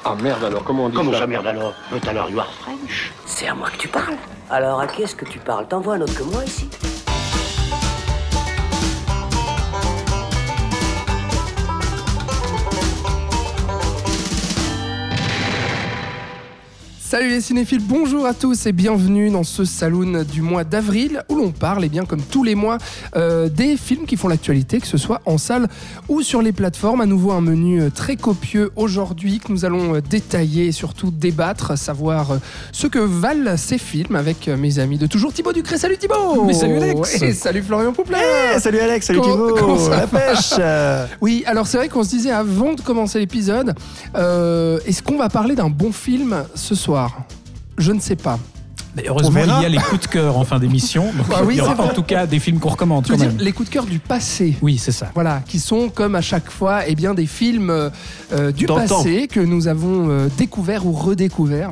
Ah merde alors, comment on dit Comment ça? ça merde alors? Tout à l'heure, you are French. C'est à moi que tu parles. Alors à qui est-ce que tu parles? T'en vois un autre que moi ici? Salut les cinéphiles, bonjour à tous et bienvenue dans ce saloon du mois d'avril où l'on parle, bien comme tous les mois, des films qui font l'actualité, que ce soit en salle ou sur les plateformes. À nouveau un menu très copieux aujourd'hui que nous allons détailler et surtout débattre, savoir ce que valent ces films avec mes amis de toujours. Thibaut Ducré, salut Thibaut. Mais salut Alex. Et salut Florian Poupler. Hey, salut Alex, salut Comment Thibaut. ça La pêche. Oui, alors c'est vrai qu'on se disait avant de commencer l'épisode, est-ce qu'on va parler d'un bon film ce soir ? Je ne sais pas. Mais heureusement, il y a les coups de cœur en fin d'émission. Donc Bah oui, il y aura c'est vrai. en tout cas des films qu'on recommande. Tu veux quand dire même. les coups de cœur du passé. Oui, c'est ça. Voilà, qui sont comme à chaque fois des films du Dans le passé que nous avons découverts ou redécouverts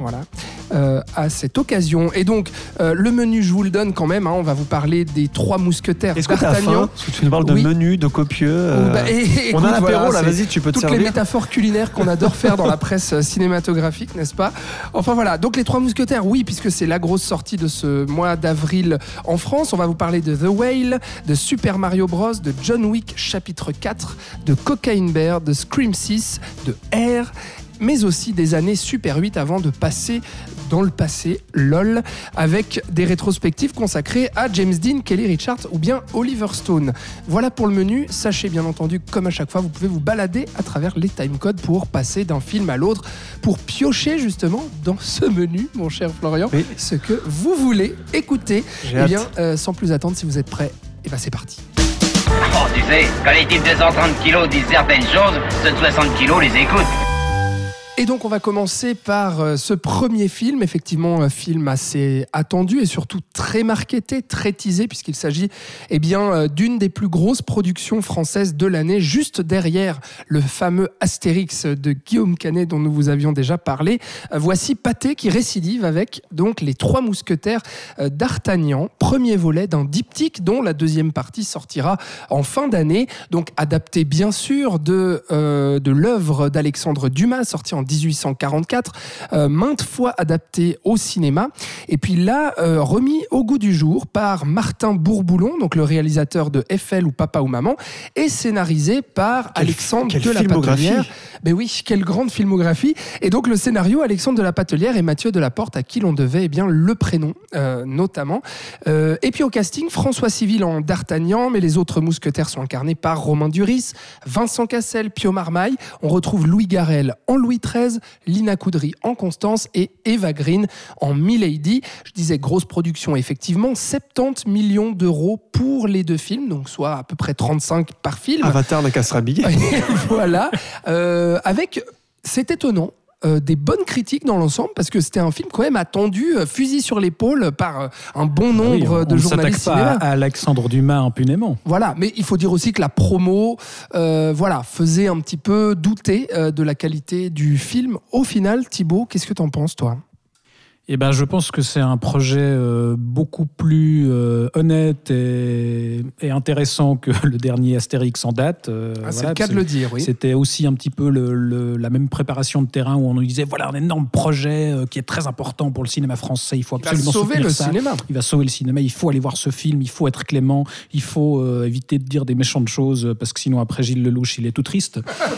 à cette occasion. Et donc, le menu, je vous le donne quand même. On va vous parler des Trois Mousquetaires Est-ce que t'as d'Artagnan. faim? Parce que tu nous parles de Oui. menu, de copieux. Écoute, on a l'apéro là, c'est vas-y, tu peux te toutes les servir. métaphores culinaires qu'on adore faire dans la presse cinématographique, n'est-ce pas? Enfin voilà, donc les Trois Mousquetaires, oui, puisque c'est la grosse sortie de ce mois d'avril en France. On va vous parler de The Whale, de Super Mario Bros, de John Wick chapitre 4, de Cocaine Bear, de Scream 6, de Air, mais aussi des années Super 8 avant de passer dans le passé, LOL, avec des rétrospectives consacrées à James Dean, Kelly Richards ou bien Oliver Stone. Voilà pour le menu. Sachez bien entendu que comme à chaque fois, vous pouvez vous balader à travers les timecodes pour passer d'un film à l'autre, pour piocher justement dans ce menu, mon cher Florian, Oui. ce que vous voulez écouter. J'ai Eh bien, hâte. sans plus attendre, si vous êtes prêts, et ben c'est parti. Oh, tu sais, quand les types de 130 kilos disent certaines choses, ceux de 60 kilos les écoutent. Et donc on va commencer par ce premier film, effectivement un film assez attendu et surtout très marketé, très teasé, puisqu'il s'agit d'une des plus grosses productions françaises de l'année, juste derrière le fameux Astérix de Guillaume Canet dont nous vous avions déjà parlé. Voici Pathé qui récidive avec donc les Trois Mousquetaires d'Artagnan, premier volet d'un diptyque dont la deuxième partie sortira en fin d'année, donc adapté bien sûr de l'œuvre d'Alexandre Dumas, sorti en 1844, maintes fois adapté au cinéma, et puis là remis au goût du jour par Martin Bourboulon, donc le réalisateur de FL ou Papa ou Maman, et scénarisé par Alexandre quelle de la filmographie. Patelière. Ben oui, quelle grande filmographie. Et donc le scénario, Alexandre de la Patelière et Mathieu Delaporte, à qui l'on devait le prénom notamment. Et puis au casting, François Civil en D'Artagnan, mais les autres mousquetaires sont incarnés par Romain Duris, Vincent Cassel, Pio Marmaille. On retrouve Louis Garrel en Louis XIII, Lina Coudry en Constance et Eva Green en Milady. Je disais grosse production, effectivement, 70 millions d'euros pour les deux films, donc soit à peu près 35 par film. Avatar n'a qu'à se rhabiller. Voilà, avec, c'est étonnant, des bonnes critiques dans l'ensemble, parce que c'était un film quand même attendu, fusil sur l'épaule par un bon nombre de journalistes On ne s'attaque cinéma. pas à Alexandre Dumas impunément. Voilà, mais il faut dire aussi que la promo faisait un petit peu douter de la qualité du film. Au final, Thibaut, qu'est-ce que t'en penses, toi ? Eh ben, je pense que c'est un projet beaucoup plus honnête et intéressant que le dernier Astérix en date. C'est le cas de le dire, oui. C'était aussi un petit peu la même préparation de terrain où on nous disait voilà un énorme projet qui est très important pour le cinéma français. Il faut absolument sauver soutenir le ça. cinéma. Il va sauver le cinéma. Il faut aller voir ce film. Il faut être clément. Il faut éviter de dire des méchantes choses parce que sinon après Gilles Lelouch il est tout triste.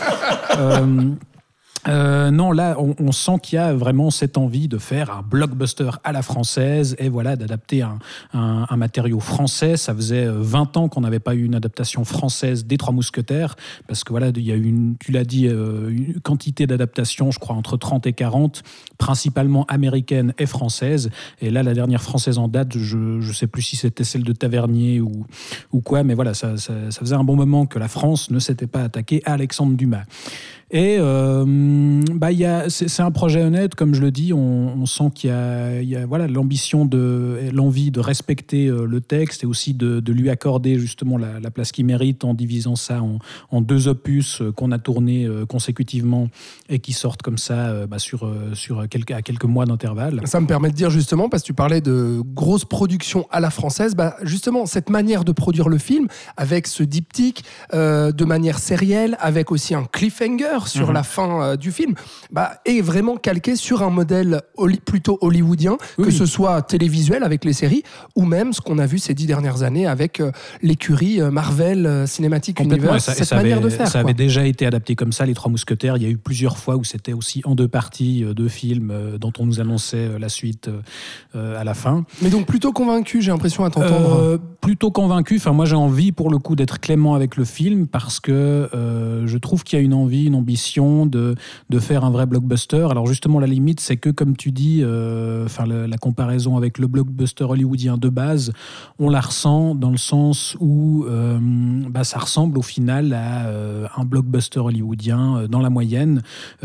Non, là, on sent qu'il y a vraiment cette envie de faire un blockbuster à la française et voilà, d'adapter un matériau français. Ça faisait 20 ans qu'on n'avait pas eu une adaptation française des Trois Mousquetaires parce que voilà, il y a eu, tu l'as dit, une quantité d'adaptations, je crois, entre 30 et 40, principalement américaines et françaises. Et là, la dernière française en date, je ne sais plus si c'était celle de Tavernier ou quoi, mais voilà, ça faisait un bon moment que la France ne s'était pas attaquée à Alexandre Dumas. Et c'est un projet honnête, comme je le dis, on sent qu'il y a voilà, l'ambition, l'envie de respecter le texte et aussi de lui accorder justement la place qu'il mérite en divisant ça en deux opus qu'on a tournés consécutivement et qui sortent comme ça à quelques mois d'intervalle. Ça me permet de dire justement, parce que tu parlais de grosses productions à la française, justement cette manière de produire le film avec ce diptyque de manière sérielle, avec aussi un cliffhanger peur sur la fin du film, est vraiment calqué sur un modèle plutôt hollywoodien, que ce soit télévisuel avec les séries, ou même ce qu'on a vu ces 10 dernières années avec l'écurie Marvel Cinematic Universe, cette manière de faire. Ça avait déjà été adapté comme ça, Les Trois Mousquetaires. Il y a eu plusieurs fois où c'était aussi en 2 parties, 2 films dont on nous annonçait la suite à la fin. Mais donc plutôt convaincu, j'ai l'impression à t'entendre. Plutôt convaincu. Enfin, moi, j'ai envie pour le coup d'être clément avec le film parce que je trouve qu'il y a une envie, une ambition de faire un vrai blockbuster. Alors justement, la limite, c'est que comme tu dis, la comparaison avec le blockbuster hollywoodien de base, on la ressent dans le sens où ça ressemble au final à un blockbuster hollywoodien dans la moyenne,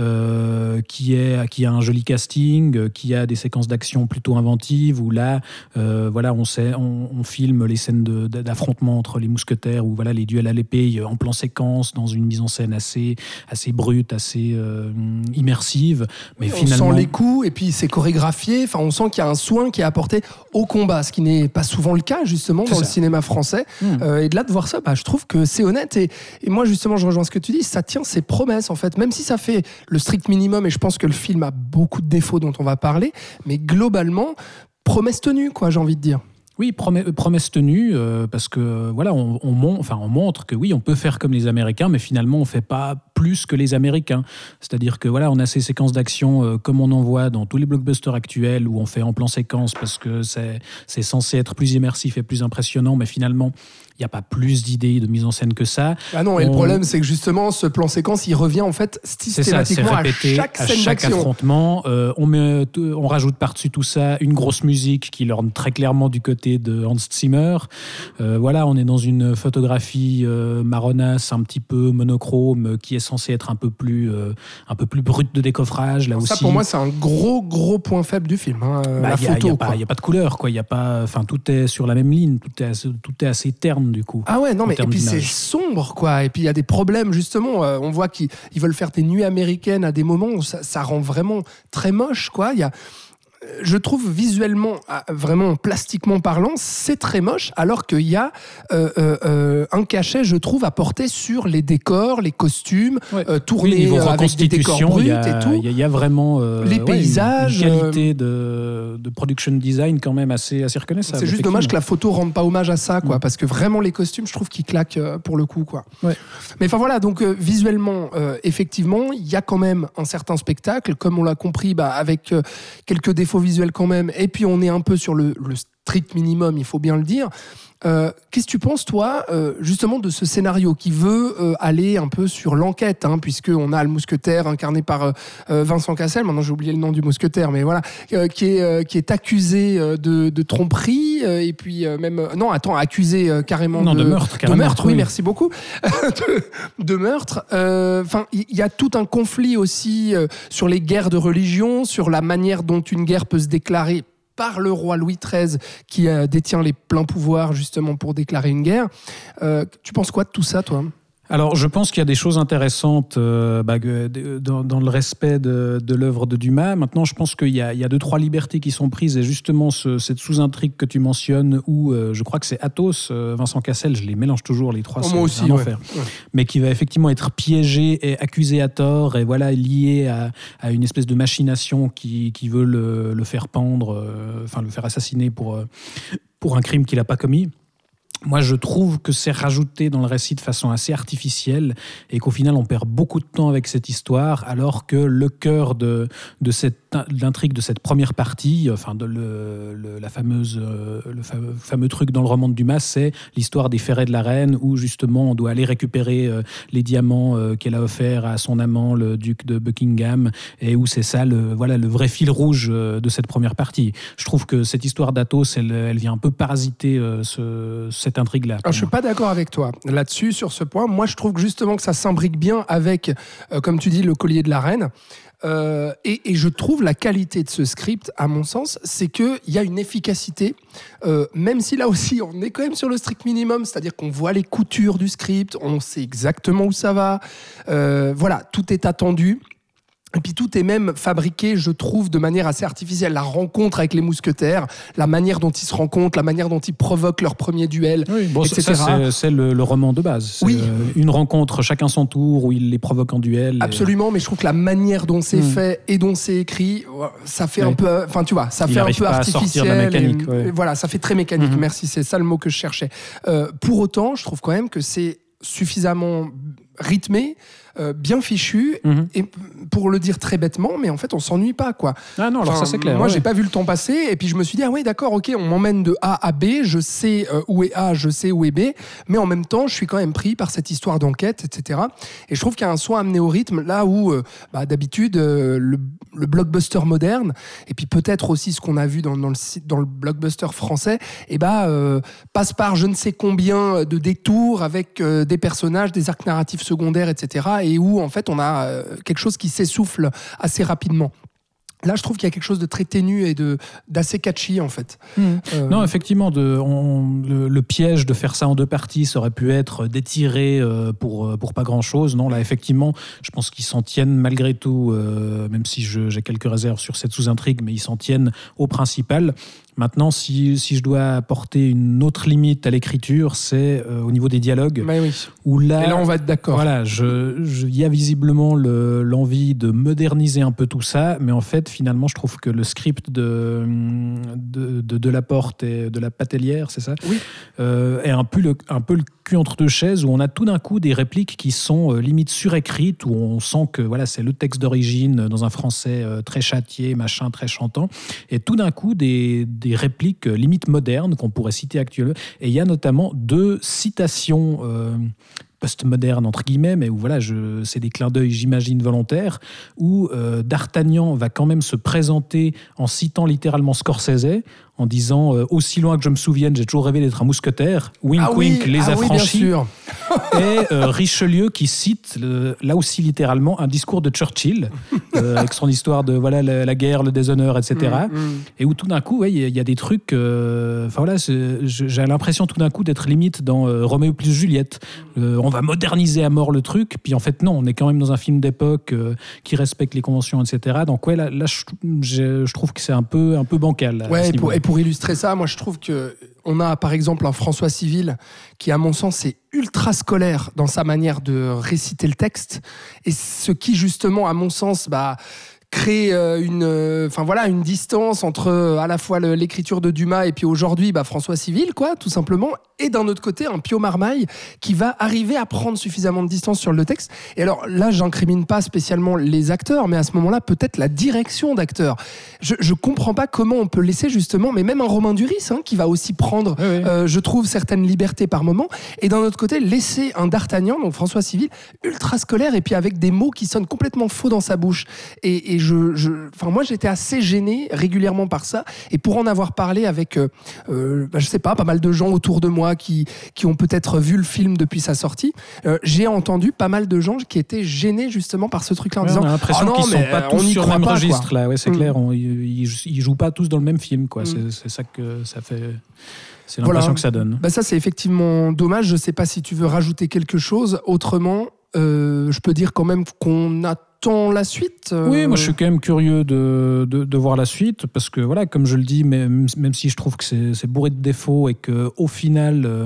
qui a un joli casting, qui a des séquences d'action plutôt inventives, où là, on filme les scènes d'affrontement entre les mousquetaires, ou les duels à l'épée en plan séquence, dans une mise en scène assez brute, assez immersive. Mais finalement, on sent les coups, et puis c'est chorégraphié. Enfin, on sent qu'il y a un soin qui est apporté au combat, ce qui n'est pas souvent le cas justement dans le cinéma français. Et de là de voir ça, je trouve que c'est honnête. Et moi justement, je rejoins ce que tu dis. Ça tient ses promesses en fait, même si ça fait le strict minimum. Et je pense que le film a beaucoup de défauts dont on va parler, mais globalement, promesse tenue, j'ai envie de dire. Oui, promesse tenue, parce que on montre que oui, on peut faire comme les Américains, mais finalement on fait pas plus que les Américains. C'est-à-dire que on a ces séquences d'action comme on en voit dans tous les blockbusters actuels, où on fait en plan séquence parce que c'est censé être plus immersif et plus impressionnant, mais finalement il n'y a pas plus d'idées de mise en scène que ça. Ah non, et le problème, c'est que justement, ce plan séquence, il revient en fait systématiquement c'est répété, à chaque affrontement. On rajoute par-dessus tout ça une grosse musique qui lorne très clairement du côté de Hans Zimmer. On est dans une photographie marronasse, un petit peu monochrome, qui est censée être un peu plus brute de décoffrage. Là ça, aussi. pour moi, c'est un gros point faible du film. La photo, il n'y a pas de couleur, quoi. Tout est sur la même ligne, tout est assez terne. Du coup, et puis c'est sombre, et puis il y a des problèmes justement. On voit qu'ils veulent faire des nuits américaines à des moments où ça rend vraiment très moche, je trouve visuellement, vraiment plastiquement parlant, c'est très moche, alors qu'il y a un cachet, je trouve, apporté sur les décors, les costumes, tournés avec des décors bruts et tout. Il y a vraiment les paysages, une qualité de production design quand même assez reconnaissable. C'est juste dommage que la photo rende pas hommage à ça, parce que vraiment les costumes, je trouve qu'ils claquent pour le coup, Mais donc visuellement, effectivement, il y a quand même un certain spectacle, comme on l'a compris, avec quelques défauts visuels quand même, et puis on est un peu sur le strict minimum, il faut bien le dire. Qu'est-ce que tu penses, toi, justement, de ce scénario qui veut aller un peu sur l'enquête, puisqu'on a le mousquetaire incarné par Vincent Cassel, maintenant j'ai oublié le nom du mousquetaire, mais qui est accusé de tromperie, et puis accusé carrément de meurtre. De meurtre, oui, merci beaucoup. de meurtre. Il y a tout un conflit aussi sur les guerres de religion, sur la manière dont une guerre peut se déclarer par le roi Louis XIII qui détient les pleins pouvoirs justement pour déclarer une guerre. Tu penses quoi de tout ça, toi ? Alors, je pense qu'il y a des choses intéressantes dans le respect de l'œuvre de Dumas. Maintenant, je pense qu'il y a 2-3 libertés qui sont prises, et justement cette sous-intrigue que tu mentionnes, où je crois que c'est Athos, Vincent Cassel, je les mélange toujours les trois, moi aussi, un enfer. Mais qui va effectivement être piégé et accusé à tort, et lié à une espèce de machination qui veut le faire pendre, le faire assassiner pour un crime qu'il n'a pas commis. Moi, je trouve que c'est rajouté dans le récit de façon assez artificielle, et qu'au final, on perd beaucoup de temps avec cette histoire, alors que le cœur de l'intrigue de cette première partie, le fameux truc dans le roman de Dumas, c'est l'histoire des ferrets de la reine, où justement on doit aller récupérer les diamants qu'elle a offerts à son amant, le duc de Buckingham, et où c'est ça le vrai fil rouge de cette première partie. Je trouve que cette histoire d'Athos, elle vient un peu parasiter cette intrigue-là. Je ne suis pas d'accord avec toi là-dessus, sur ce point. Moi, je trouve justement que ça s'imbrique bien avec, comme tu dis, le collier de la reine. Et je trouve la qualité de ce script, à mon sens, c'est qu'il y a une efficacité, même si là aussi on est quand même sur le strict minimum, c'est-à-dire qu'on voit les coutures du script, on sait exactement où ça va, tout est attendu. Et puis tout est même fabriqué, je trouve, de manière assez artificielle. La rencontre avec les mousquetaires, la manière dont ils se rencontrent, la manière dont ils provoquent leur premier duel, oui, bon, etc. Ça, c'est le roman de base. C'est une rencontre, chacun son tour, où il les provoque en duel. Absolument, mais je trouve que la manière dont c'est fait et dont c'est écrit, ça fait un peu... Enfin, tu vois, ça fait un peu artificiel. De la mécanique, et voilà, ça fait très mécanique. Merci, c'est ça le mot que je cherchais. Pour autant, je trouve quand même que c'est suffisamment rythmé, bien fichu, et pour le dire très bêtement, mais en fait on s'ennuie pas, quoi. Ah non, alors ça c'est clair. Moi j'ai pas vu le temps passer, et puis je me suis dit ah oui d'accord, ok, on m'emmène de A à B, je sais où est A, je sais où est B, mais en même temps je suis quand même pris par cette histoire d'enquête, etc. Et je trouve qu'il y a un soin amené au rythme là où d'habitude le blockbuster moderne, et puis peut-être aussi ce qu'on a vu dans le blockbuster français, passe par je ne sais combien de détours avec des personnages, des arcs narratifs secondaires, etc. Et où en fait on a quelque chose qui s'essouffle assez rapidement. Là, je trouve qu'il y a quelque chose de très ténu et d'assez catchy, en fait. Non, effectivement, le piège de faire ça en 2 parties, ça aurait pu être d'étirer pour pas grand-chose. Non, là, effectivement, je pense qu'ils s'en tiennent malgré tout, même si j'ai quelques réserves sur cette sous-intrigue, mais ils s'en tiennent au principal. Maintenant, si je dois apporter une autre limite à l'écriture, c'est au niveau des dialogues. Mais oui. Où là, et là, on va être d'accord. Voilà, il y a visiblement l'envie de moderniser un peu tout ça, mais en fait, finalement, je trouve que le script de Delaporte et de la Patellière, c'est ça, oui. Est un peu le cul entre 2 chaises, où on a tout d'un coup des répliques qui sont limite surécrites, où on sent que voilà, c'est le texte d'origine dans un français très châtié, machin, très chantant, et tout d'un coup des répliques limite modernes qu'on pourrait citer actuellement. Et il y a notamment 2 citations post-modernes, entre guillemets, mais où voilà, c'est des clins d'œil, j'imagine, volontaires, où D'Artagnan va quand même se présenter en citant littéralement Scorsese, en disant aussi loin que je me souvienne, j'ai toujours rêvé d'être un mousquetaire. Wink, wink, les affranchis. Bien sûr. Et Richelieu qui cite, là aussi littéralement, un discours de Churchill, avec son histoire de voilà, la guerre, le déshonneur, etc. Et où tout d'un coup, il y a des trucs... voilà, j'ai l'impression tout d'un coup d'être limite dans Roméo plus Juliette. On va moderniser à mort le truc, puis en fait non, on est quand même dans un film d'époque qui respecte les conventions, etc. Donc ouais, là je trouve que c'est un peu bancal. Ouais, et pour illustrer ça, moi je trouve que on a par exemple un François Civil qui, à mon sens, est ultra scolaire dans sa manière de réciter le texte, et ce qui justement, à mon sens, crée une distance entre à la fois l'écriture de Dumas et puis aujourd'hui François Civil, quoi, tout simplement, et d'un autre côté un Pio Marmaille qui va arriver à prendre suffisamment de distance sur le texte. Et alors là, j'incrimine pas spécialement les acteurs, mais à ce moment-là, peut-être la direction d'acteurs. Je comprends pas comment on peut laisser justement, mais même un Romain Duris, qui va aussi prendre, je trouve, certaines libertés par moment, et d'un autre côté, laisser un D'Artagnan, donc François Civil, ultra scolaire, et puis avec des mots qui sonnent complètement faux dans sa bouche. Et moi, j'étais assez gêné régulièrement par ça. Et pour en avoir parlé avec, je sais pas, pas mal de gens autour de moi qui ont peut-être vu le film depuis sa sortie, j'ai entendu pas mal de gens qui étaient gênés justement par ce truc-là, en disant, on a l'impression qu'ils sont pas tous sur le même registre, là. Ouais, c'est clair. Ils jouent pas tous dans le même film, quoi. C'est ça que ça fait. C'est l'impression que ça donne. Ça, c'est effectivement dommage. Je sais pas si tu veux rajouter quelque chose. Autrement, je peux dire quand même qu'on attend la suite. Oui, moi je suis quand même curieux de voir la suite, parce que voilà, comme je le dis, même si je trouve que c'est bourré de défauts et qu'au final,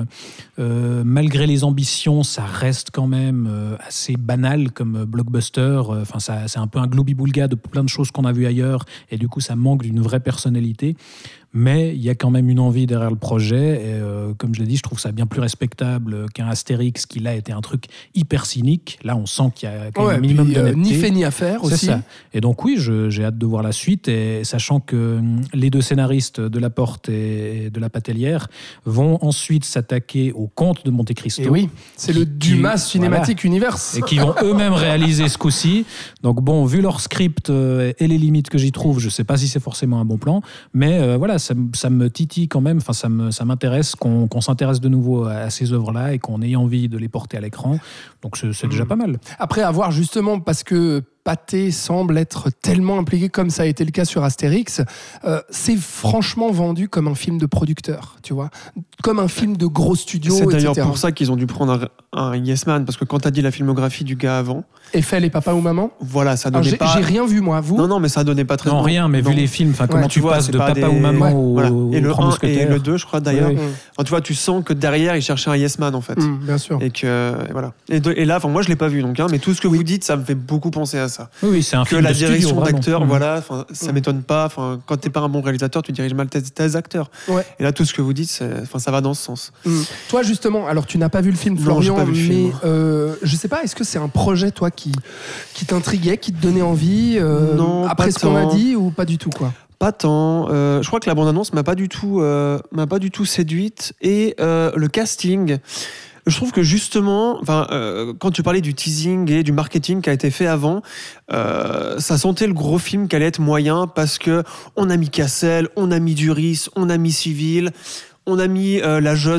malgré les ambitions, ça reste quand même assez banal comme blockbuster. Enfin, c'est un peu un gloubi-boulga de plein de choses qu'on a vues ailleurs, et du coup ça manque d'une vraie personnalité. Mais il y a quand même une envie derrière le projet, et comme je l'ai dit, je trouve ça bien plus respectable qu'un Astérix qui là était un truc hyper cynique. Là, on sent qu'il y a quand même un minimum d'honnêteté. Ni fait ni à faire aussi. C'est ça. Et donc oui, j'ai hâte de voir la suite, et sachant que les 2 scénaristes, Delaporte et de la Patellière, vont ensuite s'attaquer au Comte de Monte Cristo. Et oui, c'est le Dumas Cinematic Universe. Et qui vont eux-mêmes réaliser ce coup-ci. Donc bon, vu leur script et les limites que j'y trouve, je sais pas si c'est forcément un bon plan, mais voilà, ça me titille quand même, enfin ça m'intéresse qu'on s'intéresse de nouveau à ces œuvres-là et qu'on ait envie de les porter à l'écran. Donc c'est déjà pas mal. Après, à voir justement, parce que Pathé semble être tellement impliqué comme ça a été le cas sur Astérix, c'est franchement vendu comme un film de producteur, tu vois, comme un film de gros studio, C'est d'ailleurs etc. pour ça qu'ils ont dû prendre un Yes Man, parce que quand t'as dit la filmographie du gars avant, Eiffel et Papa ou Maman. voilà, ça Alors, donnait pas... j'ai rien vu moi, vous? Non, mais ça donnait pas très... Non, rien, mais non. vu les films, comment Ouais, tu vois, passes c'est de pas Papa des- ou Maman Voilà. au Et le Trois 1 et Mousquetaires. le 2, je crois, d'ailleurs. Oui. Enfin, tu vois, tu sens que derrière, ils cherchaient un Yes Man, en fait. Bien sûr. Et que, et voilà. Et là, moi, je l'ai pas vu, donc, mais tout ce que vous dites, ça me fait beaucoup penser à ça. Oui, c'est un Que film la de studio, direction vraiment. d'acteur, Mhm. voilà, ça m'étonne pas. Quand t'es pas un bon réalisateur, tu diriges mal tes acteurs. Ouais. Et là, tout ce que vous dites, ça va dans ce sens. Toi justement, alors tu n'as pas vu le film, Non, Florian, j'ai pas vu le mais film. je sais pas, est-ce que c'est un projet toi qui t'intriguait, qui te donnait envie Non, après pas ce qu'on a tant. dit ou pas du tout quoi? Pas tant. Je crois que la bande-annonce m'a pas du tout séduite. Et le casting, je trouve que justement, quand tu parlais du teasing et du marketing qui a été fait avant, ça sentait le gros film qui allait être moyen, parce que on a mis Cassel, on a mis Duris, on a mis Civil, on a mis la jeune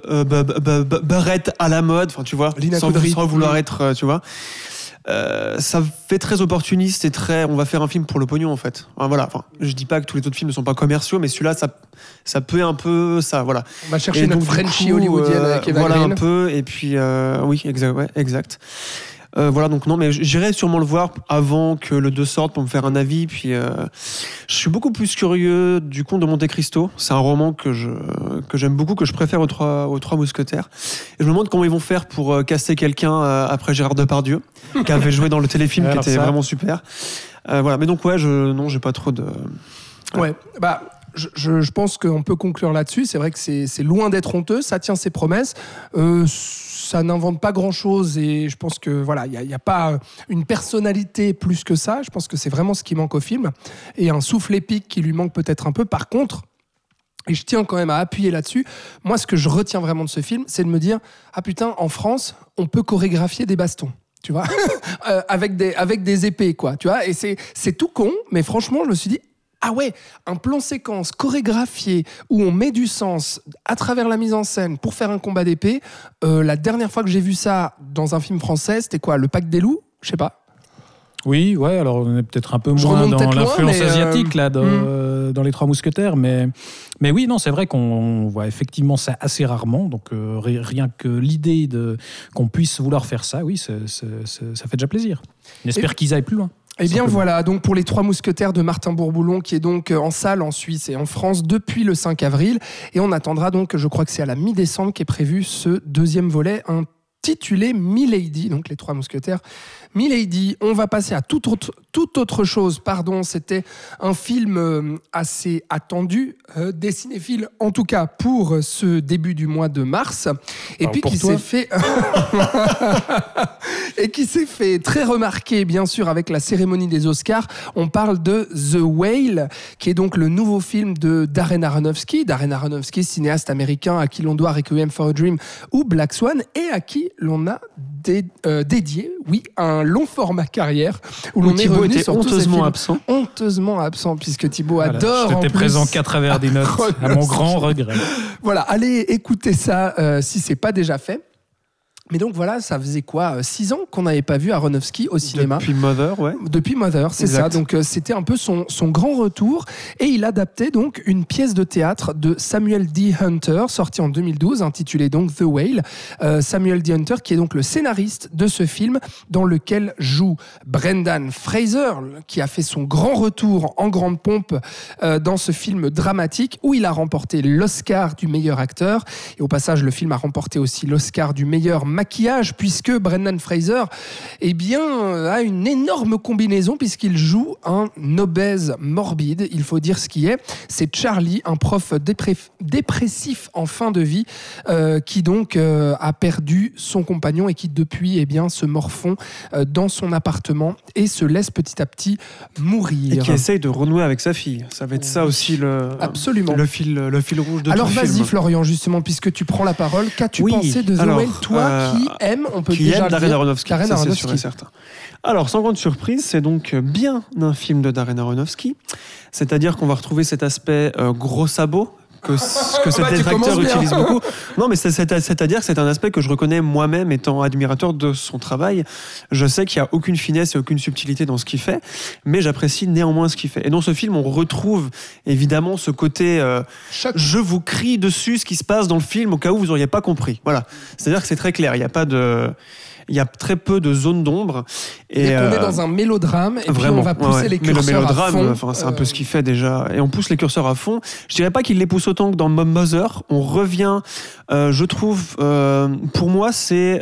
Barrette à la mode, tu vois, Lina sans Kudry. vouloir être, tu vois. Ça fait très opportuniste et très. On va faire un film pour le pognon, en fait. Voilà. Je dis pas que tous les autres films ne sont pas commerciaux, mais celui-là, ça peut un peu ça. Voilà. On va chercher Et notre donc, du Frenchie coup, hollywoodienne avec Eva voilà Green. un peu. Et puis, oui, exact. Ouais, exact. Voilà, donc non, mais j'irai sûrement le voir avant que le 2 sorte pour me faire un avis. Puis, je suis beaucoup plus curieux du Comte de Monte Cristo. C'est un roman que j'aime beaucoup, que je préfère aux Trois Mousquetaires. Et je me demande comment ils vont faire pour caster quelqu'un après Gérard Depardieu, qui avait joué dans le téléfilm, qui Alors était ça. vraiment super. Voilà, mais donc ouais, j'ai pas trop de. Ouais, je pense qu'on peut conclure là-dessus. C'est vrai que c'est loin d'être honteux, ça tient ses promesses. Ça n'invente pas grand-chose et je pense que voilà, il y a pas une personnalité plus que ça. Je pense que c'est vraiment ce qui manque au film et un souffle épique qui lui manque peut-être un peu. Par contre, et je tiens quand même à appuyer là-dessus, moi ce que je retiens vraiment de ce film, c'est de me dire ah putain, en France, on peut chorégraphier des bastons. Tu vois, avec des épées quoi. Tu vois, et c'est tout con, mais franchement, je me suis dit ah ouais, un plan séquence chorégraphié où on met du sens à travers la mise en scène pour faire un combat d'épée. La dernière fois que j'ai vu ça dans un film français, c'était quoi, Le Pacte des loups? Je sais pas. Oui, ouais, alors on est peut-être un peu Je moins remonte dans peut-être loin, l'influence mais, asiatique là, dans les Trois Mousquetaires, mais oui, non, c'est vrai qu'on voit effectivement ça assez rarement, donc rien que l'idée qu'on puisse vouloir faire ça, oui, ça fait déjà plaisir. On espère qu'ils aillent plus loin. Eh bien Simplement. voilà, donc pour les Trois Mousquetaires de Martin Bourboulon, qui est donc en salle en Suisse et en France depuis le 5 avril. Et on attendra donc, je crois que c'est à la mi-décembre qu'est prévu ce deuxième volet intitulé Milady, donc les Trois Mousquetaires. Milady, on va passer à toute autre chose. Pardon, c'était un film assez attendu, des cinéphiles, en tout cas pour ce début du mois de mars. Et Alors, puis pour qui toi. s'est fait et qui s'est fait très remarquer, bien sûr, avec la cérémonie des Oscars. On parle de The Whale, qui est donc le nouveau film de Darren Aronofsky. Darren Aronofsky, cinéaste américain à qui l'on doit Requiem for a Dream ou Black Swan, et à qui l'on a dédié, oui, un long format carrière où l'on est Thibaut revenu était sur tous ces honteusement films. absent. Honteusement absent, puisque Thibaut Voilà, adore. J'étais présent qu'à travers des notes, à mon grand regret. Voilà, allez écouter ça si c'est pas déjà fait. Mais donc voilà, ça faisait quoi 6 ans qu'on n'avait pas vu Aronofsky au cinéma. Depuis Mother, ouais. Depuis Mother, c'est Exact. ça. Donc c'était un peu son grand retour. Et il adaptait donc une pièce de théâtre de Samuel D. Hunter, sortie en 2012, intitulée donc The Whale. Samuel D. Hunter, qui est donc le scénariste de ce film, dans lequel joue Brendan Fraser, qui a fait son grand retour en grande pompe dans ce film dramatique, où il a remporté l'Oscar du meilleur acteur. Et au passage, le film a remporté aussi l'Oscar du meilleur maquillage, puisque Brendan Fraser a une énorme combinaison, puisqu'il joue un obèse morbide, il faut dire ce qui est. C'est Charlie, un prof dépressif en fin de vie, qui donc a perdu son compagnon et qui depuis se morfond dans son appartement et se laisse petit à petit mourir. Et qui essaye de renouer avec sa fille. Ça va être ça aussi Absolument. le fil rouge de Alors tout le vas-y film. Florian, justement, puisque tu prends la parole, qu'as-tu Oui, pensé de The alors, Whale, toi qui aime, on peut qui déjà aime le Darren dire, Aronofsky, Darren ça, c'est Aronofsky. sûr et certain. Alors, sans grande surprise, c'est donc bien un film de Darren Aronofsky. C'est-à-dire qu'on va retrouver cet aspect gros sabot que cet tu détracteur commences bien. utilise beaucoup. Non, mais c'est-à-dire que c'est un aspect que je reconnais moi-même étant admirateur de son travail. Je sais qu'il n'y a aucune finesse et aucune subtilité dans ce qu'il fait, mais j'apprécie néanmoins ce qu'il fait. Et dans ce film, on retrouve évidemment ce côté je vous crie dessus ce qui se passe dans le film au cas où vous n'auriez pas compris. Voilà. C'est-à-dire que c'est très clair. Il y a très peu de zones d'ombre. Et on est dans un mélodrame, et vraiment, puis on va pousser les curseurs mais le mélodrame, à fond. c'est un peu ce qu'il fait déjà. Et on pousse les curseurs à fond. Je dirais pas qu'il les pousse autant que dans Mother. On revient, je trouve, pour moi, c'est...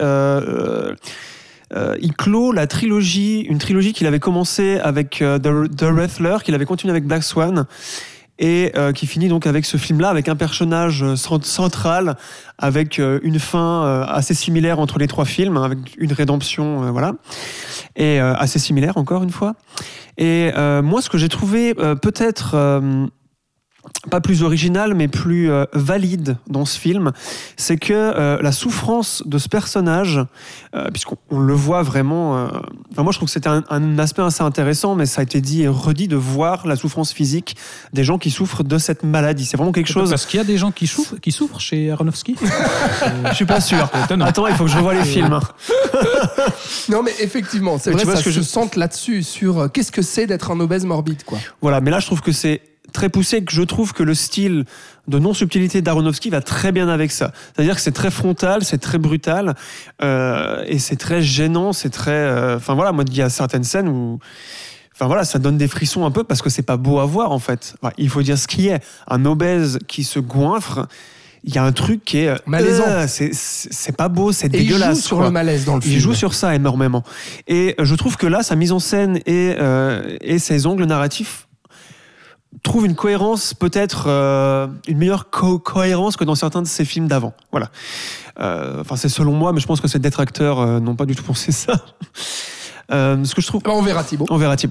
il clôt une trilogie qu'il avait commencé avec The Wrestler, qu'il avait continué avec Black Swan, et qui finit donc avec ce film-là, avec un personnage central, avec une fin assez similaire entre les trois films, avec une rédemption, voilà, et assez similaire encore une fois. Et moi, ce que j'ai trouvé peut-être pas plus original, mais plus valide dans ce film, c'est que la souffrance de ce personnage, puisqu'on le voit vraiment... moi, je trouve que c'était un aspect assez intéressant, mais ça a été dit et redit de voir la souffrance physique des gens qui souffrent de cette maladie. C'est vraiment quelque chose... Parce qu'il y a des gens qui souffrent chez Aronofsky. Je suis pas sûr. Attends, il faut que je revoie les films. Non, mais effectivement, c'est vrai, tu vois ça ce que se je sente là-dessus, sur qu'est-ce que c'est d'être un obèse morbide, quoi. Voilà, mais là, je trouve que c'est très poussé, que je trouve que le style de non-subtilité d'Aronofsky va très bien avec ça. C'est-à-dire que c'est très frontal, c'est très brutal, et c'est très gênant, c'est très... Enfin voilà, moi, il y a certaines scènes où... Enfin voilà, ça donne des frissons un peu parce que c'est pas beau à voir, en fait. Enfin, il faut dire ce qui est. Un obèse qui se goinfre, il y a un truc qui est... malaisant. C'est pas beau, c'est Et dégueulasse. il joue sur le malaise dans le film. Il joue sur ça énormément. Et je trouve que là, sa mise en scène et ses angles narratifs trouve une cohérence, peut-être une meilleure cohérence que dans certains de ses films d'avant. Voilà. Enfin, c'est selon moi, mais je pense que ces détracteurs n'ont pas du tout pensé ça. Ce que je trouve... On verra Thibaut. On verra Thibaut.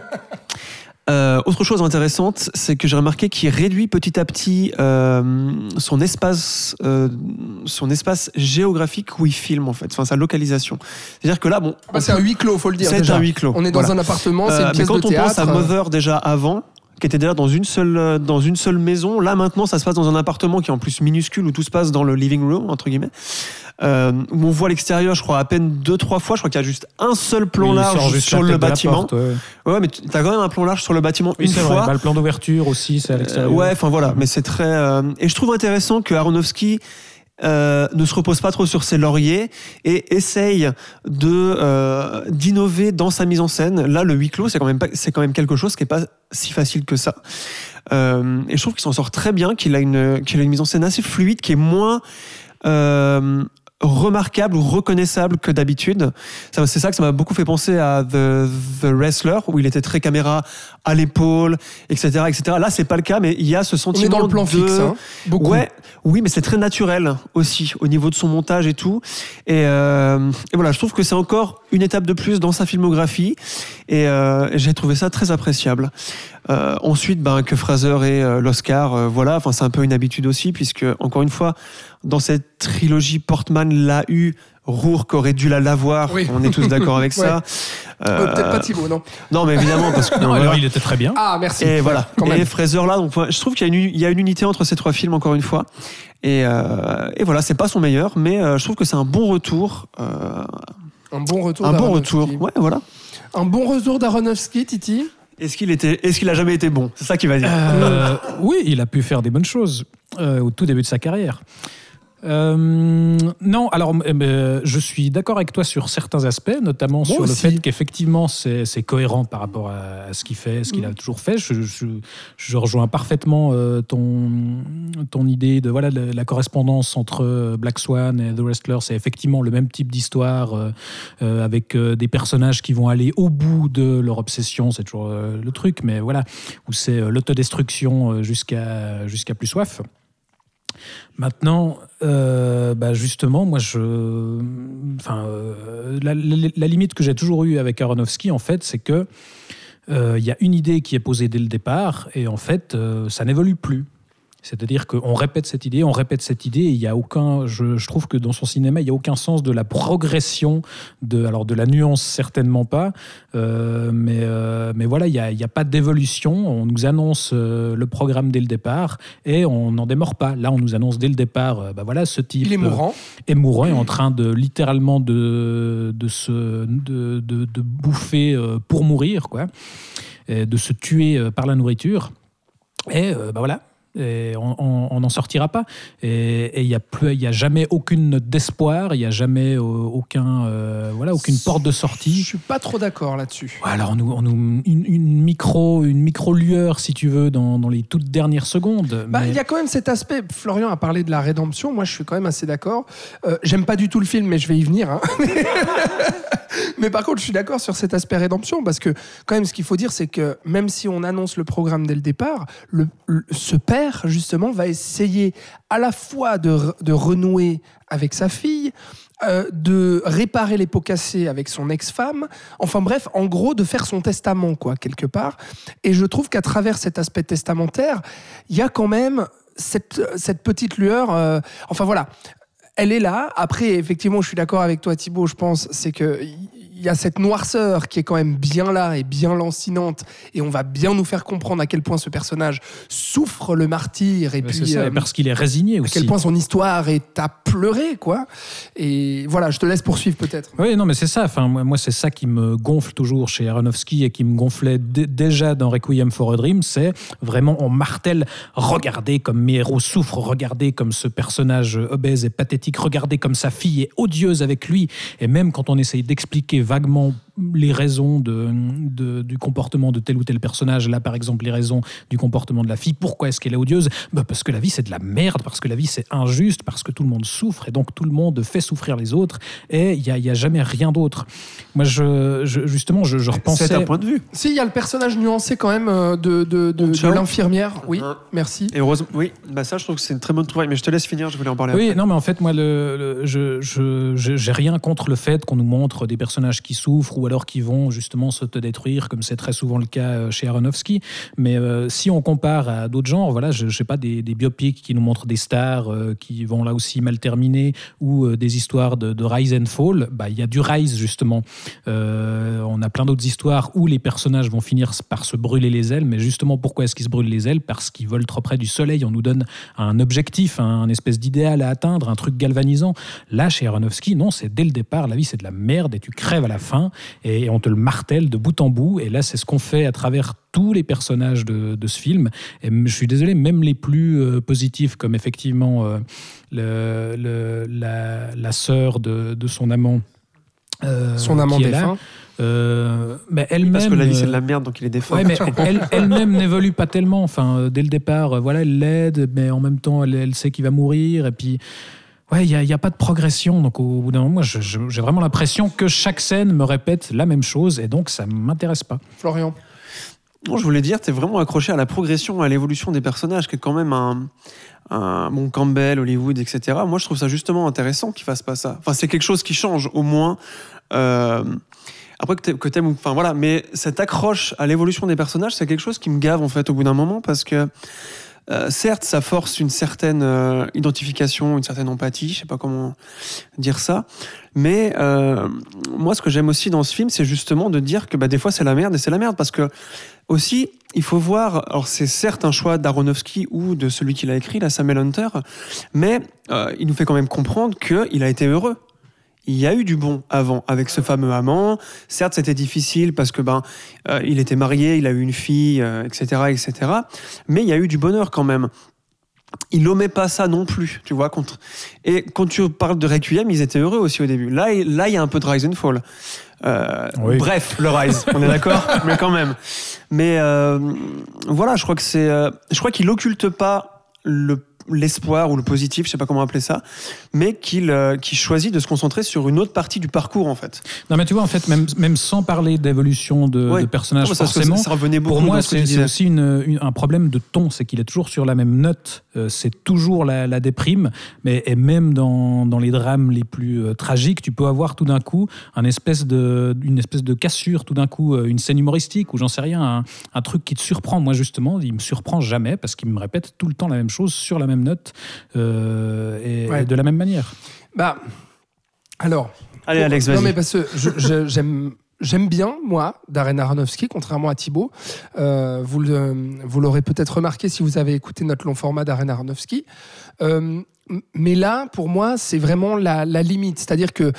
Autre chose intéressante, c'est que j'ai remarqué qu'il réduit petit à petit son espace géographique où il filme, en fait, enfin sa localisation. C'est-à-dire que là, bon, c'est un huis clos, faut le dire. C'est déjà. un huis clos. On est dans un appartement, c'est une pièce de mais quand on théâtre. pense à Mother déjà avant, qui était déjà dans une seule maison, là maintenant ça se passe dans un appartement qui est en plus minuscule, où tout se passe dans le living room entre guillemets, où on voit l'extérieur, je crois à peine 2-3 fois. Je crois qu'il y a juste un seul plan large sur le bâtiment. Ouais, mais t'as quand même un plan large sur le bâtiment une fois. Vrai. Le plan d'ouverture aussi, c'est à l'extérieur. Ouais, enfin voilà, mais c'est très... Et je trouve intéressant que Aronofsky ne se repose pas trop sur ses lauriers et essaye d'innover dans sa mise en scène. Là, le huis clos, c'est quand même quelque chose qui est pas si facile que ça. Et je trouve qu'il s'en sort très bien, qu'il a une mise en scène assez fluide, qui est moins remarquable ou reconnaissable que d'habitude. C'est ça que ça m'a beaucoup fait penser à The Wrestler, où il était très caméra à l'épaule, etc., etc. Là, c'est pas le cas, mais il y a ce sentiment. On est dans le plan fixe, hein, beaucoup. Ouais, oui, mais c'est très naturel aussi au niveau de son montage et tout. Et voilà, je trouve que c'est encore une étape de plus dans sa filmographie, et j'ai trouvé ça très appréciable. Ensuite, que Fraser ait l'Oscar, voilà, enfin c'est un peu une habitude aussi, puisque encore une fois, dans cette trilogie, Portman l'a eu, Rourke aurait dû l'avoir. Oui. On est tous d'accord avec ça. Peut-être pas Thibaut, non. Non, mais évidemment, parce que non, alors il était très bien. Ah, merci. Et voilà. Et Fraser là, donc je trouve qu'il y a une unité entre ces trois films, encore une fois. Et voilà, c'est pas son meilleur, mais je trouve que c'est un bon retour. Un bon retour. Un bon retour. Ouais, voilà. Un bon retour d'Aronofsky, Titi. Est-ce qu'il a jamais été bon ? C'est ça qu'il va dire. Oui, il a pu faire des bonnes choses au tout début de sa carrière. Non, alors je suis d'accord avec toi sur certains aspects, notamment sur le fait qu'effectivement c'est cohérent par rapport à ce qu'il fait, ce qu'il a toujours fait. Je rejoins parfaitement ton idée de la correspondance entre Black Swan et The Wrestler. C'est effectivement le même type d'histoire avec des personnages qui vont aller au bout de leur obsession. C'est toujours le truc, mais voilà, où c'est l'autodestruction jusqu'à plus soif. Maintenant, justement, moi, la limite que j'ai toujours eue avec Aronofsky, en fait, c'est que y a une idée qui est posée dès le départ, et en fait, ça n'évolue plus. C'est-à-dire qu'on répète cette idée, et il y a aucun, je trouve que dans son cinéma, il n'y a aucun sens de la progression, alors de la nuance certainement pas, mais voilà, il n'y a pas d'évolution. On nous annonce le programme dès le départ et on n'en démord pas. Là, on nous annonce dès le départ, voilà, ce type il est mourant. Est en train de littéralement de bouffer pour mourir, quoi, et de se tuer par la nourriture. Et voilà. Et on n'en sortira pas. Et il y a jamais aucune note d'espoir, il y a jamais aucune porte de sortie. Je suis pas trop d'accord là-dessus. Alors une micro lueur, si tu veux, dans les toutes dernières secondes. Il y a quand même cet aspect. Florian a parlé de la rédemption. Moi, je suis quand même assez d'accord. J'aime pas du tout le film, mais je vais y venir. Hein. Mais par contre, je suis d'accord sur cet aspect rédemption, parce que quand même, ce qu'il faut dire, c'est que même si on annonce le programme dès le départ, ce père, justement, va essayer à la fois de renouer avec sa fille, de réparer les pots cassés avec son ex-femme, enfin bref, en gros, de faire son testament, quoi, quelque part. Et je trouve qu'à travers cet aspect testamentaire, il y a quand même cette petite lueur. Enfin voilà, elle est là. Après, effectivement, je suis d'accord avec toi, Thibaut, je pense, c'est que il y a cette noirceur qui est quand même bien là et bien lancinante, et on va bien nous faire comprendre à quel point ce personnage souffre le martyre, et puis parce qu'il est résigné aussi. À quel point son histoire est à pleurer, quoi. Et voilà, je te laisse poursuivre peut-être. Oui, non, mais c'est ça. Enfin, moi, c'est ça qui me gonfle toujours chez Aronofsky et qui me gonflait déjà dans Requiem for a Dream. C'est vraiment, on martèle, regardez comme mes héros souffrent, regardez comme ce personnage obèse et pathétique, regardez comme sa fille est odieuse avec lui. Et même quand on essaye d'expliquer vaguement les raisons du comportement de tel ou tel personnage, là par exemple les raisons du comportement de la fille, pourquoi est-ce qu'elle est odieuse ? Parce que la vie c'est de la merde, parce que la vie c'est injuste, parce que tout le monde souffre et donc tout le monde fait souffrir les autres, et il y a jamais rien d'autre. Moi justement je repensais... C'est un point de vue. Si, il y a le personnage nuancé quand même de l'infirmière. Oui, merci. Et heureusement, oui, ça je trouve que c'est une très bonne trouvaille, mais je te laisse finir, je voulais en parler après. Oui, non mais en fait moi j'ai rien contre le fait qu'on nous montre des personnages qui souffrent ou alors qui vont justement s'autodétruire, comme c'est très souvent le cas chez Aronofsky. Mais si on compare à d'autres genres, voilà, je sais pas, des biopics qui nous montrent des stars qui vont là aussi mal terminer, ou des histoires de rise and fall, il y a du rise justement. On a plein d'autres histoires où les personnages vont finir par se brûler les ailes, mais justement pourquoi est-ce qu'ils se brûlent les ailes ? Parce qu'ils volent trop près du soleil, on nous donne un objectif, un espèce d'idéal à atteindre, un truc galvanisant. Là, chez Aronofsky, non, c'est dès le départ, la vie c'est de la merde et tu crèves à la fin, et on te le martèle de bout en bout, et là c'est ce qu'on fait à travers tous les personnages de ce film. Et je suis désolé, même les plus positifs, comme effectivement la sœur de son amant, son amant défunt. Elle-même, parce que la vie c'est de la merde, donc il est défunt. Ouais, mais elle-même n'évolue pas tellement. Enfin, dès le départ, voilà, elle l'aide, mais en même temps elle sait qu'il va mourir, et puis ouais, il y a pas de progression. Donc au bout d'un moment, moi, j'ai vraiment l'impression que chaque scène me répète la même chose, et donc ça m'intéresse pas. Florian. Non, je voulais dire, t'es vraiment accroché à la progression, à l'évolution des personnages, qui est quand même un bon Campbell, Hollywood, etc. Moi, je trouve ça justement intéressant qu'ils fassent pas ça. Enfin, c'est quelque chose qui change, au moins. Après que t'aimes, enfin voilà, mais cette accroche à l'évolution des personnages, c'est quelque chose qui me gave en fait au bout d'un moment, parce que certes, ça force une certaine identification, une certaine empathie, je sais pas comment dire ça, mais moi, ce que j'aime aussi dans ce film, c'est justement de dire que des fois, c'est la merde, et c'est la merde, parce que aussi, il faut voir, alors c'est certes un choix d'Aronofsky ou de celui qui l'a écrit, là, Samuel Hunter, mais il nous fait quand même comprendre qu'il a été heureux. Il y a eu du bon avant, avec ce fameux amant. Certes, c'était difficile parce que il était marié, il a eu une fille, etc., etc. Mais il y a eu du bonheur quand même. Il n'omet pas ça non plus, tu vois. Et quand tu parles de Requiem, ils étaient heureux aussi au début. Là, il y a un peu de rise and fall. Oui. Bref, le rise, on est d'accord, mais quand même. Mais voilà, je crois qu'il occulte pas l'espoir ou le positif, je sais pas comment appeler ça, mais qu'il choisit de se concentrer sur une autre partie du parcours en fait. Non mais tu vois, en fait, même sans parler d'évolution de personnages, forcément, ça revenait beaucoup. Pour moi, c'est aussi un problème de ton, c'est qu'il est toujours sur la même note c'est toujours la déprime. Et même dans les drames les plus tragiques, tu peux avoir tout d'un coup une espèce de cassure, tout d'un coup une scène humoristique ou j'en sais rien, un truc qui te surprend. Moi justement, il me surprend jamais parce qu'il me répète tout le temps la même chose sur la même note et de la même manière. Alors. Allez, Alex, vas-y. Non, mais parce que j'aime bien, moi, Darren Aronofsky, contrairement à Thibaut. Vous l'aurez peut-être remarqué si vous avez écouté notre long format Darren Aronofsky. Mais là, pour moi, c'est vraiment la limite. C'est-à-dire que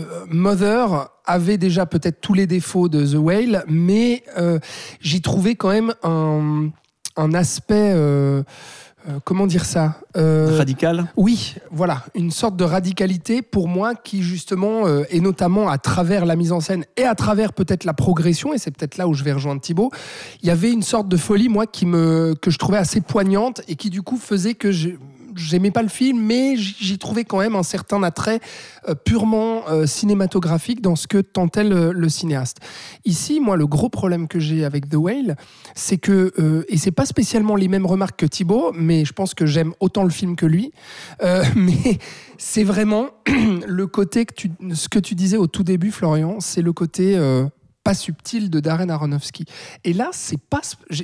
Mother avait déjà peut-être tous les défauts de The Whale, mais j'y trouvais quand même un aspect... comment dire ça radical. Oui, voilà, une sorte de radicalité pour moi qui justement, et notamment à travers la mise en scène et à travers peut-être la progression, et c'est peut-être là où je vais rejoindre Thibaut, il y avait une sorte de folie, moi, que je trouvais assez poignante et qui du coup faisait que j'aimais pas le film, mais j'y trouvais quand même un certain attrait purement cinématographique dans ce que tentait le cinéaste. Ici, moi, le gros problème que j'ai avec The Whale, c'est que, et c'est pas spécialement les mêmes remarques que Thibaut, mais je pense que j'aime autant le film que lui, mais c'est vraiment le côté ce que tu disais au tout début, Florian, c'est le côté... pas subtil de Darren Aronofsky. Et là, c'est pas...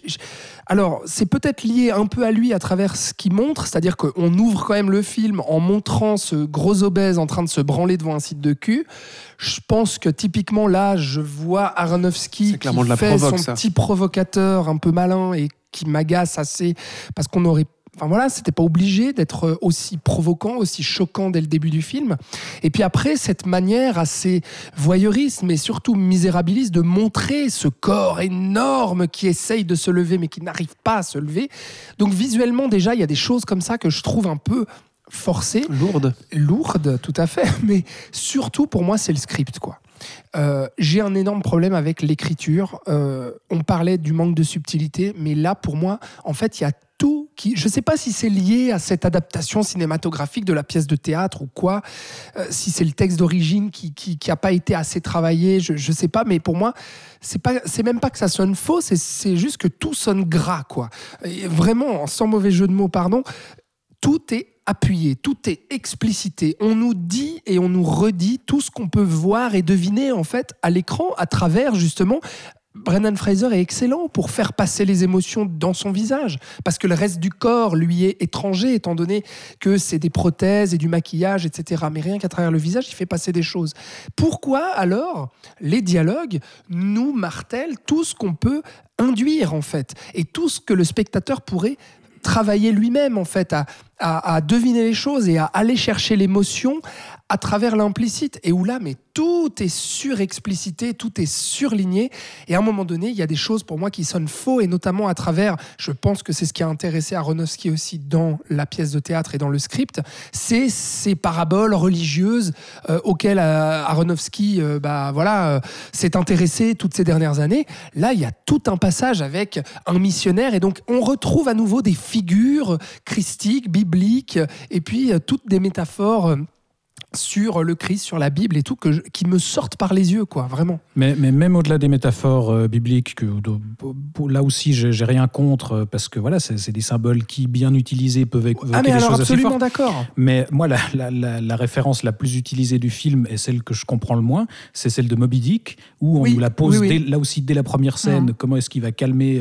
Alors, c'est peut-être lié un peu à lui à travers ce qu'il montre, c'est-à-dire qu'on ouvre quand même le film en montrant ce gros obèse en train de se branler devant un site de cul. Je pense que typiquement, là, je vois Aronofsky qui fait son petit provocateur un peu malin et qui m'agace assez, parce qu'on aurait... Enfin voilà, c'était pas obligé d'être aussi provoquant, aussi choquant dès le début du film. Et puis après, cette manière assez voyeuriste, mais surtout misérabiliste, de montrer ce corps énorme qui essaye de se lever, mais qui n'arrive pas à se lever. Donc visuellement, déjà, il y a des choses comme ça que je trouve un peu forcées. Lourdes, tout à fait. Mais surtout, pour moi, c'est le script, quoi. J'ai un énorme problème avec l'écriture. On parlait du manque de subtilité, mais là, pour moi, en fait, il y a tout qui... Je ne sais pas si c'est lié à cette adaptation cinématographique de la pièce de théâtre ou quoi, si c'est le texte d'origine qui n'a pas été assez travaillé, je ne sais pas, mais pour moi, c'est même pas que ça sonne faux, c'est juste que tout sonne gras, quoi. Et vraiment, sans mauvais jeu de mots, pardon, tout est appuyé, tout est explicité. On nous dit et on nous redit tout ce qu'on peut voir et deviner en fait à l'écran à travers justement... Brendan Fraser est excellent pour faire passer les émotions dans son visage, parce que le reste du corps lui est étranger, étant donné que c'est des prothèses et du maquillage, etc. Mais rien qu'à travers le visage, il fait passer des choses. Pourquoi alors les dialogues nous martèlent tout ce qu'on peut induire en fait, et tout ce que le spectateur pourrait travailler lui-même en fait, à deviner les choses et à aller chercher l'émotion à travers l'implicite, et où là, mais tout est surexplicité, tout est surligné, et à un moment donné, il y a des choses pour moi qui sonnent faux, et notamment à travers, je pense que c'est ce qui a intéressé Aronofsky aussi dans la pièce de théâtre et dans le script, c'est ces paraboles religieuses auxquelles Aronofsky s'est intéressé toutes ces dernières années. Là, il y a tout un passage avec un missionnaire, et donc on retrouve à nouveau des figures christiques, bibliques, et puis toutes des métaphores sur le Christ, sur la Bible et tout, qui me sortent par les yeux, quoi, vraiment. Mais même au-delà des métaphores bibliques, là aussi, j'ai rien contre, parce que voilà, c'est des symboles qui, bien utilisés, peuvent évoquer des choses assez fortes. D'accord. Mais moi, la référence la plus utilisée du film, et celle que je comprends le moins, c'est celle de Moby Dick, où on nous la pose, là aussi, dès la première scène, comment est-ce qu'il va calmer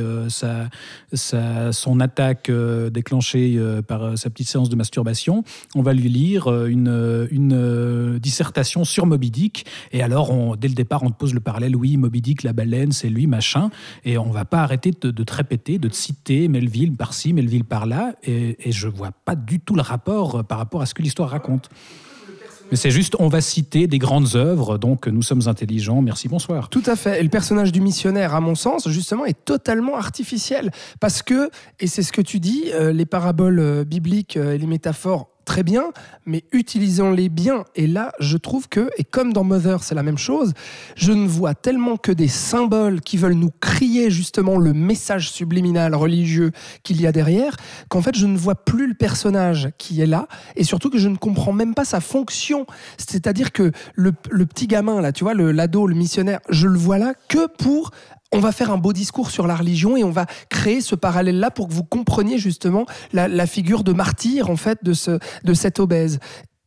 son attaque déclenchée par sa petite séance de masturbation. On va lui lire une dissertation sur Moby Dick, et alors dès le départ on te pose le parallèle, oui, Moby Dick, la baleine, c'est lui, machin, et on va pas arrêter de te répéter, de te citer Melville par-ci, Melville par-là, et je vois pas du tout le rapport par rapport à ce que l'histoire raconte. Mais c'est juste, on va citer des grandes œuvres, donc nous sommes intelligents, merci, bonsoir. Tout à fait. Et le personnage du missionnaire, à mon sens, justement, est totalement artificiel. Parce que, et c'est ce que tu dis, les paraboles bibliques et les métaphores, très bien, mais utilisons-les bien. Et là, je trouve que, et comme dans Mother, c'est la même chose, je ne vois tellement que des symboles qui veulent nous crier justement le message subliminal religieux qu'il y a derrière, qu'en fait, je ne vois plus le personnage qui est là, et surtout que je ne comprends même pas sa fonction. C'est-à-dire que le petit gamin, là, tu vois, l'ado, le missionnaire, je le vois là que pour on va faire un beau discours sur la religion et on va créer ce parallèle-là pour que vous compreniez justement la figure de martyr en fait de cet obèse.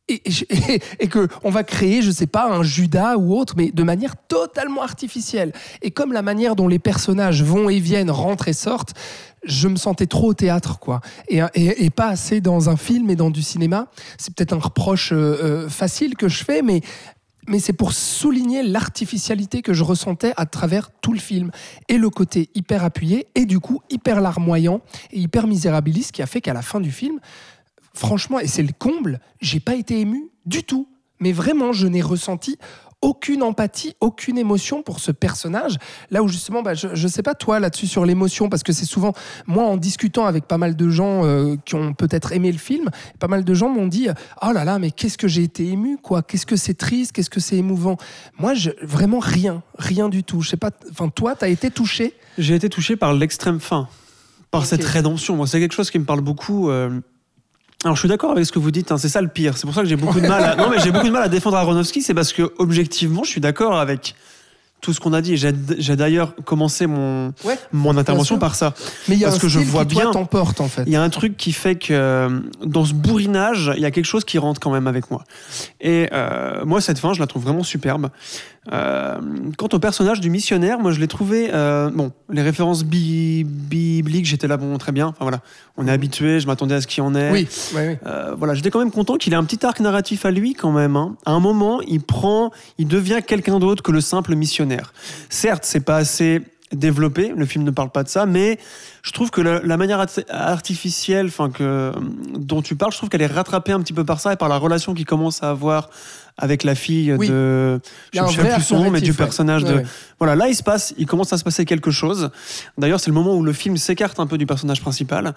Et que on va créer, je sais pas, un Judas ou autre, mais de manière totalement artificielle. Et comme la manière dont les personnages vont et viennent, rentrent et sortent, je me sentais trop au théâtre, quoi. Et pas assez dans un film et dans du cinéma. C'est peut-être un reproche facile que je fais, mais c'est pour souligner l'artificialité que je ressentais à travers tout le film. Et le côté hyper appuyé, et du coup hyper larmoyant et hyper misérabiliste, qui a fait qu'à la fin du film, franchement, et c'est le comble, j'ai pas été ému du tout. Mais vraiment, je n'ai ressenti aucune empathie, aucune émotion pour ce personnage. Là où justement, je sais pas toi là-dessus sur l'émotion, parce que c'est souvent, moi en discutant avec pas mal de gens qui ont peut-être aimé le film, pas mal de gens m'ont dit « Oh là là, mais qu'est-ce que j'ai été ému, quoi. Qu'est-ce que c'est triste, qu'est-ce que c'est émouvant ?» Moi, vraiment rien du tout. Je sais pas, enfin toi, t'as été touché ? J'ai été touché par l'extrême fin, par cette rédemption. Moi, c'est quelque chose qui me parle beaucoup. Alors je suis d'accord avec ce que vous dites, hein, c'est ça le pire. C'est pour ça que j'ai beaucoup de mal j'ai beaucoup de mal à défendre Aronofsky, c'est parce que objectivement, je suis d'accord avec tout ce qu'on a dit. J'ai d'ailleurs commencé mon intervention par ça. Mais il y a parce un que je style vois qui bien, toi t'emporte en fait. Il y a un truc qui fait que dans ce bourrinage, il y a quelque chose qui rentre quand même avec moi. Et moi, cette fin, je la trouve vraiment superbe. Quant au personnage du missionnaire, moi je l'ai trouvé les références bibliques, j'étais là très bien, enfin voilà, on est habitué, je m'attendais à ce qu'il y en ait. Oui. Voilà, j'étais quand même content qu'il ait un petit arc narratif à lui quand même, hein. À un moment, il devient quelqu'un d'autre que le simple missionnaire. Certes, c'est pas assez développé, le film ne parle pas de ça, mais je trouve que la manière artificielle dont tu parles, je trouve qu'elle est rattrapée un petit peu par ça et par la relation qu'il commence à avoir avec la fille de... Je ne sais plus son nom, mais du personnage de... Voilà, là, il commence à se passer quelque chose. D'ailleurs, c'est le moment où le film s'écarte un peu du personnage principal.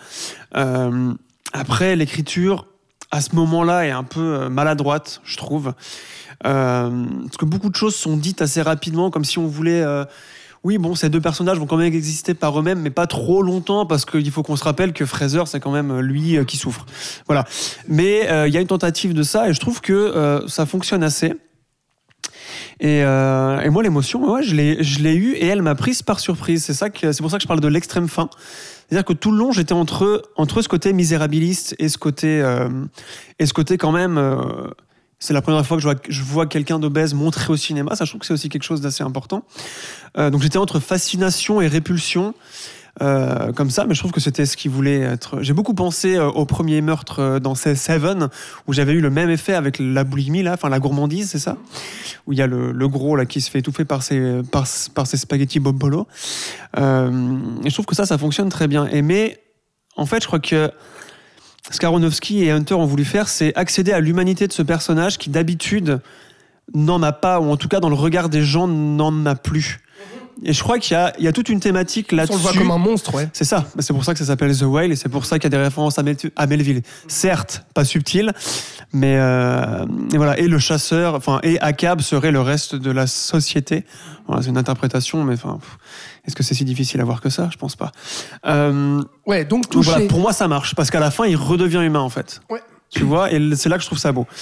Après, l'écriture, à ce moment-là, est un peu maladroite, je trouve. Parce que beaucoup de choses sont dites assez rapidement, comme si on voulait... ces deux personnages vont quand même exister par eux-mêmes, mais pas trop longtemps, parce qu'il faut qu'on se rappelle que Fraser, c'est quand même lui qui souffre. Voilà. Mais il y a une tentative de ça, et je trouve que ça fonctionne assez. Et moi, l'émotion, je l'ai eue, et elle m'a prise par surprise. C'est pour ça que je parle de l'extrême fin. C'est-à-dire que tout le long, j'étais entre ce côté misérabiliste et ce côté quand même... c'est la première fois que je vois quelqu'un d'obèse montré au cinéma. Ça, je trouve que c'est aussi quelque chose d'assez important. Donc j'étais entre fascination et répulsion, comme ça, mais je trouve que c'était ce qu'il voulait être. J'ai beaucoup pensé au premier meurtre dans Seven, où j'avais eu le même effet avec la boulimie, là, enfin la gourmandise, c'est ça, où il y a le gros là qui se fait étouffer par ses spaghettis Bob-Bolo. Et je trouve que ça fonctionne très bien. Mais en fait, je crois que ce qu'Aronofsky et Hunter ont voulu faire, c'est accéder à l'humanité de ce personnage qui d'habitude n'en a pas, ou en tout cas dans le regard des gens n'en a plus. Et je crois qu'il y a toute une thématique là-dessus. On le voit comme un monstre, ouais. C'est ça. C'est pour ça que ça s'appelle The Whale, et c'est pour ça qu'il y a des références à Melville. Certes, pas subtiles, mais et voilà. Et le chasseur, et Akab serait le reste de la société. Voilà, c'est une interprétation, mais est-ce que c'est si difficile à voir que ça ? Je pense pas. Donc touché. Voilà, pour moi, ça marche, parce qu'à la fin, il redevient humain, en fait. Ouais. Tu vois, et c'est là que je trouve ça beau.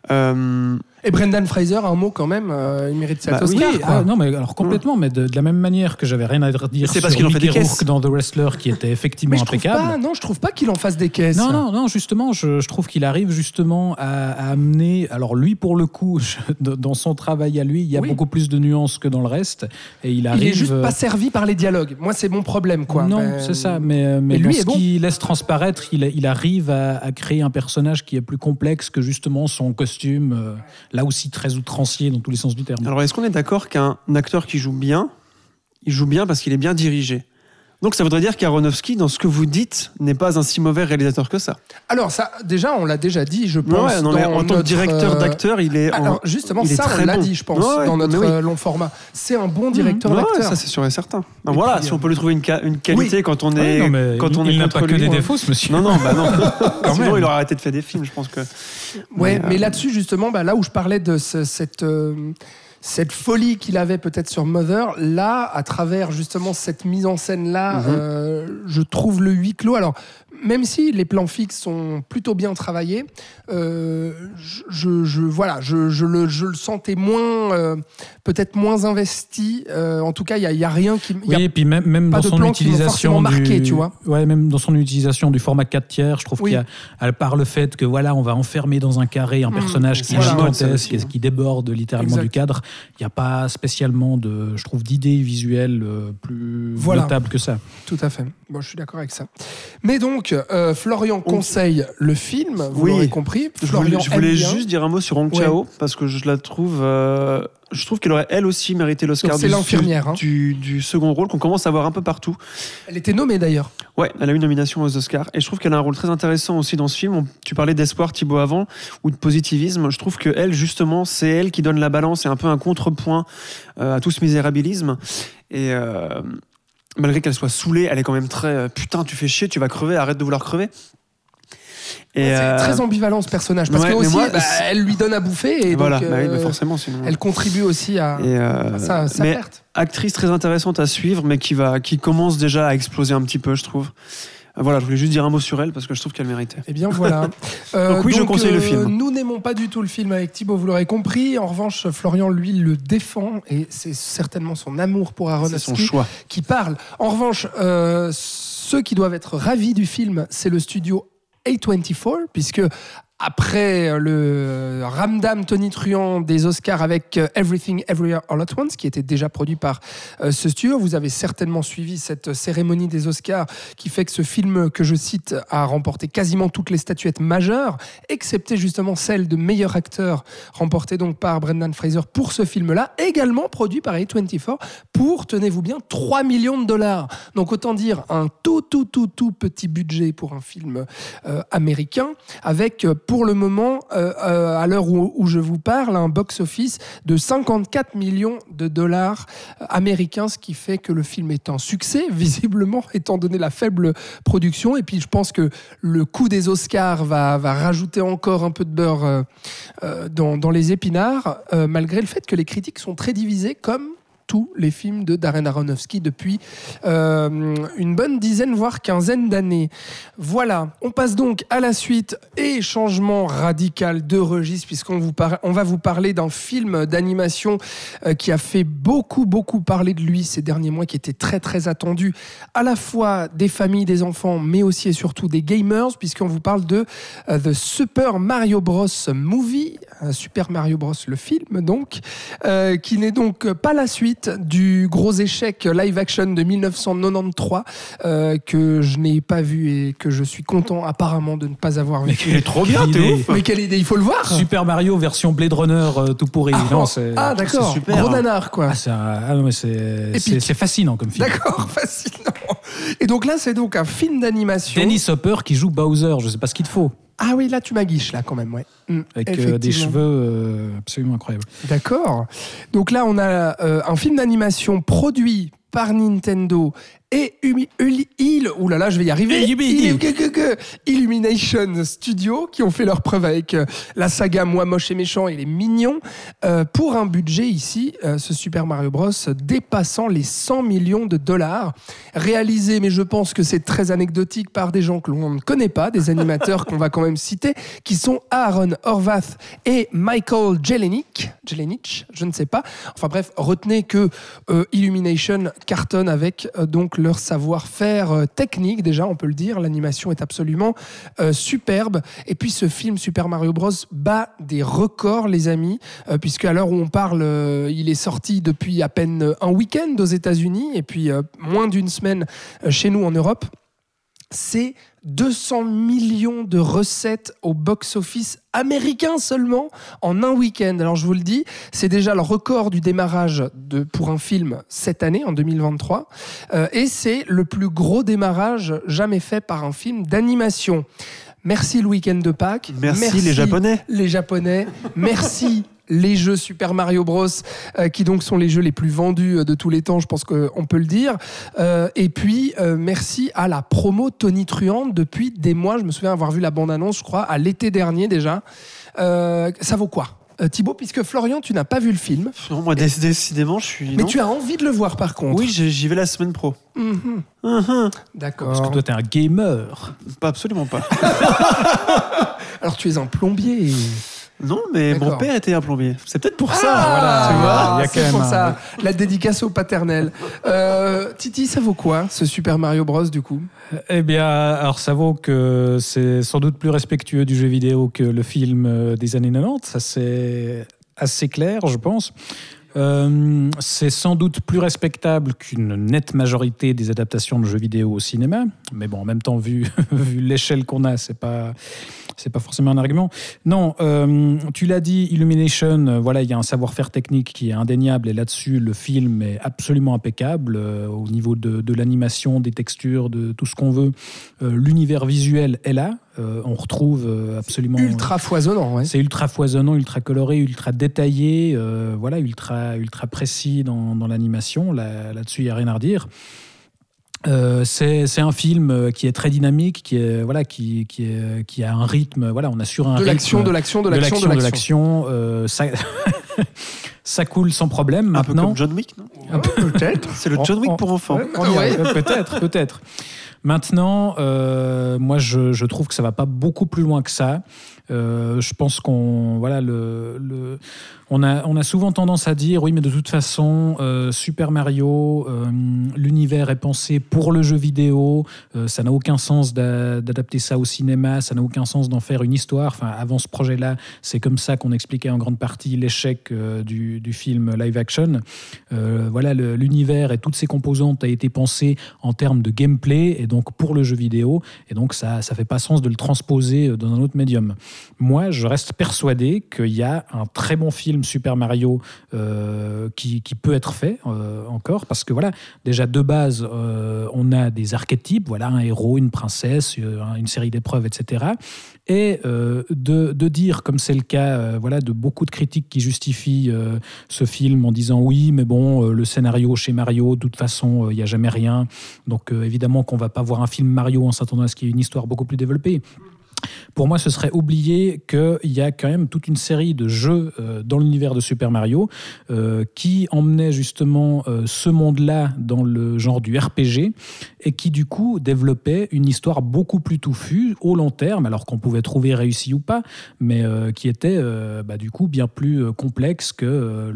Et Brendan Fraser, un mot quand même, il mérite cet Oscar. Oui, non, mais alors complètement, mais de la même manière que j'avais rien à dire c'est parce sur qu'il en fait des Mickey caisses. Rourke dans The Wrestler, qui était effectivement impeccable. Je trouve pas qu'il en fasse des caisses. Non, justement, je trouve qu'il arrive justement à amener. Alors lui, pour le coup, dans son travail à lui, il y a beaucoup plus de nuances que dans le reste, et il arrive. Il est juste pas servi par les dialogues. Moi, c'est mon problème, quoi. Non, c'est ça. Mais lui dans ce qu'il laisse transparaître, il arrive à créer un personnage qui est plus complexe que justement son costume, là aussi très outrancier dans tous les sens du terme. Alors, est-ce qu'on est d'accord qu'un acteur qui joue bien, il joue bien parce qu'il est bien dirigé ? Donc ça voudrait dire qu'Aronofsky, dans ce que vous dites, n'est pas un si mauvais réalisateur que ça. Alors ça, déjà, on l'a déjà dit, je pense. Mais en tant que directeur d'acteur, il est. Alors justement, il est ça, très on l'a bon. dit, je pense, dans notre long format. C'est un bon directeur d'acteur. Ça, c'est sûr et certain. Ben voilà, si on peut lui trouver une qualité quand on est. Il n'a pas que des défauts, ce monsieur. Non. Sinon, il aurait arrêté de faire des films, je pense que. Ouais, mais là-dessus, justement, là où je parlais de cette folie qu'il avait peut-être sur Mother, là, à travers justement cette mise en scène-là, je trouve le huis clos. Alors, même si les plans fixes sont plutôt bien travaillés, je le sentais moins, peut-être moins investi. En tout cas, il y a rien qui. Et puis même pas dans de son plans qui m'ont utilisation forcément marqué, tu vois. Ouais, même dans son utilisation du format 4/3, je trouve qu'il y a, par le fait que voilà, on va enfermer dans un carré un personnage qui est gigantesque et qui déborde littéralement du cadre. Il n'y a pas spécialement je trouve, d'idées visuelles plus notables que ça. Tout à fait. Bon, je suis d'accord avec ça. Mais donc, Florian conseille le film, vous l'aurez compris. Je voulais juste dire un mot sur Hong Chao, parce que je la trouve... je trouve qu'elle aurait, elle aussi, mérité l'Oscar c'est l'infirmière, du second rôle qu'on commence à voir un peu partout. Elle était nommée, d'ailleurs. Ouais, elle a eu une nomination aux Oscars. Et je trouve qu'elle a un rôle très intéressant aussi dans ce film. Tu parlais d'espoir, Thibaut, avant, ou de positivisme. Je trouve qu'elle, justement, c'est elle qui donne la balance et un peu un contrepoint à tout ce misérabilisme. Et... malgré qu'elle soit saoulée, elle est quand même très putain, tu fais chier, tu vas crever, arrête de vouloir crever. Et c'est très ambivalent ce personnage parce que aussi, elle lui donne à bouffer et voilà, donc forcément, sinon... elle contribue aussi à sa perte. Actrice très intéressante à suivre, mais qui commence déjà à exploser un petit peu, je trouve. Voilà, je voulais juste dire un mot sur elle parce que je trouve qu'elle méritait. Eh bien voilà. Donc oui, je conseille le film. Nous n'aimons pas du tout le film avec Thibaut, vous l'aurez compris. En revanche, Florian, lui, le défend et c'est certainement son amour pour Aronofsky qui parle. En revanche, ceux qui doivent être ravis du film, c'est le studio A24, puisque après le ramdam tonitruant des Oscars avec Everything Everywhere All at Once, qui était déjà produit par ce studio, vous avez certainement suivi cette cérémonie des Oscars qui fait que ce film que je cite a remporté quasiment toutes les statuettes majeures, excepté justement celle de meilleur acteur, remportée donc par Brendan Fraser pour ce film-là, également produit par A24 pour, tenez-vous bien, 3 millions de dollars. Donc autant dire un tout petit budget pour un film américain, avec pour le moment, à l'heure où je vous parle, un box-office de 54 millions de dollars américains, ce qui fait que le film est un succès, visiblement, étant donné la faible production. Et puis, je pense que le coup des Oscars va rajouter encore un peu de beurre dans les épinards, malgré le fait que les critiques sont très divisées, comme tous les films de Darren Aronofsky depuis une bonne dizaine, voire quinzaine d'années. Voilà, on passe donc à la suite et changement radical de registre, puisqu'on va vous parler d'un film d'animation qui a fait beaucoup parler de lui ces derniers mois, qui était très attendu à la fois des familles, des enfants, mais aussi et surtout des gamers, puisqu'on vous parle de The Super Mario Bros. Movie, Super Mario Bros. Le film donc, qui n'est donc pas la suite du gros échec live-action de 1993 que je n'ai pas vu et que je suis content apparemment de ne pas avoir vu. Mais il est trop bien, t'es ouf. Mais quelle idée, il faut le voir. Super Mario version Blade Runner tout pourri. D'accord, super, gros nanar quoi. C'est fascinant comme film. D'accord, fascinant. Et donc là, c'est donc un film d'animation. Dennis Hopper qui joue Bowser, je sais pas ce qu'il te faut. Ah oui, là tu m'aguiches là quand même, ouais. Avec des cheveux absolument incroyables. D'accord. Donc là, on a un film d'animation produit par Nintendo et je vais y arriver. Illumination Studios, qui ont fait leur preuve avec la saga Moi Moche et Méchant et Les Mignons, pour un budget ici, ce Super Mario Bros, dépassant les 100 millions de dollars, réalisé, mais je pense que c'est très anecdotique, par des gens que l'on ne connaît pas, des animateurs qu'on va quand même citer, qui sont Aaron Horvath et Michael Jelenic, je ne sais pas. Enfin bref, retenez que Illumination cartonne avec donc leur savoir-faire technique, déjà on peut le dire, l'animation est absolument superbe, et puis ce film Super Mario Bros bat des records les amis, puisque à l'heure où on parle il est sorti depuis à peine un week-end aux États-Unis et puis moins d'une semaine chez nous en Europe. C'est 200 millions de recettes au box-office américain seulement en un week-end. Alors je vous le dis, c'est déjà le record du démarrage pour un film cette année, en 2023. Et c'est le plus gros démarrage jamais fait par un film d'animation. Merci le week-end de Pâques. Merci les Japonais. Les Japonais. Merci les jeux Super Mario Bros, qui donc sont les jeux les plus vendus de tous les temps, je pense qu'on peut le dire. Et puis, merci à la promo tonitruante depuis des mois. Je me souviens avoir vu la bande-annonce, je crois, à l'été dernier déjà. Ça vaut quoi ? Thibaut, puisque Florian, tu n'as pas vu le film. Non, moi, décidément, je suis. Mais non. tu as envie de le voir par contre. Oui, j'y vais la semaine pro. D'accord. Parce que toi, t'es un gamer. Pas absolument pas. Alors tu es un plombier. Non, mais D'accord. mon père était un plombier. C'est peut-être pour ça. Ah, tu vois, il y a c'est quand pour même ça. La dédicace au paternel. Titi, ça vaut quoi, ce Super Mario Bros, du coup? Eh bien, alors ça vaut que c'est sans doute plus respectueux du jeu vidéo que le film des années 90. Ça, c'est assez clair, je pense. C'est sans doute plus respectable qu'une nette majorité des adaptations de jeux vidéo au cinéma. Mais bon, en même temps, vu l'échelle qu'on a, c'est pas forcément un argument. Non, tu l'as dit, Illumination, voilà, il y a un savoir-faire technique qui est indéniable et là-dessus, le film est absolument impeccable au niveau de l'animation, des textures, de tout ce qu'on veut. L'univers visuel est là. On retrouve absolument... Ultra foisonnant, ouais. C'est ultra foisonnant, ultra coloré, ultra détaillé, voilà, ultra précis dans l'animation. Là-dessus, il n'y a rien à redire. C'est un film qui est très dynamique, qui a un rythme. Voilà, on assure un rythme De l'action. Ça coule sans problème. Maintenant, Un peu comme John Wick, non? Peut-être. C'est le John Wick pour enfants. Peut-être. Maintenant, moi, je trouve que ça va pas beaucoup plus loin que ça. Je pense qu'on on a souvent tendance à dire oui, mais de toute façon, Super Mario, l'univers est pensé pour le jeu vidéo. Ça n'a aucun sens d'adapter ça au cinéma. Ça n'a aucun sens d'en faire une histoire. Enfin, avant ce projet-là, c'est comme ça qu'on expliquait en grande partie l'échec du film live action. Voilà, l'univers et toutes ses composantes a été pensé en termes de gameplay et donc pour le jeu vidéo. Et donc ça fait pas sens de le transposer dans un autre médium. Moi, je reste persuadé qu'il y a un très bon film Super Mario qui peut être fait encore, parce que voilà, déjà de base, on a des archétypes, voilà, un héros, une princesse, une série d'épreuves, etc. Et de dire, comme c'est le cas voilà, de beaucoup de critiques qui justifient ce film en disant oui, mais bon, le scénario chez Mario, de toute façon, il n'y a jamais rien. Donc évidemment qu'on ne va pas voir un film Mario en s'attendant à ce qu'il y ait une histoire beaucoup plus développée. Pour moi, ce serait oublier qu'il y a quand même toute une série de jeux dans l'univers de Super Mario qui emmenaient justement ce monde-là dans le genre du RPG et qui, du coup, développaient une histoire beaucoup plus touffue au long terme, alors qu'on pouvait trouver réussi ou pas, mais qui était, du coup, bien plus complexe que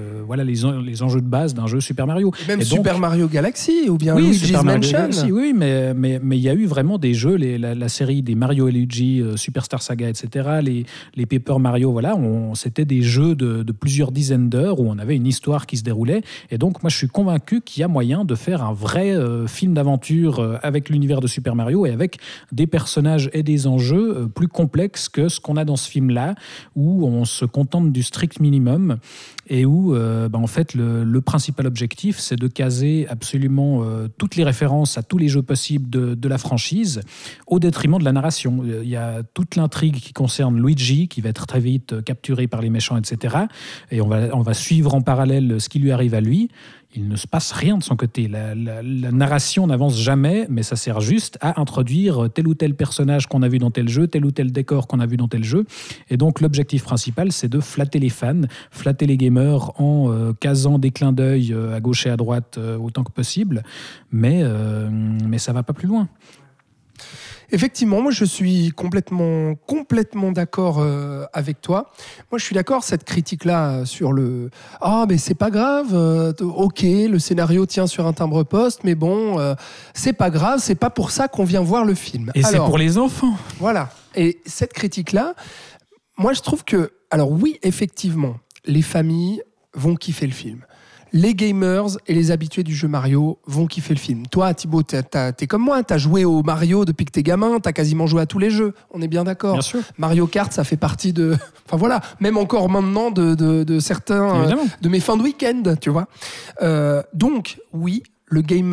les enjeux de base d'un jeu Super Mario. Et même Super Mario Galaxy ou bien Luigi's Super Mario Mansion. Galaxy, oui, mais il y a eu vraiment des jeux, la série des Mario et Luigi, Superstar Saga, etc., les Paper Mario, voilà, c'était des jeux de plusieurs dizaines d'heures où on avait une histoire qui se déroulait. Et donc, moi, je suis convaincu qu'il y a moyen de faire un vrai film d'aventure avec l'univers de Super Mario et avec des personnages et des enjeux plus complexes que ce qu'on a dans ce film-là, où on se contente du strict minimum et où, en fait, le principal objectif, c'est de caser absolument toutes les références à tous les jeux possibles de la franchise, au détriment de la narration. Il y a toute l'intrigue qui concerne Luigi, qui va être très vite capturé par les méchants, etc. Et on va suivre en parallèle ce qui lui arrive à lui. Il ne se passe rien de son côté. La narration n'avance jamais, mais ça sert juste à introduire tel ou tel personnage qu'on a vu dans tel jeu, tel ou tel décor qu'on a vu dans tel jeu. Et donc, l'objectif principal, c'est de flatter les fans, flatter les gamers en casant des clins d'œil à gauche et à droite autant que possible. Mais ça ne va pas plus loin. Effectivement, moi je suis complètement d'accord avec toi. Moi je suis d'accord, cette critique-là sur le « Ah, mais c'est pas grave, ok, le scénario tient sur un timbre-poste, mais bon, c'est pas grave, c'est pas pour ça qu'on vient voir le film. » Et c'est pour les enfants. Voilà. Et cette critique-là, moi je trouve que... Alors oui, effectivement, les familles vont kiffer le film. Les gamers et les habitués du jeu Mario vont kiffer le film. Toi, Thibaut, t'es comme moi, t'as joué au Mario depuis que t'es gamin, t'as quasiment joué à tous les jeux. On est bien d'accord. Bien sûr. Mario Kart, ça fait partie de... Enfin voilà, même encore maintenant de certains... de mes fins de week-end, tu vois. Donc, oui, le gamer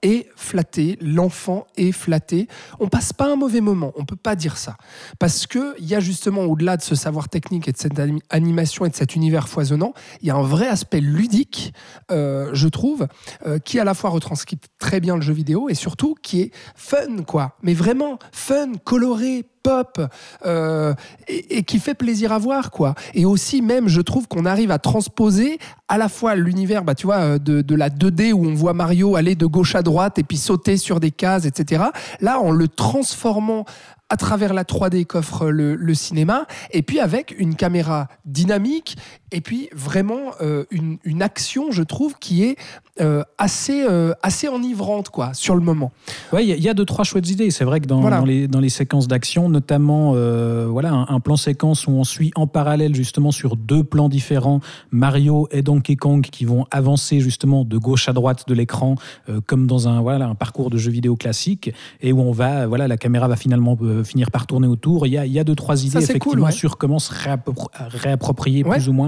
est flatté, l'enfant est flatté. On passe pas un mauvais moment, on peut pas dire ça. Parce qu'il y a justement, au-delà de ce savoir technique et de cette animation et de cet univers foisonnant, il y a un vrai aspect ludique, je trouve, qui à la fois retranscrit très bien le jeu vidéo et surtout qui est fun, quoi. Mais vraiment fun, coloré, pop, et qui fait plaisir à voir, quoi. Et aussi, même, je trouve qu'on arrive à transposer à la fois l'univers, tu vois, de la 2D où on voit Mario aller de gauche à droite et puis sauter sur des cases, etc. Là, en le transformant à travers la 3D qu'offre le cinéma, et puis avec une caméra dynamique, et puis vraiment une action, je trouve, qui est assez enivrante, quoi, sur le moment. Ouais, il y a 2-3 chouettes idées. C'est vrai que dans les séquences d'action, notamment un plan séquence où on suit en parallèle justement sur 2 plans différents Mario et Donkey Kong qui vont avancer justement de gauche à droite de l'écran comme dans un parcours de jeu vidéo classique, et où la caméra va finalement finir par tourner autour. Il y a 2-3 idées ça, effectivement cool, sur comment se réapproprier plus ou moins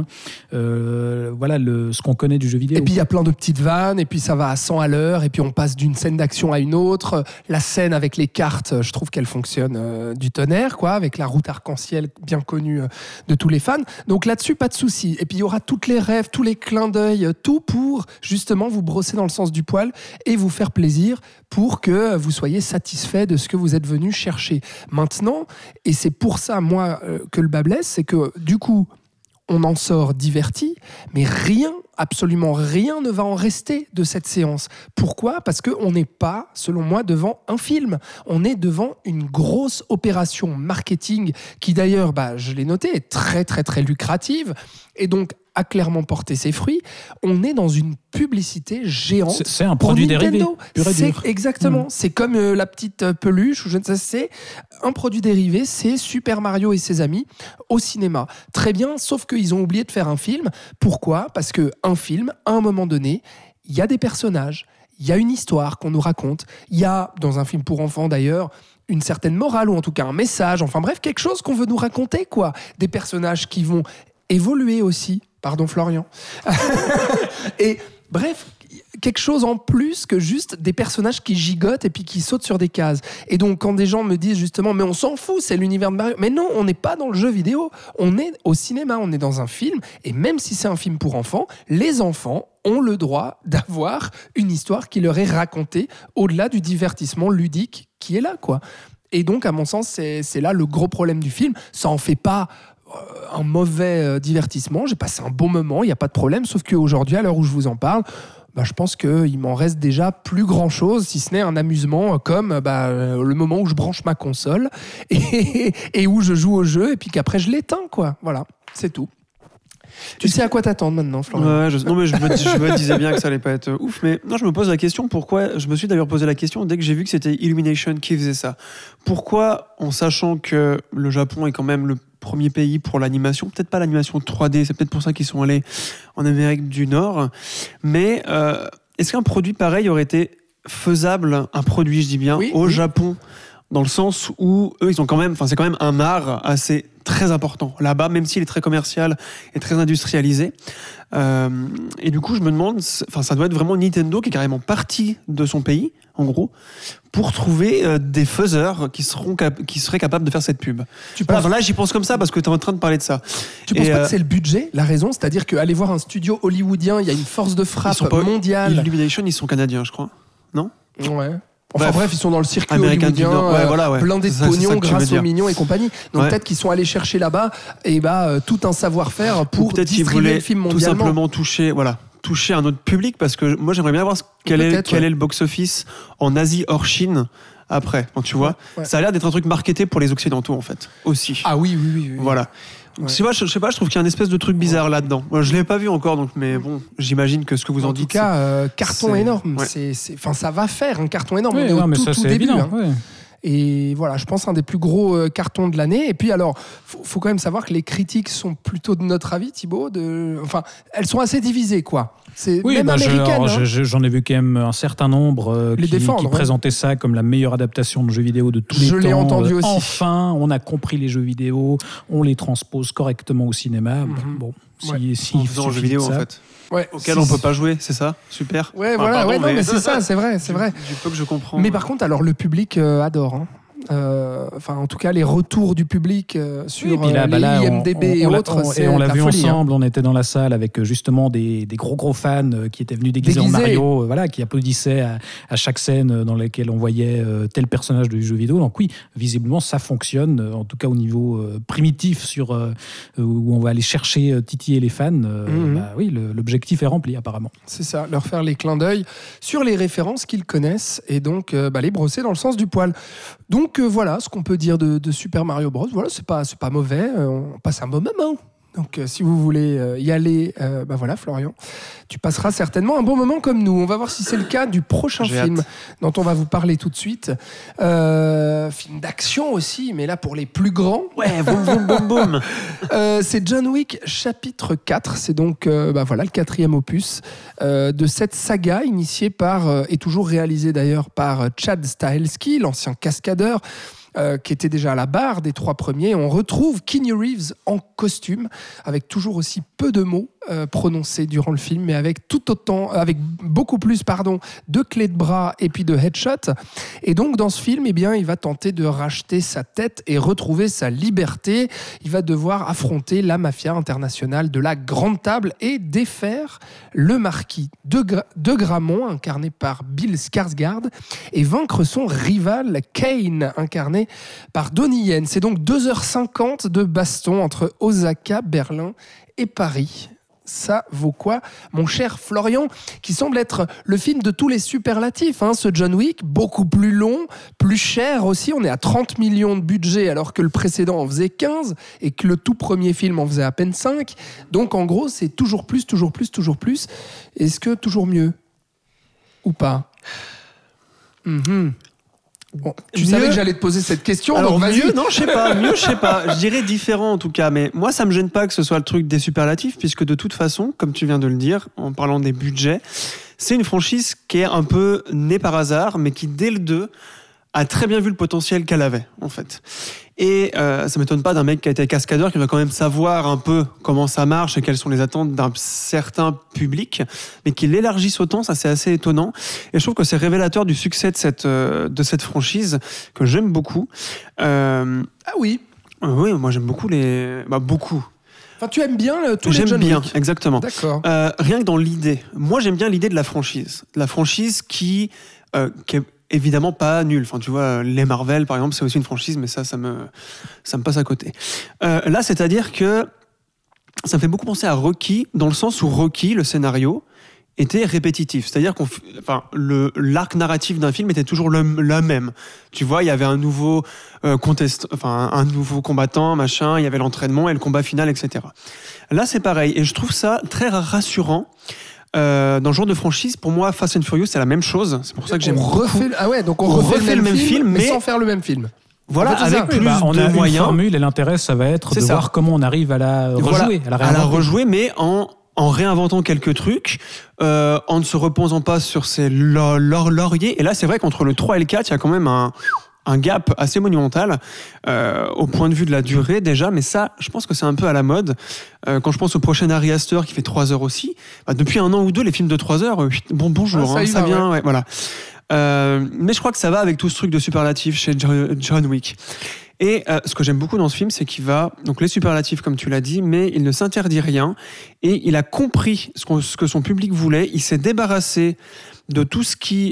ce qu'on connaît du jeu vidéo. Et puis il y a plein de petites vannes, et puis ça va à 100 à l'heure, et puis on passe d'une scène d'action à une autre. La scène avec les cartes, je trouve qu'elle fonctionne du tonnerre, quoi, avec la route arc-en-ciel bien connue de tous les fans. Donc là-dessus, pas de souci. Et puis il y aura toutes les rêves, tous les clins d'œil, tout pour justement vous brosser dans le sens du poil et vous faire plaisir pour que vous soyez satisfait de ce que vous êtes venu chercher. Maintenant, et c'est pour ça, moi, que le bas blesse, c'est que du coup, on en sort diverti, mais absolument rien ne va en rester de cette séance. Pourquoi ? Parce qu'on n'est pas, selon moi, devant un film. On est devant une grosse opération marketing qui, d'ailleurs, je l'ai noté, est très, très, très lucrative et donc a clairement porté ses fruits. On est dans une publicité géante. C'est un produit dérivé. Exactement. C'est comme la petite peluche, ou je ne sais, c'est un produit dérivé, c'est Super Mario et ses amis au cinéma. Très bien, sauf qu'ils ont oublié de faire un film. Pourquoi ? Parce qu'un film, à un moment donné, il y a des personnages, il y a une histoire qu'on nous raconte, il y a, dans un film pour enfants d'ailleurs, une certaine morale, ou en tout cas un message, enfin bref, quelque chose qu'on veut nous raconter, quoi. Des personnages qui vont évoluer aussi. Pardon Florian. Et bref, quelque chose en plus que juste des personnages qui gigotent et puis qui sautent sur des cases. Et donc quand des gens me disent justement mais on s'en fout, c'est l'univers de Mario. Mais non, on n'est pas dans le jeu vidéo, on est au cinéma, on est dans un film, et même si c'est un film pour enfants, les enfants ont le droit d'avoir une histoire qui leur est racontée au-delà du divertissement ludique qui est là, quoi. Et donc à mon sens, c'est là le gros problème du film. Ça en fait pas un mauvais divertissement, j'ai passé un bon moment, il n'y a pas de problème, sauf qu'aujourd'hui, à l'heure où je vous en parle, je pense qu'il m'en reste déjà plus grand-chose, si ce n'est un amusement comme le moment où je branche ma console et où je joue au jeu, et puis qu'après je l'éteins, quoi. Voilà, c'est tout. Tu sais à quoi t'attendre maintenant, Florian ? Ouais, non, mais je me disais bien que ça allait pas être ouf, mais non, je me pose la question, pourquoi ? Je me suis d'ailleurs posé la question dès que j'ai vu que c'était Illumination qui faisait ça. Pourquoi, en sachant que le Japon est quand même le premier pays pour l'animation, peut-être pas l'animation 3D, c'est peut-être pour ça qu'ils sont allés en Amérique du Nord, mais est-ce qu'un produit pareil aurait été faisable, un produit, je dis bien, au Japon, dans le sens où eux, ils ont quand même, c'est quand même un art assez très important là-bas, même s'il est très commercial et très industrialisé. Et du coup, je me demande, ça doit être vraiment Nintendo qui est carrément parti de son pays, en gros, pour trouver des faiseurs qui seraient capables de faire cette pub. Là, j'y pense comme ça parce que tu es en train de parler de ça. Tu penses pas que c'est le budget, la raison ? C'est-à-dire qu'aller voir un studio hollywoodien, il y a une force de frappe mondiale. Illumination, ils sont canadiens, je crois. Non ? Ouais. Enfin bref, ils sont dans le circuit hollywoodien, blindés de pognon grâce aux mignons et compagnie. Donc peut-être qu'ils sont allés chercher là-bas tout un savoir-faire pour distribuer le film mondialement. Tout simplement toucher un autre public, parce que moi j'aimerais bien voir quel est le box-office en Asie hors Chine après. Donc, tu vois, ça a l'air d'être un truc marketé pour les Occidentaux en fait, aussi. Ah oui. Voilà. Ouais. Je sais pas, je trouve qu'il y a une espèce de truc bizarre là-dedans. Moi, je l'ai pas vu encore, donc, mais bon, j'imagine que ce que vous en dites. En tout cas, carton énorme. Ouais. Ça va faire un carton énorme. Oui, on est au tout début. Évident, ouais. Et voilà, je pense un des plus gros cartons de l'année. Et puis alors, faut quand même savoir que les critiques sont plutôt de notre avis, Thibaut. Enfin, elles sont assez divisées, quoi. C'est même américaine. J'en ai vu quand même un certain nombre qui présentaient ça comme la meilleure adaptation de jeux vidéo de tous les temps. Je l'ai entendu aussi. Enfin, on a compris les jeux vidéo, on les transpose correctement au cinéma. Bon, en faisant jeux vidéo, en fait. Ouais, auquel on peut pas jouer, c'est ça? Super. Ouais, voilà, pardon, non, mais c'est ça, c'est vrai. Du peu que je comprends. Mais par contre, alors le public adore. Hein. En tout cas, les retours du public sur et puis là, les IMDb et autres, c'est on l'a vu folie, ensemble, on était dans la salle avec justement des gros fans qui étaient venus déguisés en Mario, qui applaudissaient à chaque scène dans laquelle on voyait tel personnage du jeu vidéo. Donc oui, visiblement, ça fonctionne, en tout cas au niveau primitif où on va aller chercher, titiller les fans. Oui, l'objectif est rempli apparemment. C'est ça, leur faire les clins d'œil sur les références qu'ils connaissent et donc les brosser dans le sens du poil. Donc voilà ce qu'on peut dire de Super Mario Bros. Voilà, c'est pas mauvais, on passe un bon moment. Donc si vous voulez y aller, voilà Florian, tu passeras certainement un bon moment comme nous. On va voir si c'est le cas du prochain film dont on va vous parler tout de suite. Film d'action aussi, mais là pour les plus grands. Ouais, boum boum boum boum. C'est John Wick chapitre 4. C'est donc le 4e opus de cette saga initiée par et toujours réalisée d'ailleurs par Chad Stahelski, l'ancien cascadeur. Qui était déjà à la barre des 3 premiers. On retrouve Keanu Reeves en costume, avec toujours aussi peu de mots prononcés durant le film, mais avec beaucoup plus de clés de bras et puis de headshots. Et donc, dans ce film, il va tenter de racheter sa tête et retrouver sa liberté. Il va devoir affronter la mafia internationale de la Grande Table et défaire le marquis de Gramont, incarné par Bill Skarsgård, et vaincre son rival Kane, incarné par Donnie Yen. C'est donc 2h50 de baston entre Osaka, Berlin et Paris. Ça vaut quoi, mon cher Florian, qui semble être le film de tous les superlatifs, ce John Wick, beaucoup plus long, plus cher aussi. On est à 30 millions de budget alors que le précédent en faisait 15 et que le tout premier film en faisait à peine 5. Donc en gros, c'est toujours plus. Est-ce que toujours mieux ou pas? Bon, tu savais que j'allais te poser cette question. Alors donc vas-y. mieux, je sais pas. Je dirais différent en tout cas, mais moi ça me gêne pas que ce soit le truc des superlatifs, puisque de toute façon, comme tu viens de le dire, en parlant des budgets, c'est une franchise qui est un peu née par hasard, mais qui dès le 2 a très bien vu le potentiel qu'elle avait en fait. Et ça m'étonne pas d'un mec qui a été cascadeur, qui va quand même savoir un peu comment ça marche et quelles sont les attentes d'un certain public, mais qu'il l'élargisse autant, ça c'est assez étonnant. Et je trouve que c'est révélateur du succès de cette franchise que j'aime beaucoup. Ah oui. Oui, moi j'aime beaucoup beaucoup. Enfin, tu aimes bien tous les John Wick. J'aime bien, exactement. D'accord. Rien que dans l'idée. Moi j'aime bien l'idée de la franchise. La franchise qui est évidemment pas nul. Enfin, tu vois, les Marvel, par exemple, c'est aussi une franchise, mais ça me passe à côté. Là, c'est-à-dire que ça me fait beaucoup penser à Rocky, dans le sens où Rocky, le scénario, était répétitif. C'est-à-dire l'arc narratif d'un film était toujours le même. Tu vois, il y avait un nouveau un nouveau combattant, machin, il y avait l'entraînement et le combat final, etc. Là, c'est pareil. Et je trouve ça très rassurant. Dans le genre de franchise, pour moi, Fast and Furious, c'est la même chose. C'est pour ça que j'aime beaucoup. Donc on refait le même film, mais sans faire le même film. Voilà, en fait, avec plus on de a moyens. Une formule et l'intérêt, ça va être voir comment on arrive à la rejouer. À la rejouer, mais en réinventant quelques trucs, en ne se reposant pas sur ses lauriers. Et là, c'est vrai qu'entre le 3 et le 4, il y a quand même un gap assez monumental au point de vue de la durée déjà, mais ça, je pense que c'est un peu à la mode. Quand je pense au prochain Ari Aster qui fait 3 heures aussi, depuis 1 an ou 2, les films de 3 heures, bonjour, ça vient, ouais, voilà. Mais je crois que ça va avec tout ce truc de superlatif chez John Wick. Et ce que j'aime beaucoup dans ce film, c'est qu'il va, donc les superlatifs comme tu l'as dit, mais il ne s'interdit rien et il a compris ce que son public voulait. Il s'est débarrassé de tout ce qui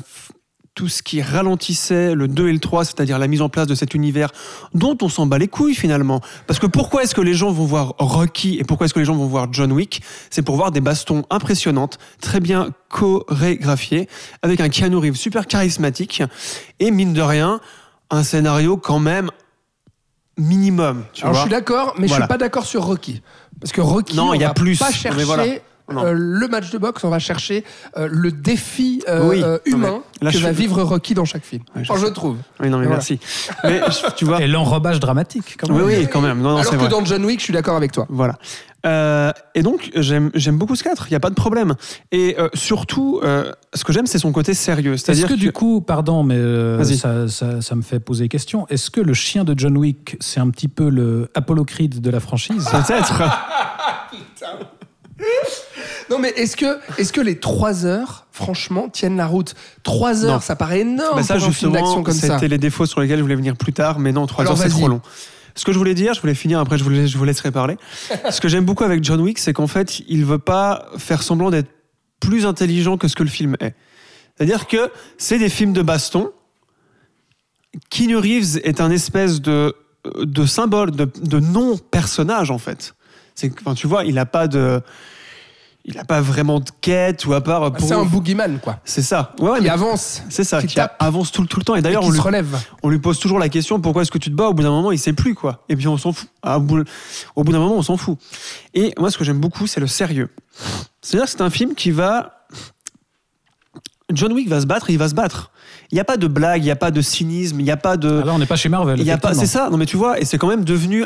ralentissait le 2 et le 3, c'est-à-dire la mise en place de cet univers dont on s'en bat les couilles finalement. Parce que pourquoi est-ce que les gens vont voir Rocky et pourquoi est-ce que les gens vont voir John Wick ? C'est pour voir des bastons impressionnantes, très bien chorégraphiées, avec un Keanu Reeves super charismatique et mine de rien, un scénario quand même minimum. Alors je suis d'accord, mais je suis pas d'accord sur Rocky. Parce que Rocky, non, on y a va plus, pas chercher... le match de boxe, on va chercher le défi humain que va vivre Rocky dans chaque film. Je trouve. Oui, non, mais merci. Mais, tu vois... Et l'enrobage dramatique, quand même. Oui, quand même. Non, alors c'est que vrai. dans John Wick, je suis d'accord avec toi. Voilà. Et donc, j'aime beaucoup ce 4, il n'y a pas de problème. Et surtout, ce que j'aime, c'est son côté sérieux. C'est-à-dire est-ce que du coup, pardon, mais ça me fait poser question, est-ce que le chien de John Wick, c'est un petit peu le Apollo Creed de la franchise ? Peut-être. Non, mais est-ce que les 3 heures, franchement, tiennent la route? 3 heures, Non. ça paraît énorme Ça, pour un film d'action justement, comme ça. c'était les défauts sur lesquels je voulais venir plus tard, mais non, 3 Alors, heures, c'est vas-y. trop long. Ce que je voulais dire, je voulais finir, après je vous laisserai parler. Ce que j'aime beaucoup avec John Wick, c'est qu'en fait, il veut pas faire semblant d'être plus intelligent que ce que le film est. C'est-à-dire que c'est des films de baston. Keanu Reeves est un espèce de symbole, de non-personnage, en fait. Enfin, tu vois, il n'a pas vraiment de quête, ou à part... C'est un boogeyman, quoi. C'est ça. Ouais, Qui mais avance, c'est ça, qui qui tape, avance tout le temps. Et d'ailleurs, qui se relève. on lui pose toujours la question, pourquoi est-ce que tu te bats? Au bout d'un moment, il sait plus, quoi. Et puis on s'en fout. Au bout d'un moment, on s'en fout. Et moi, ce que j'aime beaucoup, c'est le sérieux. C'est-à-dire que c'est un film qui va... John Wick va se battre, il va se battre. Il n'y a pas de blague, il n'y a pas de cynisme, il n'y a pas de... Ah là, on n'est pas chez Marvel. Il y a pas, effectivement. c'est ça, non mais tu vois, et c'est quand même devenu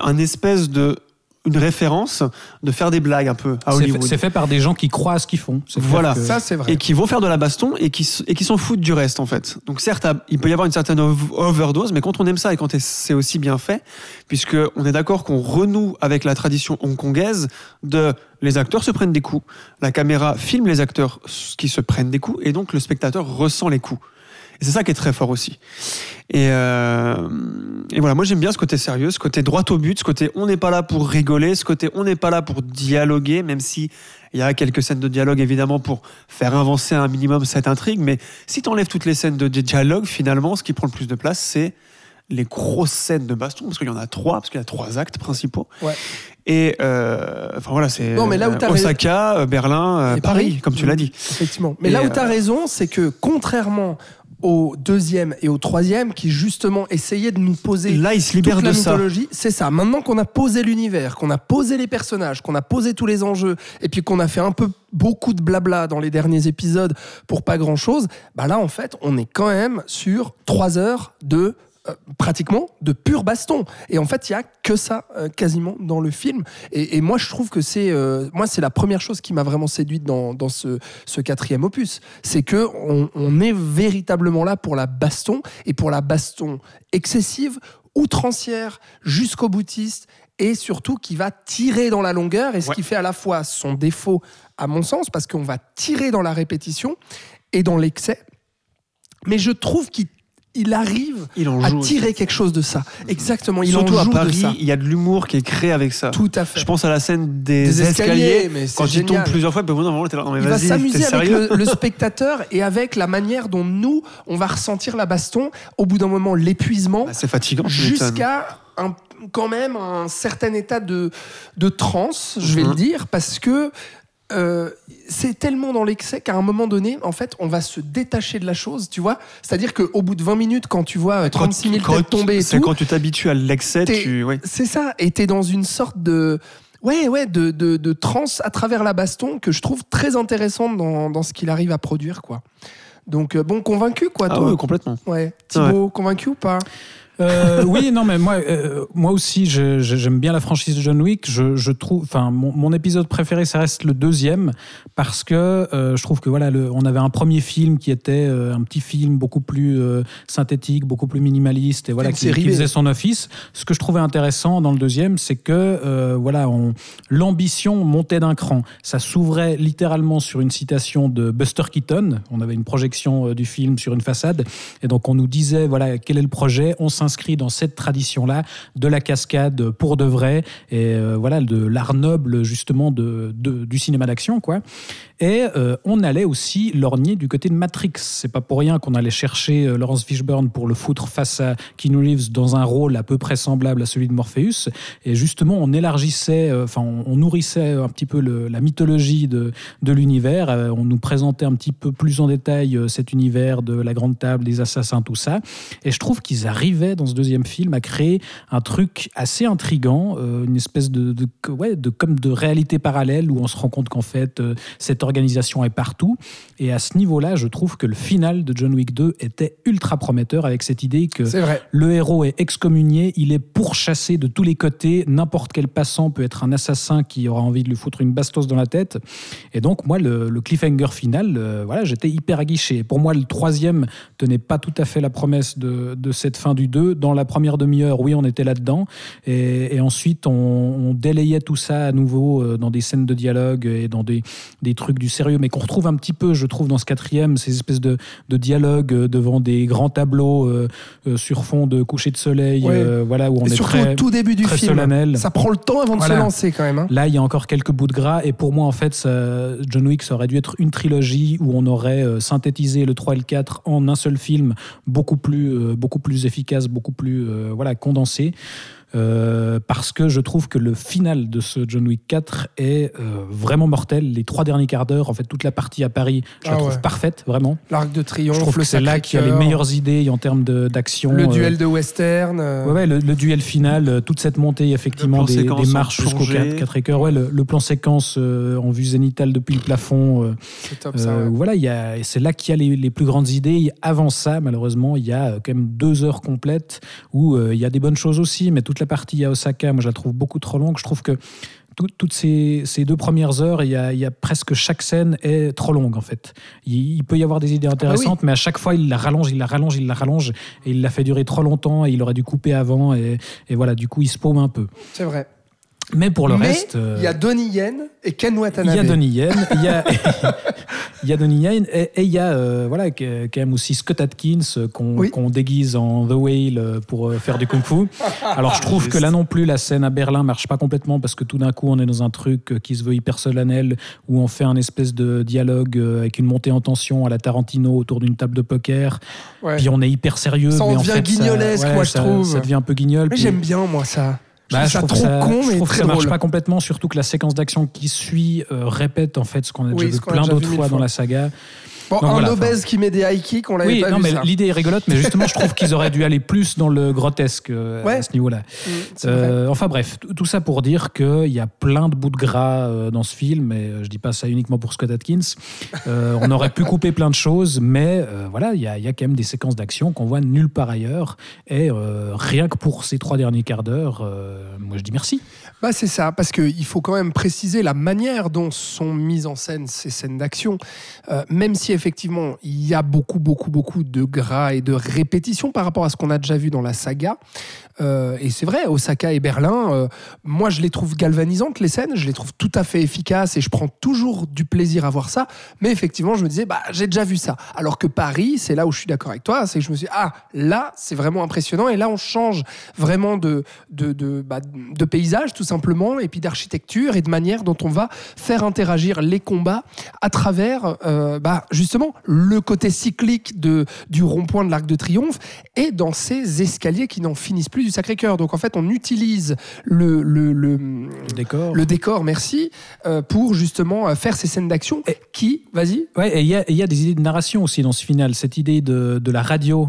une référence de faire des blagues un peu à Hollywood. C'est fait par des gens qui croient à ce qu'ils font. C'est clair Voilà. que- Ça, c'est vrai. Et qui vont faire de la baston et qui s'en foutent du reste en fait. Donc certes, il peut y avoir une certaine overdose, mais quand on aime ça et quand c'est aussi bien fait, puisque on est d'accord qu'on renoue avec la tradition hongkongaise de les acteurs se prennent des coups, la caméra filme les acteurs qui se prennent des coups et donc le spectateur ressent les coups. Et c'est ça qui est très fort aussi. Et voilà, moi j'aime bien ce côté sérieux, ce côté droit au but, ce côté on n'est pas là pour rigoler, ce côté on n'est pas là pour dialoguer, même si il y a quelques scènes de dialogue évidemment pour faire avancer un minimum cette intrigue, mais si tu enlèves toutes les scènes de dialogue, finalement, ce qui prend le plus de place, c'est les grosses scènes de baston, parce qu'il y en a 3, parce qu'il y a 3 actes principaux. Ouais. Et enfin voilà, c'est Non, mais là où t'as Osaka, Berlin, Et Paris, comme tu l'as dit. Effectivement. Mais Et là où tu as raison, c'est que contrairement au 2e et au 3e, qui justement essayaient de nous poser Là, il se libère toute de la ça. mythologie, c'est ça. Maintenant qu'on a posé l'univers, qu'on a posé les personnages, qu'on a posé tous les enjeux, et puis qu'on a fait un peu beaucoup de blabla dans les derniers épisodes pour pas grand-chose, bah là, en fait, on est quand même sur 3 heures de pratiquement de pur baston. Et en fait, il y a que ça quasiment dans le film. Et moi, je trouve que c'est la première chose qui m'a vraiment séduite dans ce 4e opus. C'est que on est véritablement là pour la baston, et pour la baston excessive, outrancière, jusqu'au boutiste, et surtout qui va tirer dans la longueur, et ce qui fait à la fois son défaut, à mon sens, parce qu'on va tirer dans la répétition et dans l'excès. Mais je trouve qu'il arrive à tirer quelque chose de ça. Exactement, il Surtout en joue à Paris, de ça. il y a de l'humour qui est créé avec ça. Tout à fait. Je pense à la scène des escaliers, mais c'est quand il tombe génial. plusieurs fois, puis au bout d'un moment, t'es là, non mais Il va vas-y, s'amuser t'es avec sérieux le spectateur et avec la manière dont nous, on va ressentir la baston. Au bout d'un moment, l'épuisement, C'est fatigant, tu m'étonnes. jusqu'à quand même un certain état de transe, je vais le dire, parce que c'est tellement dans l'excès qu'à un moment donné, en fait, on va se détacher de la chose, tu vois. C'est-à-dire qu'au bout de 20 minutes, quand tu vois 36 000 têtes tomber et c'est tout, quand tu t'habitues à l'excès, c'est ça. Et t'es dans une sorte de transe à travers la baston que je trouve très intéressante dans ce qu'il arrive à produire, quoi. Donc, bon, convaincu, quoi, toi. Ah oui, complètement. Ouais. Thibaut, convaincu ou pas? Oui, non, mais moi aussi, j'aime bien la franchise de John Wick. Je trouve, enfin, mon épisode préféré, ça reste le 2e, parce que je trouve que voilà, on avait un premier film qui était un petit film beaucoup plus synthétique, beaucoup plus minimaliste, et voilà, qui faisait son office. Ce que je trouvais intéressant dans le 2e, c'est que voilà, l'ambition montait d'un cran. Ça s'ouvrait littéralement sur une citation de Buster Keaton. On avait une projection du film sur une façade, et donc on nous disait voilà, quel est le projet. On s'inscrit dans cette tradition-là de la cascade pour de vrai, et voilà, de l'art noble justement du cinéma d'action, quoi. Et on allait aussi lorgner du côté de Matrix. C'est pas pour rien qu'on allait chercher Laurence Fishburne pour le foutre face à Keanu Reeves dans un rôle à peu près semblable à celui de Morpheus. Et justement, on élargissait, on nourrissait un petit peu la mythologie de l'univers. On nous présentait un petit peu plus en détail cet univers de la grande table, des assassins, tout ça. Et je trouve qu'ils arrivaient dans ce 2e film à créer un truc assez intriguant, une espèce de réalité parallèle où on se rend compte qu'en fait, cette l'organisation est partout. Et à ce niveau-là, je trouve que le final de John Wick 2 était ultra prometteur avec cette idée que le héros est excommunié, il est pourchassé de tous les côtés, n'importe quel passant peut être un assassin qui aura envie de lui foutre une bastos dans la tête. Et donc, moi, le cliffhanger final, j'étais hyper aguiché. Pour moi, le troisième tenait pas tout à fait la promesse de cette fin du 2. Dans la première demi-heure, oui, on était là-dedans. Et ensuite, on délayait tout ça à nouveau dans des scènes de dialogue et dans des trucs du sérieux, mais qu'on retrouve un petit peu, je trouve, dans ce quatrième, ces espèces de dialogues devant des grands tableaux sur fond de coucher de soleil, où on est surtout très, au tout début du très film. solennel. Ça prend le temps avant de se lancer quand même. Hein. Là, il y a encore quelques bouts de gras, et pour moi, en fait, John Wick, ça aurait dû être une trilogie où on aurait synthétisé le 3 et le 4 en un seul film, beaucoup plus efficace, beaucoup plus condensé. Parce que je trouve que le final de ce John Wick 4 est vraiment mortel. Les 3 derniers quarts d'heure, en fait, toute la partie à Paris, je la trouve parfaite, vraiment. L'arc de triomphe, je trouve que c'est là qu'il y a les meilleures idées en termes d'action. Le duel de western. Le duel final, toute cette montée, effectivement, des marches jusqu'au 4 écœurs. Le plan séquence en vue zénitale depuis le plafond. C'est top, ça. C'est là qu'il y a les plus grandes idées. Avant ça, malheureusement, il y a quand même 2 heures complètes où il y a des bonnes choses aussi, mais toute la partie à Osaka, moi je la trouve beaucoup trop longue. Je trouve que toutes ces 2 premières heures, il y a presque chaque scène est trop longue en fait. Il peut y avoir des idées intéressantes, mais à chaque fois il la rallonge, et il la fait durer trop longtemps, et il aurait dû couper avant, et voilà, du coup il se paume un peu. C'est vrai. Mais pour le reste... il y a Donnie Yen et Ken Watanabe. Il y a Donnie Yen, il y a Donnie Yen, et il y a quand même aussi Scott Adkins qu'on déguise en The Whale pour faire du kung-fu. Alors je trouve que là non plus, la scène à Berlin marche pas complètement, parce que tout d'un coup on est dans un truc qui se veut hyper solennel, où on fait un espèce de dialogue avec une montée en tension à la Tarantino autour d'une table de poker. Puis on est hyper sérieux. Ça en devient guignolesque, moi je trouve. Ça devient un peu guignol. Mais j'aime bien moi ça. Je trouve que ça marche pas complètement, surtout que la séquence d'action qui suit répète en fait ce qu'on a déjà vu plein d'autres fois dans la saga. Bon, donc, obèse qui met des high kicks, on l'avait pas vu mais ça. L'idée est rigolote, mais justement, je trouve qu'ils auraient dû aller plus dans le grotesque à ce niveau-là. Enfin bref, tout ça pour dire qu'il y a plein de bouts de gras dans ce film, et je dis pas ça uniquement pour Scott Adkins. On aurait pu couper plein de choses, mais il y a quand même des séquences d'action qu'on voit nulle part ailleurs, et rien que pour ces 3 derniers quarts d'heure, moi je dis merci. Bah c'est ça, parce qu'il faut quand même préciser la manière dont sont mises en scène ces scènes d'action, même si effectivement il y a beaucoup de gras et de répétitions par rapport à ce qu'on a déjà vu dans la saga. Et c'est vrai, Osaka et Berlin, moi je les trouve galvanisantes les scènes, je les trouve tout à fait efficaces, et je prends toujours du plaisir à voir ça, mais effectivement je me disais j'ai déjà vu ça, alors que Paris, c'est là où je suis d'accord avec toi, c'est que je me suis dit là c'est vraiment impressionnant, et là on change vraiment de paysage tout simplement, et puis d'architecture, et de manière dont on va faire interagir les combats à travers justement le côté cyclique du rond-point de l'Arc de Triomphe, et dans ces escaliers qui n'en finissent plus du Sacré-Cœur. Donc en fait on utilise le décor, merci, pour justement faire ces scènes d'action vas-y. Ouais, et il y a des idées de narration aussi dans ce final, cette idée de la radio,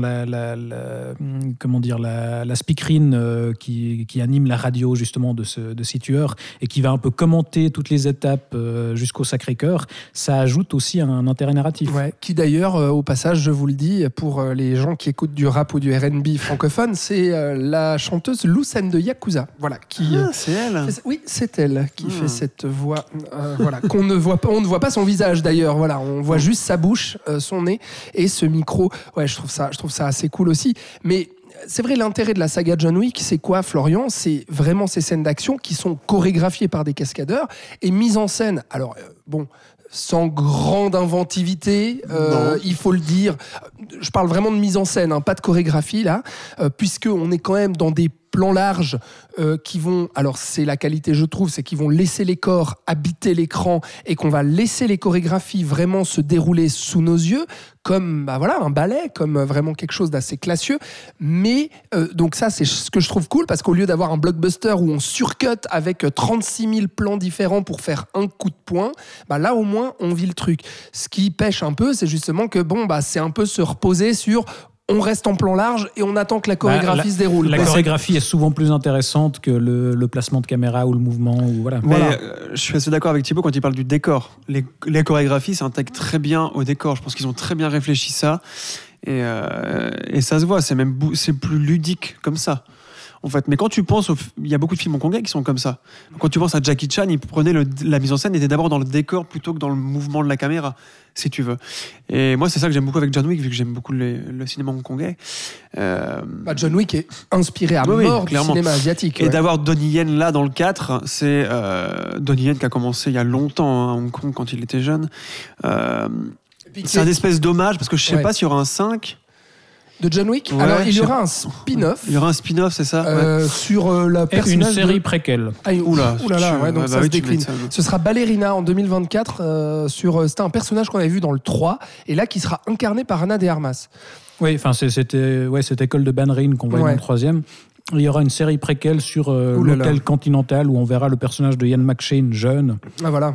la speakerine qui anime la radio justement de ces tueurs, et qui va un peu commenter toutes les étapes jusqu'au Sacré-Cœur. Ça ajoute aussi un intérêt narratif. Ouais, qui d'ailleurs, au passage, je vous le dis, pour les gens qui écoutent du rap ou du R&B francophone, c'est la chanteuse Lucène de Yakuza. Voilà, c'est elle. Oui, c'est elle qui fait cette voix. Qu'on ne voit pas. On ne voit pas son visage d'ailleurs. Voilà, on voit juste sa bouche, son nez et ce micro. Ouais, je trouve ça assez cool aussi. Mais c'est vrai, l'intérêt de la saga John Wick, c'est quoi, Florian ? C'est vraiment ces scènes d'action qui sont chorégraphiées par des cascadeurs et mises en scène. Alors, sans grande inventivité, il faut le dire. Je parle vraiment de mise en scène, pas de chorégraphie, là, puisqu'on est quand même dans des plans larges qui vont... Alors, c'est la qualité, je trouve, c'est qu'ils vont laisser les corps habiter l'écran, et qu'on va laisser les chorégraphies vraiment se dérouler sous nos yeux, comme un ballet, comme vraiment quelque chose d'assez classieux. Mais, donc ça, c'est ce que je trouve cool, parce qu'au lieu d'avoir un blockbuster où on surcut avec 36 000 plans différents pour faire un coup de poing, là, au moins, on vit le truc. Ce qui pêche un peu, c'est justement que, c'est un peu se reposer sur... on reste en plan large et on attend que la chorégraphie se déroule. La chorégraphie est souvent plus intéressante que le placement de caméra ou le mouvement. Ou voilà. Mais je suis assez d'accord avec Thibaut quand il parle du décor. Les chorégraphies s'intègrent très bien au décor. Je pense qu'ils ont très bien réfléchi ça. Et ça se voit, c'est plus ludique comme ça. En fait, mais quand tu penses, il y a beaucoup de films hongkongais qui sont comme ça. Quand tu penses à Jackie Chan, il prenait la mise en scène était d'abord dans le décor plutôt que dans le mouvement de la caméra, si tu veux. Et moi, c'est ça que j'aime beaucoup avec John Wick, vu que j'aime beaucoup le cinéma hongkongais. John Wick est inspiré à mort du cinéma asiatique. Et d'avoir Donnie Yen là dans le 4, c'est Donnie Yen qui a commencé il y a longtemps à Hong Kong quand il était jeune. C'est un espèce d'hommage, parce que je sais pas s'il y aura un 5. De John Wick. Alors, il y aura un spin-off. Il y aura un spin-off, c'est ça sur la personnage. Une série préquelle. Oula, donc ça se décline. Ce sera Ballerina en 2024. C'était un personnage qu'on avait vu dans le 3, et là qui sera incarné par Ana de Armas. Oui, enfin, c'était cette école de Bannerine qu'on voit dans le 3e. Il y aura une série préquelle sur l'hôtel Continental où on verra le personnage de Ian McShane jeune. Ah, voilà.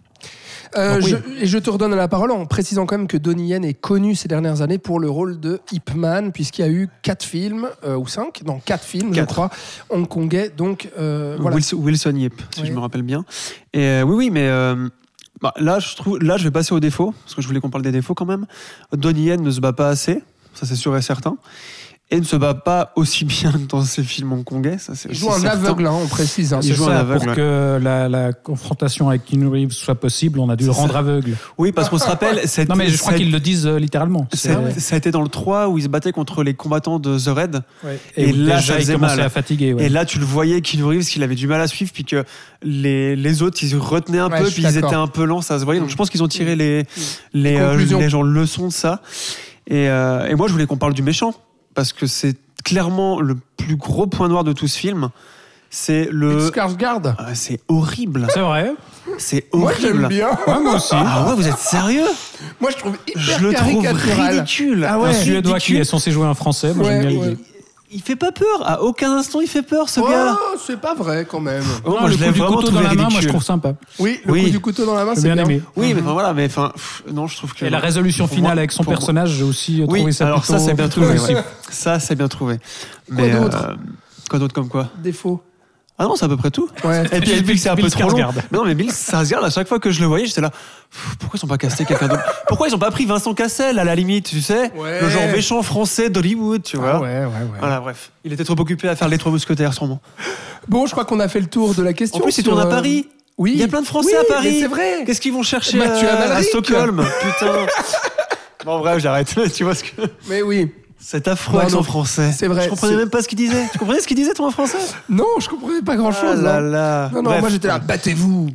Je te redonne la parole en précisant quand même que Donnie Yen est connu ces dernières années pour le rôle de Ip Man, puisqu'il y a eu 4 films, ou 5, non 4 films, 4. Je crois, hongkongais. Donc, voilà. Wilson Yip, si je me rappelle bien. Et mais là, je vais passer aux défauts, parce que je voulais qu'on parle des défauts quand même. Donnie Yen ne se bat pas assez, ça c'est sûr et certain. Et ne se bat pas aussi bien que dans ses films hongkongais. Il joue un aveugle, on précise. Il joue un aveugle. Pour que la confrontation avec Keanu Reeves soit possible, on a dû le rendre aveugle. Oui, parce qu'on se rappelle... Non, mais je crois qu'ils le disent littéralement. Ça a été dans le 3 où il se battait contre les combattants de The Raid. Ouais. Et là, ça faisait mal. À fatiguer. Ouais. Et là, tu le voyais, Keanu Reeves, qu'il avait du mal à suivre, puis que les autres, ils retenaient un peu, puis ils étaient un peu lents, ça se voyait. Donc je pense qu'ils ont tiré les leçons de ça. Et moi, je voulais qu'on parle du méchant. Parce que c'est clairement le plus gros point noir de tout ce film. C'est le... Skarsgård. C'est horrible. C'est vrai. C'est horrible. Moi, j'aime bien. Moi aussi. Ah ouais, vous êtes sérieux ? Moi, je trouve hyper Je le trouve ridicule. Un Suédois qui est censé jouer un Français. Moi, j'aime bien l'idée. Il fait pas peur. À aucun instant, il fait peur, ce gars. C'est pas vrai, quand même. Moi, le coup du couteau dans la main, moi, je trouve sympa. Oui, le coup du couteau dans la main, c'est bien aimé. Oui, mais voilà, non, je trouve que... Et la résolution finale avec son personnage, j'ai aussi trouvé ça alors plutôt... ça, c'est bien trouvé. Ça, c'est bien trouvé. Mais quoi d'autre comme quoi ? Défaut. Ah non, c'est à peu près tout. Ouais. Et puis Bill, c'est un peu trop long. Mais non, mais Bill Skarsgård, à chaque fois que je le voyais, j'étais là. Pourquoi ils n'ont pas casté quelqu'un d'autre ? Pourquoi ils n'ont pas pris Vincent Cassel à la limite, tu sais ? Le genre méchant français d'Hollywood, tu vois. Ouais. Voilà, bref. Il était trop occupé à faire les 3 mousquetaires, sûrement. Bon, je crois qu'on a fait le tour de la question. En plus, ils tournent à Paris. Oui. Il y a plein de Français à Paris. Mais c'est vrai. Qu'est-ce qu'ils vont chercher à Stockholm ? Putain. Bon, bref, j'arrête. Tu vois ce que. Mais oui. C'est affreux avec son français. C'est vrai. Je comprenais même pas ce qu'il disait. Tu comprenais ce qu'il disait, toi, en français ? Non, je comprenais pas grand-chose. Ah là là. Non, moi j'étais là. Battez-vous.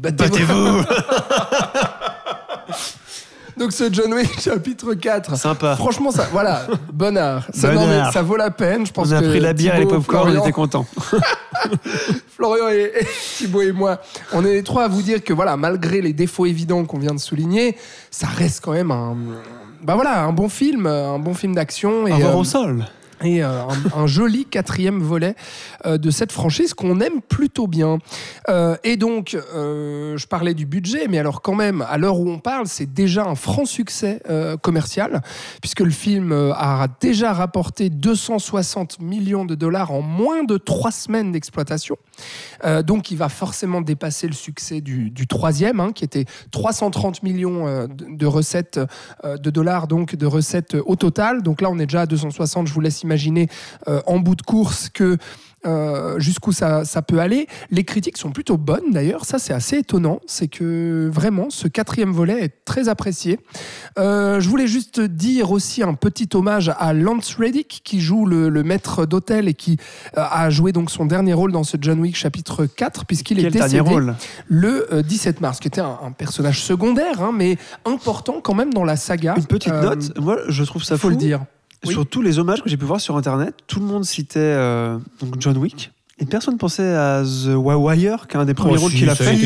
Donc ce John Wick chapitre 4. Sympa. Franchement, ça, voilà, bon art. Ça vaut la peine. Je pense on a pris la bière et les pop-corn, on était contents. Florian et Thibaut et moi, on est les 3 à vous dire que voilà, malgré les défauts évidents qu'on vient de souligner, ça reste quand même un bon film d'action. Un voir au sol. Et un joli 4e volet de cette franchise qu'on aime plutôt bien. Et donc, je parlais du budget, mais alors quand même, à l'heure où on parle, c'est déjà un franc succès commercial, puisque le film a déjà rapporté 260 millions de dollars en moins de 3 semaines d'exploitation. Donc, il va forcément dépasser le succès du 3e, qui était 330 millions de recettes de dollars, donc de recettes au total. Donc là, on est déjà à 260, je vous laisse imaginer en bout de course que jusqu'où ça peut aller. Les critiques sont plutôt bonnes d'ailleurs, ça c'est assez étonnant, c'est que vraiment ce 4e volet est très apprécié. Je voulais juste dire aussi un petit hommage à Lance Reddick qui joue le maître d'hôtel et qui a joué donc son dernier rôle dans ce John Wick chapitre 4 puisqu'il est décédé le 17 mars, qui était un personnage secondaire mais important quand même dans la saga. Une petite note, moi je trouve ça faut le dire. Oui. Sur tous les hommages que j'ai pu voir sur internet, tout le monde citait donc John Wick et personne pensait à The Wire, qui est un des premiers rôles qu'il a fait.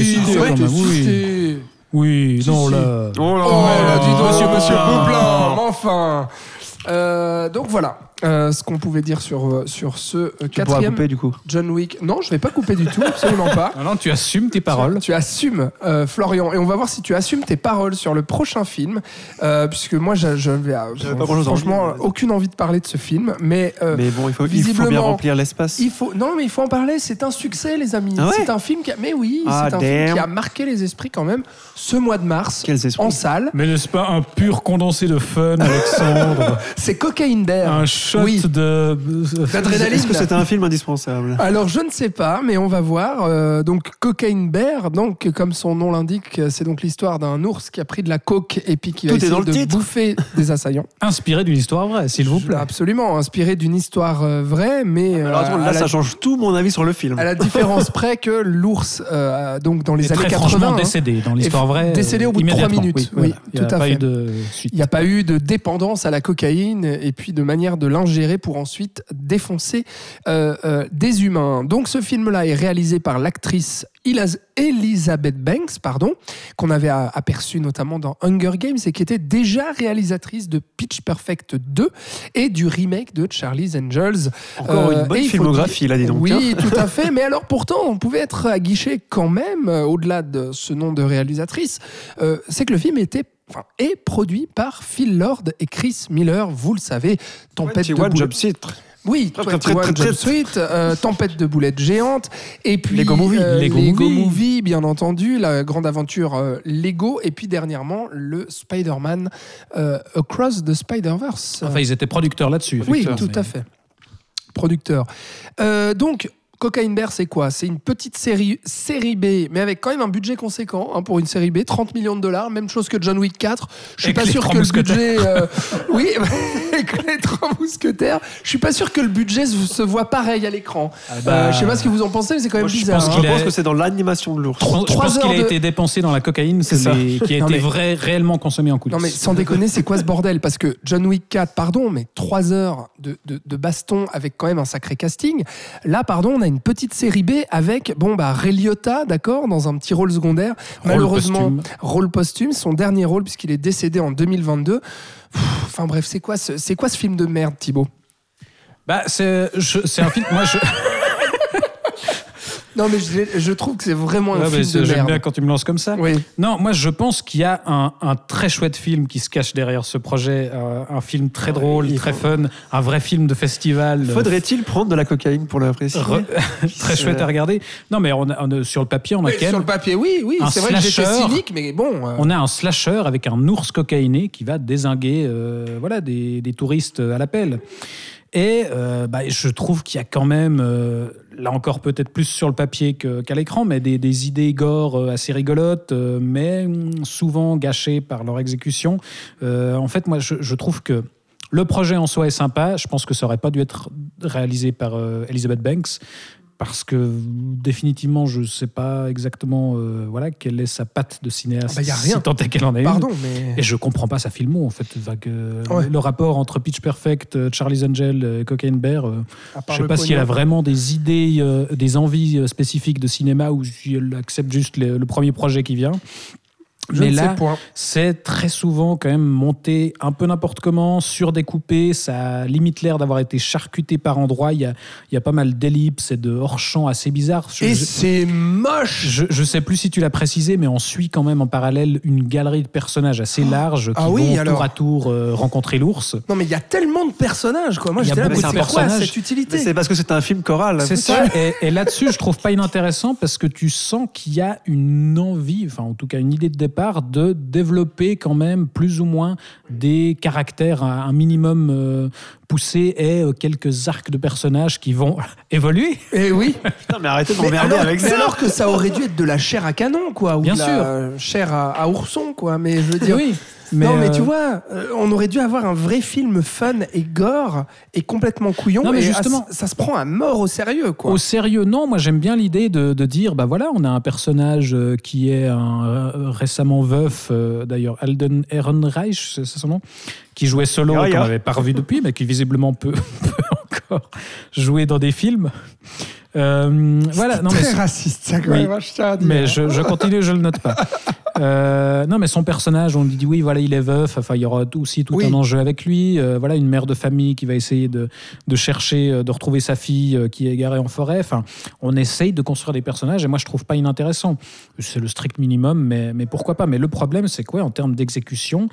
Oui, non là. Oh là, dis donc, monsieur Boublin, enfin. Donc voilà. Ce qu'on pouvait dire sur ce Tu pourras quatrième couper du coup. John Wick. Non, je vais pas couper du tout, absolument pas. Non, tu assumes tes paroles. Tu assumes, Florian, et on va voir si tu assumes tes paroles sur le prochain film, puisque moi j'avais franchement aucune envie de parler de ce film, mais bon, il faut visiblement, bien remplir l'espace. il faut en parler. C'est un succès, les amis. Ah ouais, c'est un film qui a marqué les esprits quand même ce mois de mars en salle. Mais n'est-ce pas un pur condensé de fun, Alexandre? C'est Cocaine Bear. Un shot d'adrénaline. Est-ce que c'était un film indispensable? Alors je ne sais pas, mais on va voir. Donc Cocaine Bear, donc comme son nom l'indique, c'est donc l'histoire d'un ours qui a pris de la coke et puis qui va essayer de bouffer des assaillants. Inspiré d'une histoire vraie, s'il vous plaît. Absolument, inspiré d'une histoire vraie, mais alors attends, là ça change tout mon avis sur le film. À la différence près que l'ours, donc dans les années 80, décédé dans l'histoire vraie. Décédé au bout de 3 minutes. Oui, tout à fait. Il n'y a pas eu de dépendance à la cocaïne et puis de manière de l'ingérer pour ensuite défoncer des humains. Donc ce film-là est réalisé par l'actrice Elizabeth Banks, qu'on avait aperçue notamment dans Hunger Games et qui était déjà réalisatrice de Pitch Perfect 2 et du remake de Charlie's Angels. Encore une bonne filmographie, là, dis donc. Oui, tout à fait. Mais alors pourtant, on pouvait être aguiché quand même, au-delà de ce nom de réalisatrice, c'est que le film est produit par Phil Lord et Chris Miller, vous le savez. Tempête de Jump Street. Oui, 21 Jump Street, Tempête de boulettes géantes, et puis Lego Movie, bien entendu, la grande aventure Lego, et puis dernièrement le Spider-Man Across the Spider-Verse. Enfin, ils étaient producteurs là-dessus. Oui, tout à fait. Producteurs. Donc, Cocaine Bear, c'est quoi? C'est une petite série B, mais avec quand même un budget conséquent pour une série B, $30 millions, même chose que John Wick 4. Je suis pas sûr que le budget... oui, avec les 3 mousquetaires. Je suis pas sûr que le budget se voit pareil à l'écran. Je sais pas ce que vous en pensez, mais c'est quand même bizarre. Je pense que c'est dans l'animation de l'ours. Je pense qu'il a été dépensé dans la cocaïne, qui a été réellement consommé en coulisses. Non mais sans déconner, c'est quoi ce bordel? Parce que John Wick 4, mais 3 heures de baston avec quand même un sacré casting. Là, on a une petite série B avec Ray Liotta, d'accord, dans un petit rôle secondaire. Malheureusement, rôle posthume, son dernier rôle puisqu'il est décédé en 2022. Enfin bref, c'est quoi ce film de merde, Thibaut? C'est un film. Moi, Non, mais je trouve que c'est vraiment un film de merde. J'aime bien quand tu me lances comme ça. Oui. Non, moi, je pense qu'il y a un très chouette film qui se cache derrière ce projet. Un film très drôle, très fun. Un vrai film de festival. Faudrait-il prendre de la cocaïne pour l'apprécier? Très chouette à regarder. Non, mais sur le papier, on a sur le papier, oui. C'est vrai que j'étais cynique, mais bon. On a un slasher avec un ours cocaïné qui va dézinguer des touristes à l'appel. Et je trouve qu'il y a quand même, là encore peut-être plus sur le papier qu'à l'écran, mais des idées gore assez rigolotes, mais souvent gâchées par leur exécution. En fait, moi, je trouve que le projet en soi est sympa. Je pense que ça n'aurait pas dû être réalisé par Elizabeth Banks. Parce que définitivement, je ne sais pas exactement quelle est sa patte de cinéaste, y a rien. si tant est qu'elle en ait une. Mais... Et je ne comprends pas sa filmo, en fait. Le rapport entre Pitch Perfect, Charlie's Angels et Cocaine Bear, je ne sais pas si elle a vraiment des idées, des envies spécifiques de cinéma ou si elle accepte juste le premier projet qui vient. Mais là, c'est très souvent quand même monté un peu n'importe comment, surdécoupé, ça a limite l'air d'avoir été charcuté par endroits, il y a pas mal d'ellipses et de hors-champ assez bizarres. C'est moche. Je sais plus si tu l'as précisé, mais on suit quand même en parallèle une galerie de personnages assez large qui vont tour à tour rencontrer l'ours. Non mais il y a tellement de personnages, quoi. Moi j'étais là, mais c'est quoi cette utilité? C'est parce que c'est un film choral. C'est ça, et là-dessus je trouve pas inintéressant parce que tu sens qu'il y a une envie, enfin en tout cas une idée de départ, de développer quand même plus ou moins des caractères à un minimum poussés et quelques arcs de personnages qui vont évoluer. Et oui. Putain, mais arrêtez de m'emmerder avec ça. Alors que ça aurait dû être de la chair à canon, quoi, ou bien de sûr. la chair à ourson, quoi. Mais je veux dire. Oui. Mais tu vois, on aurait dû avoir un vrai film fun et gore et complètement couillon. Non, mais justement, ça se prend à mort au sérieux, quoi. Au sérieux, non. Moi, j'aime bien l'idée de dire, on a un personnage qui est récemment veuf, d'ailleurs, Alden Ehrenreich, c'est son nom, qui jouait Solo, qu'on n'avait pas revu depuis, mais qui visiblement peut encore jouer dans des films. Très raciste, ça, quand même. Mais je continue, je le note pas. Non, mais son personnage, on lui dit oui, voilà, il est veuf. Enfin, il y aura aussi tout un enjeu avec lui. Voilà, une mère de famille qui va essayer de chercher, de retrouver sa fille qui est égarée en forêt. Enfin, on essaye de construire des personnages et moi, je trouve pas inintéressant. C'est le strict minimum, mais pourquoi pas. Mais le problème, c'est quoi en termes d'exécution,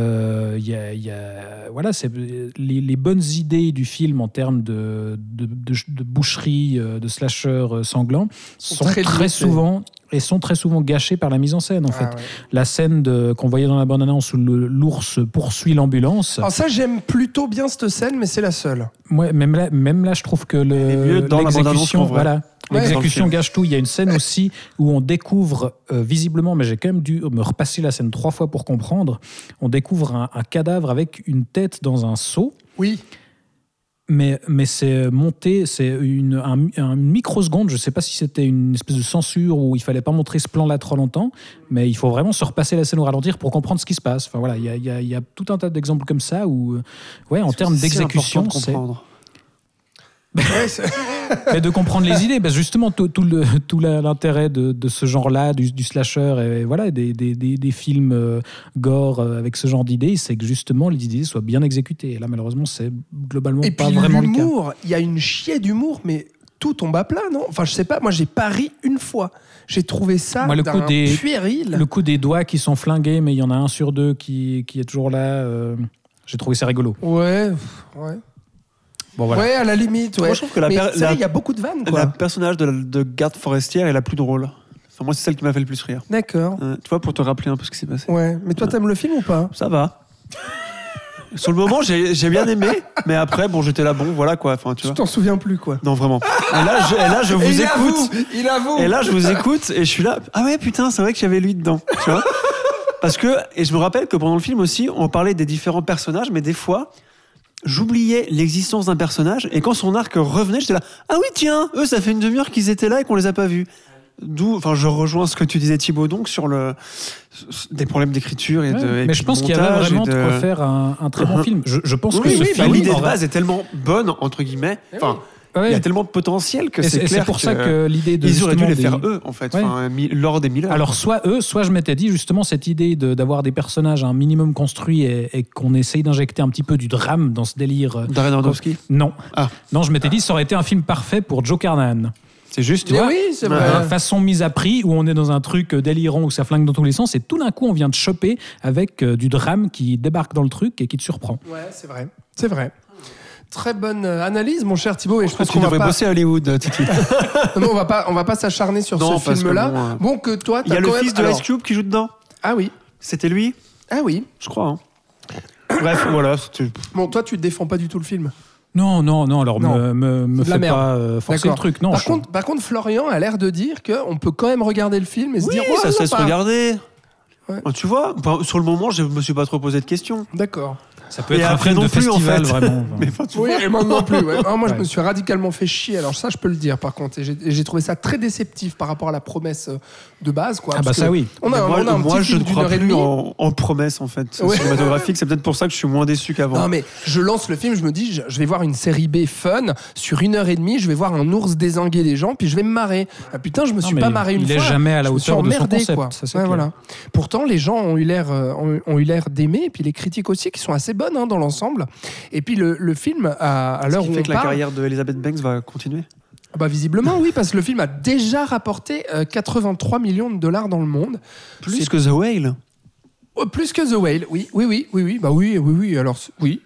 voilà, c'est les bonnes idées du film en termes de boucherie, de slasher sanglant sont très souvent gâchés par la mise en scène en fait. Ouais. La scène qu'on voyait dans la bande-annonce où l'ours poursuit l'ambulance. Alors ça, j'aime plutôt bien cette scène, mais c'est la seule. Ouais, même là, je trouve que l'exécution, voilà, l'exécution gâche tout. Il y a une scène aussi où on découvre visiblement, mais j'ai quand même dû me repasser la scène 3 fois pour comprendre. On découvre un cadavre avec une tête dans un seau. Oui. Mais c'est monté, c'est une microseconde. Je ne sais pas si c'était une espèce de censure où il ne fallait pas montrer ce plan-là trop longtemps, mais il faut vraiment se repasser la scène au ralentir pour comprendre ce qui se passe. Enfin, voilà, il y a tout un tas d'exemples comme ça où, ouais, en termes d'exécution, c'est... Mais de comprendre les idées, parce que justement tout l'intérêt de ce genre-là, du slasher et voilà des films gore avec ce genre d'idées, c'est que justement les idées soient bien exécutées. Et là malheureusement c'est globalement et pas vraiment le cas. L'humour, il y a une chier d'humour, mais tout tombe à plat, non ? Enfin je sais pas, moi j'ai pas ri une fois. J'ai trouvé ça puéril. Le coup des doigts qui sont flingués, mais il y en a un sur deux qui est toujours là. J'ai trouvé ça rigolo. Ouais. Bon, voilà. Ouais, à la limite. Ouais. Moi, je trouve que il y a beaucoup de vannes. Quoi. La personnage de garde forestière est la plus drôle. Enfin, moi, c'est celle qui m'a fait le plus rire. D'accord. Tu vois, pour te rappeler un peu ce qui s'est passé. Ouais. Mais toi, t'aimes le film ou pas ? Ça va. Sur le moment, j'ai bien aimé, mais après, bon, j'étais là, bon, voilà quoi. Enfin, tu t'en souviens plus, quoi. Non, vraiment. Et là, je vous écoute. Il avoue. Et là, je vous écoute et je suis là. Ah ouais, putain, c'est vrai qu'il y avait lui dedans. Tu vois ? Parce que, et je me rappelle que pendant le film aussi, on parlait des différents personnages, mais des fois, j'oubliais l'existence d'un personnage et quand son arc revenait, j'étais là, ah oui tiens, eux ça fait une demi-heure qu'ils étaient là et qu'on les a pas vus. D'où, enfin, je rejoins ce que tu disais Thibaut donc sur des problèmes d'écriture et de. Mais je pense qu'il y avait vraiment de quoi faire un très bon film. Je pense que ce film, l'idée de base est tellement bonne entre guillemets. Enfin. Il y a tellement de potentiel que c'est clair. C'est pour ça que l'idée de. Ils auraient dû les faire eux, en fait, lors des 1000 heures. Alors, soit eux, soit je m'étais dit justement cette idée d'avoir des personnages un minimum construits et qu'on essaye d'injecter un petit peu du drame dans ce délire. Darren Aronofsky ? Non. Non, je m'étais dit ça aurait été un film parfait pour Joe Carnahan. C'est juste, tu vois. Oui, c'est vrai. Façon mise à prix, où on est dans un truc délirant, où ça flingue dans tous les sens, et tout d'un coup, on vient de choper avec du drame qui débarque dans le truc et qui te surprend. Ouais, c'est vrai. C'est vrai. Très bonne analyse, mon cher Thibaut. Et je pense qu'on devrait bosser à Hollywood, Titi. Non, on va pas s'acharner sur ce film-là. Bon, que toi, il y a le fils de Ice Cube qui joue dedans. Ah oui. C'était lui ? Ah oui. Je crois. Bref, voilà. Bon, toi, tu défends pas du tout le film. Non, alors me fais pas forcer le truc. Non, par contre, Florian a l'air de dire qu'on peut quand même regarder le film et se dire « ça se laisse regarder ouais. ». Tu vois, sur le moment, je me suis pas trop posé de questions. D'accord. Ça peut être un film de festival, vraiment. Mais oui, et moi non plus. Ouais. Moi, je me suis radicalement fait chier. Alors ça, je peux le dire, par contre. Et j'ai trouvé ça très déceptif par rapport à la promesse de base. Quoi, ça oui. On a un moi petit je film ne d'une crois heure et plus demie. en promesse, en fait, cinématographique. C'est peut-être pour ça que je suis moins déçu qu'avant. Non, mais je lance le film, je me dis, je vais voir une série B fun. Sur 1h30, je vais voir un ours dézinguer les gens, puis je vais me marrer. Ah, putain, je me suis pas marré une fois. Il est jamais à la hauteur de son concept. Quoi. Ça, voilà. Pourtant, les gens ont eu l'air d'aimer, et puis les critiques aussi, qui sont assez bonnes dans l'ensemble. Et puis le film, à l'heure où on parle... Ce qui fait que la carrière de Elizabeth Banks va continuer ? Visiblement, oui, parce que le film a déjà rapporté 83 millions de dollars dans le monde. Plus que The Whale ? Plus que The Whale, oui. Oui, alors, oui.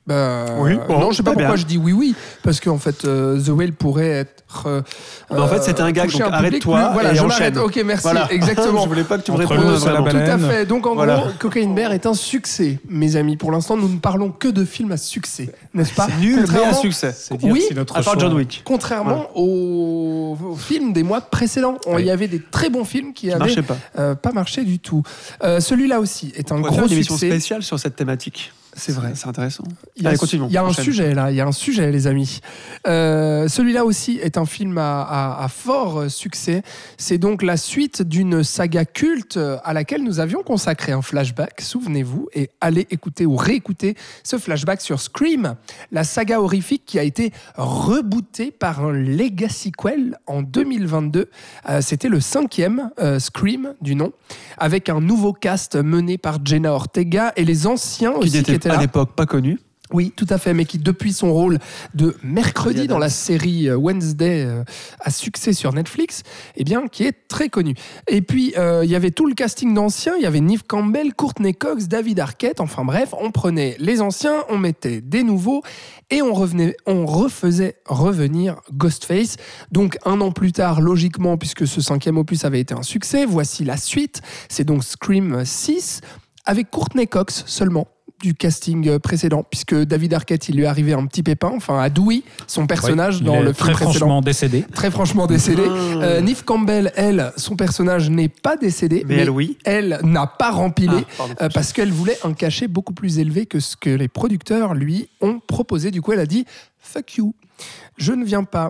Non, je sais pas pourquoi je dis oui, parce qu'en fait, The Whale pourrait être. En fait, c'était un gag, donc arrête-toi et enchaîne. Ok, merci, voilà. Exactement. Je voulais pas que tu me répondes vraiment. Tout à fait. Donc en gros, Cocaine Bear est un succès, mes amis. Pour l'instant, nous ne parlons que de films à succès, n'est-ce pas ? C'est nul, mais à succès. Oui, à part John Wick. Contrairement aux films des mois précédents. Il y avait des très bons films qui n'avaient pas marché du tout. Celui-là aussi est un gros succès. On va faire une émission spéciale sur cette thématique. C'est vrai. C'est intéressant. Allez, continuons. Il y a un sujet là, les amis. Celui-là aussi est un film à fort succès. C'est donc la suite d'une saga culte à laquelle nous avions consacré un flashback, souvenez-vous, et allez écouter ou réécouter ce flashback sur Scream, la saga horrifique qui a été rebootée par un legacy-quel en 2022. C'était le 5e Scream du nom, avec un nouveau cast mené par Jenna Ortega et les anciens aussi qui étaient là. À l'époque pas connu. Oui, tout à fait, mais qui, depuis son rôle de mercredi dans la série Wednesday à succès sur Netflix, eh bien, qui est très connu. Et puis, il y avait tout le casting d'anciens, il y avait Neve Campbell, Courtney Cox, David Arquette, enfin bref, on prenait les anciens, on mettait des nouveaux, et on refaisait revenir Ghostface. Donc, 1 an plus tard, logiquement, puisque ce 5e opus avait été un succès, voici la suite, c'est donc Scream 6, avec Courtney Cox seulement, du casting précédent, puisque David Arquette, il lui est arrivé un petit pépin, enfin à Dewey, son personnage dans le film précédent. Très franchement décédé. Neve Campbell, elle, son personnage n'est pas décédé, mais elle, oui. Elle n'a pas rempilé, parce qu'elle voulait un cachet beaucoup plus élevé que ce que les producteurs lui ont proposé. Du coup, elle a dit « fuck you, je ne viens pas ».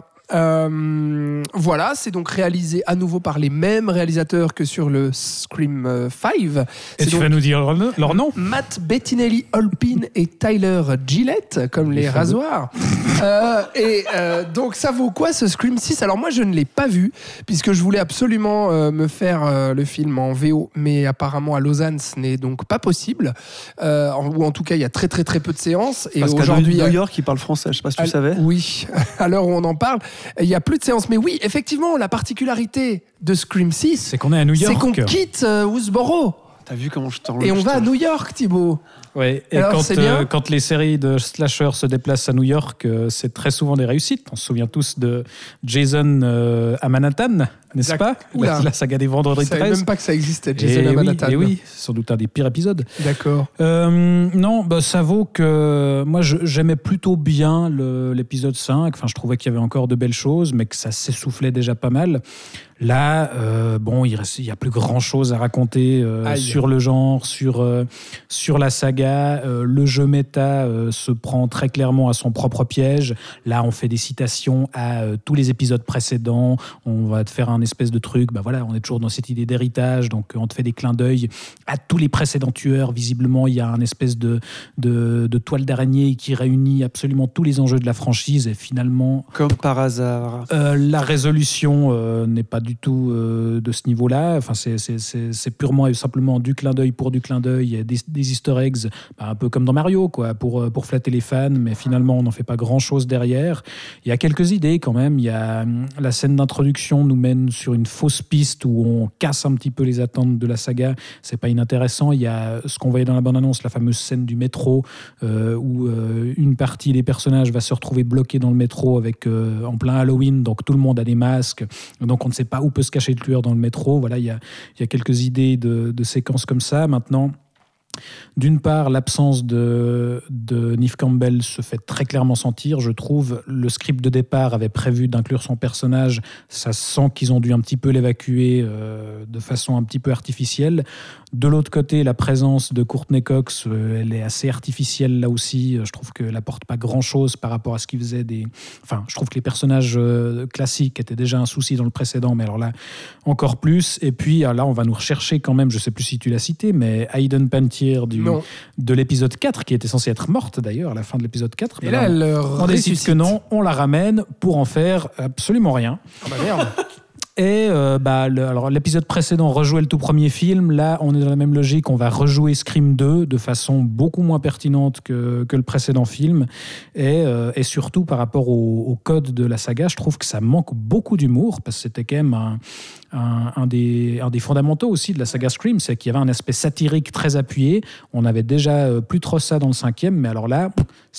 Voilà, c'est donc réalisé à nouveau par les mêmes réalisateurs que sur le Scream 5. Et tu vas nous dire leur nom ? Matt Bettinelli Holpin et Tyler Gillette, comme les rasoirs. Donc ça vaut quoi ce Scream 6 ? Alors moi je ne l'ai pas vu, puisque je voulais absolument me faire le film en VO, mais apparemment à Lausanne ce n'est donc pas possible, ou en tout cas il y a très très très peu de séances. Et parce aujourd'hui, qu'à New York ils parlent français, je ne sais pas si tu savais. Oui, à l'heure où on en parle, il n'y a plus de séances. Mais oui, effectivement, la particularité de Scream 6, c'est qu'on est à New York. C'est qu'on quitte Woodsboro. T'as vu comment je t'en Et on va à New York, Thibaut. Oui, et alors, quand les séries de slasher se déplacent à New York, c'est très souvent des réussites. On se souvient tous de Jason à Manhattan, n'est-ce pas ? La saga des Vendredis 13. Je ne savais même pas que ça existait, Jason à Manhattan. Oui, c'est sans doute un des pires épisodes. D'accord. Non, ça vaut que... Moi, j'aimais plutôt bien l'épisode 5. Enfin, je trouvais qu'il y avait encore de belles choses, mais que ça s'essoufflait déjà pas mal. Là, il n'y a plus grand-chose à raconter sur le genre, sur la saga. Le jeu méta se prend très clairement à son propre piège. Là, on fait des citations à tous les épisodes précédents. On va te faire un espèce de truc. On est toujours dans cette idée d'héritage. Donc, on te fait des clins d'œil à tous les précédents tueurs. Visiblement, il y a un espèce de toile d'araignée qui réunit absolument tous les enjeux de la franchise. Et finalement... Comme par hasard. La résolution n'est pas du tout de ce niveau-là. Enfin, c'est purement et simplement du clin d'œil pour du clin d'œil, des easter eggs, un peu comme dans Mario, quoi, pour flatter les fans, mais finalement, on n'en fait pas grand-chose derrière. Il y a quelques idées quand même. Il y a la scène d'introduction nous mène sur une fausse piste où on casse un petit peu les attentes de la saga. C'est pas inintéressant. Il y a ce qu'on voyait dans la bande-annonce, la fameuse scène du métro où une partie des personnages va se retrouver bloquée dans le métro en plein Halloween, donc tout le monde a des masques, donc on ne sait pas où peut se cacher le tueur dans le métro. Voilà, il y a quelques idées de séquences comme ça. Maintenant, d'une part, l'absence de Neve Campbell se fait très clairement sentir. Je trouve le script de départ avait prévu d'inclure son personnage. Ça sent qu'ils ont dû un petit peu l'évacuer de façon un petit peu artificielle. De l'autre côté, la présence de Courtney Cox, elle est assez artificielle là aussi. Je trouve qu'elle n'apporte pas grand-chose par rapport à ce qu'ils faisaient Enfin, je trouve que les personnages classiques étaient déjà un souci dans le précédent, mais alors là, encore plus. Et puis, là, on va nous rechercher quand même, je ne sais plus si tu l'as cité, mais Hayden Panettiere de l'épisode 4, qui était censée être morte d'ailleurs à la fin de l'épisode 4. Et là, on décide que non, on la ramène pour en faire absolument rien. Ah bah merde. Et alors l'épisode précédent rejouait le tout premier film. Là, on est dans la même logique. On va rejouer Scream 2 de façon beaucoup moins pertinente que le précédent film. Et surtout, par rapport au code de la saga, je trouve que ça manque beaucoup d'humour, parce que c'était quand même un des fondamentaux aussi de la saga Scream, c'est qu'il y avait un aspect satirique très appuyé. On avait déjà plus trop ça dans le 5e, mais alors là,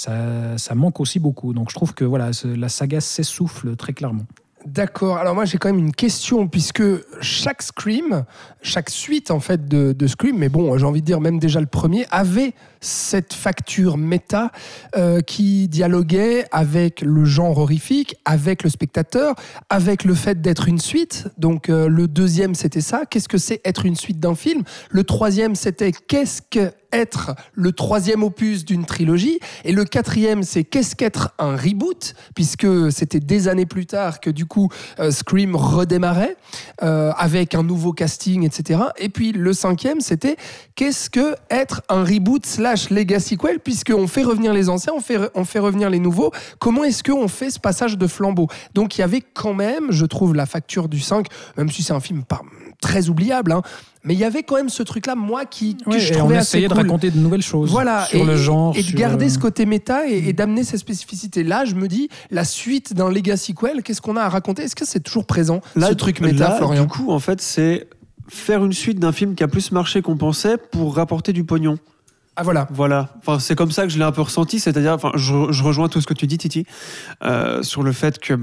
ça manque aussi beaucoup. Donc je trouve que voilà, la saga s'essouffle très clairement. D'accord. Alors moi j'ai quand même une question, puisque chaque suite en fait de Scream, mais bon, j'ai envie de dire même déjà le premier, avait cette facture méta qui dialoguait avec le genre horrifique, avec le spectateur, avec le fait d'être une suite. Donc le deuxième, c'était ça. Qu'est-ce que c'est être une suite d'un film ? Le troisième, c'était qu'est-ce que être le troisième opus d'une trilogie, et le quatrième, c'est qu'est-ce qu'être un reboot, puisque c'était des années plus tard que du coup Scream redémarrait avec un nouveau casting, etc. Et puis le cinquième, c'était qu'est-ce que être un reboot / legacy sequel, puisqu'on fait revenir les anciens, on fait revenir les nouveaux. Comment est-ce qu'on fait ce passage de flambeau ? Donc il y avait quand même, je trouve, la facture du 5, même si c'est un film très oubliable, hein, mais il y avait quand même ce truc-là, moi, que je trouvais assez cool. On essayait de raconter de nouvelles choses sur le genre. Et de garder ce côté méta et d'amener ces spécificités. Là, je me dis, la suite d'un legacy sequel, qu'est-ce qu'on a à raconter ? Est-ce que c'est toujours présent, ce truc méta, Florian ? Du coup, en fait, c'est faire une suite d'un film qui a plus marché qu'on pensait pour rapporter du pognon. Ah voilà. Enfin, c'est comme ça que je l'ai un peu ressenti, c'est-à-dire, enfin, je rejoins tout ce que tu dis, Titi, sur le fait que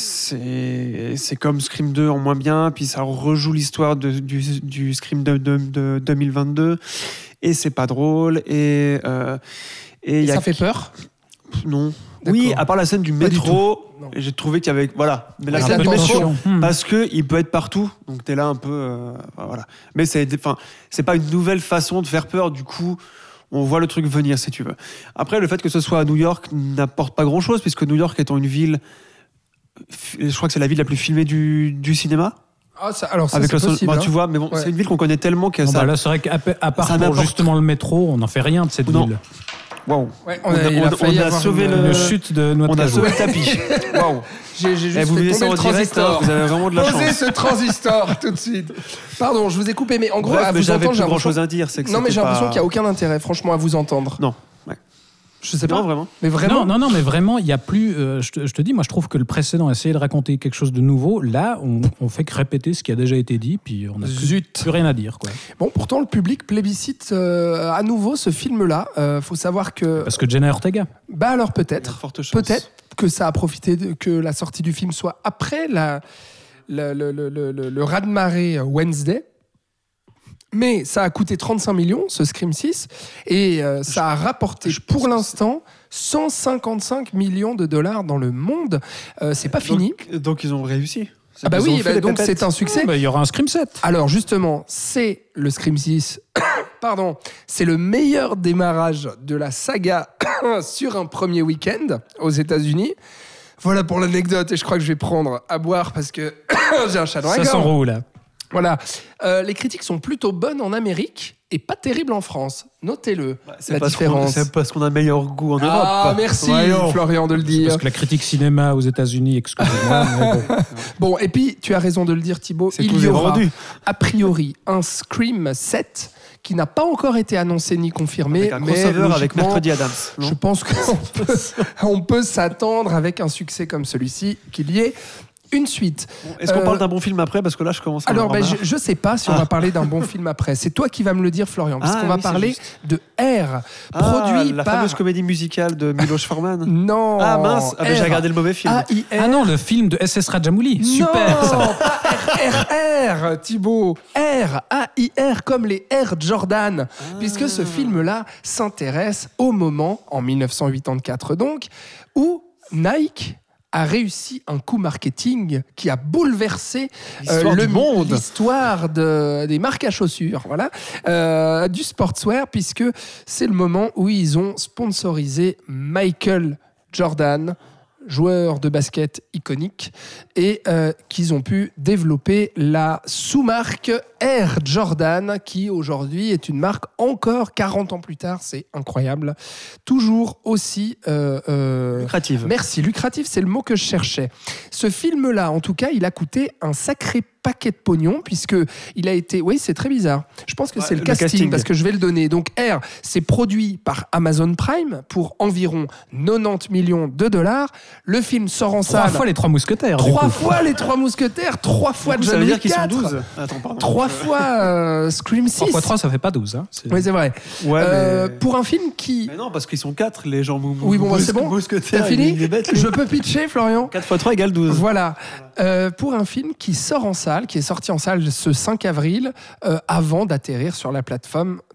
c'est comme Scream 2 en moins bien, puis ça rejoue l'histoire du Scream de 2022, et c'est pas drôle, et ça fait peur ? Non. D'accord. Oui, à part la scène du métro, j'ai trouvé qu'il y avait mais la scène du métro, parce que il peut être partout, donc t'es là un peu, voilà. Mais c'est pas une nouvelle façon de faire peur, du coup. On voit le truc venir, si tu veux. Après, le fait que ce soit à New York n'apporte pas grand-chose, puisque New York étant une ville, je crois que c'est la ville la plus filmée du cinéma. Ah, alors ça, c'est possible. Tu vois, mais bon, c'est une ville qu'on connaît tellement que ça... Là, c'est vrai qu'à part pour justement le métro, on n'en fait rien de cette ville. Waouh. Ouais, on a sauvé une chute de noix de cajou. On a sauvé le tapis. Waouh. J'ai juste fait tomber le transistor. Vous avez vraiment de la chance. Posez ce transistor tout de suite. Pardon, je vous ai coupé, mais en gros, à vous entendre, j'ai grand-chose à dire. Non, mais j'ai l'impression qu'il n'y a aucun intérêt, franchement, à vous entendre. Non. Je sais pas. Non, vraiment. Mais vraiment. Non, mais vraiment, il y a plus. Je te dis, moi, je trouve que le précédent essayait de raconter quelque chose de nouveau. Là, on fait que répéter ce qui a déjà été dit, puis on n'a plus rien à dire, quoi. Bon, pourtant, le public plébiscite à nouveau ce film-là. Faut savoir que. Parce que Jenna Ortega. Bah alors peut-être. Forte chance. Peut-être que ça a profité que la sortie du film soit après le raz-de-marée Wednesday. Mais ça a coûté 35 millions, ce Scream 6, et ça a rapporté pour l'instant 155 millions de dollars dans le monde. C'est pas fini. Donc ils ont réussi. Ah bah oui, donc c'est un succès. Il y aura un Scream 7. Alors justement, c'est le Scream 6. Pardon, c'est le meilleur démarrage de la saga sur un premier week-end aux États-Unis. Voilà pour l'anecdote, et je crois que je vais prendre à boire parce que j'ai un chat dans la gorge. Ça s'enroule là. Voilà. Les critiques sont plutôt bonnes en Amérique et pas terribles en France. Notez-le, la différence. C'est parce qu'on a meilleur goût en Europe. Ah, merci Florian de le dire. Parce que la critique cinéma aux États-Unis, excusez-moi. Bon, et puis tu as raison de le dire, Thibaut. Il y aura a priori un Scream 7 qui n'a pas encore été annoncé ni confirmé. Avec un crossover avec Mercredi Adams. Non, je pense qu'on peut s'attendre avec un succès comme celui-ci qu'il y ait une suite. Est-ce qu'on parle d'un bon film après ? Parce que là, je commence à... Alors, je sais pas si on va parler d'un bon film après. C'est toi qui vas me le dire, Florian. Parce qu'on va parler de R, produit la par... fameuse comédie musicale de Miloš Forman. Non. Ah mince, j'ai regardé le mauvais film. Ah non, le film de SS Rajamouli. Super, ça. Non, pas RRR, Thibaut. R, A-I-R, comme les Air Jordan. Puisque ce film-là s'intéresse au moment, en 1984 donc, où Nike a réussi un coup marketing qui a bouleversé l'histoire des marques à chaussures, voilà, du sportswear, puisque c'est le moment où ils ont sponsorisé Michael Jordan, joueur de basket iconique, et qu'ils ont pu développer la sous-marque Air Jordan, qui aujourd'hui est une marque encore 40 ans plus tard, c'est incroyable, toujours aussi lucrative. Merci, lucrative, c'est le mot que je cherchais. Ce film-là, en tout cas, il a coûté un sacré paquet de pognon, puisque il a été... Oui, c'est très bizarre. Je pense que c'est le casting, parce que je vais le donner. Donc, R, c'est produit par Amazon Prime pour environ 90 millions de dollars. Le film sort en salle... 3 fois les 3 mousquetaires. 3 fois les 3 mousquetaires, 3 fois John Wick 4. Ça veut dire qu'ils sont 12. Attends, pardon. 3 fois Scream 6. 3 fois 3, ça fait pas 12. Hein. Oui, c'est vrai. Ouais, mais... Pour un film qui... Mais non, parce qu'ils sont 4, les gens Oui, bon, c'est bon. T'as fini ? Je peux pitcher, Florian ? 4 x 3 égale 12. Voilà. Pour un film qui sort en salle, qui est sorti en salle ce 5 avril, avant d'atterrir sur la plateforme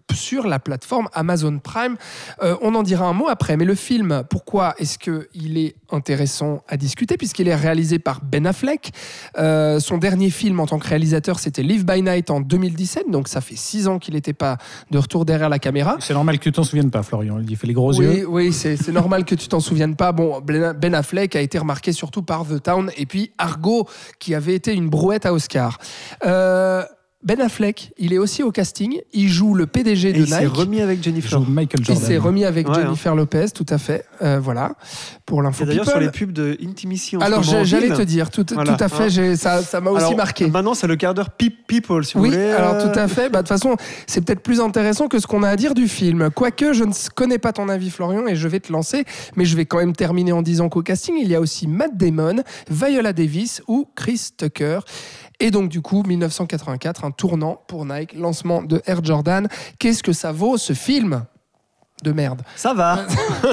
sur la plateforme Amazon Prime. On en dira un mot après, mais le film, pourquoi est-ce qu'il est intéressant à discuter, puisqu'il est réalisé par Ben Affleck. Son dernier film en tant que réalisateur, c'était Live by Night en 2017, donc ça fait 6 ans qu'il n'était pas de retour derrière la caméra. C'est normal que tu t'en souviennes pas, Florian. Il fait les gros yeux. Oui, c'est normal que tu t'en souviennes pas. Bon, Ben Affleck a été remarqué surtout par The Town et puis Argo, qui avait été une brouette à Oscar. Ben Affleck, il est aussi au casting. Il joue le PDG de Nike. Il s'est remis avec Jennifer. Michael Jordan. Il s'est remis avec Jennifer Lopez, tout à fait. Voilà, pour l'info. Et d'ailleurs, People. sur les pubs de Intimacy en Alors, ce moment, j'allais te dire, tout à fait, ça m'a aussi marqué. Maintenant, c'est le quart d'heure People, si vous voulez. Oui, alors tout à fait. De toute façon, c'est peut-être plus intéressant que ce qu'on a à dire du film. Quoique, je ne connais pas ton avis, Florian, et je vais te lancer, mais je vais quand même terminer en disant qu'au casting, il y a aussi Matt Damon, Viola Davis ou Chris Tucker. Et donc, du coup, 1984, un tournant pour Nike, lancement de Air Jordan. Qu'est-ce que ça vaut, ce film de merde? Ça va.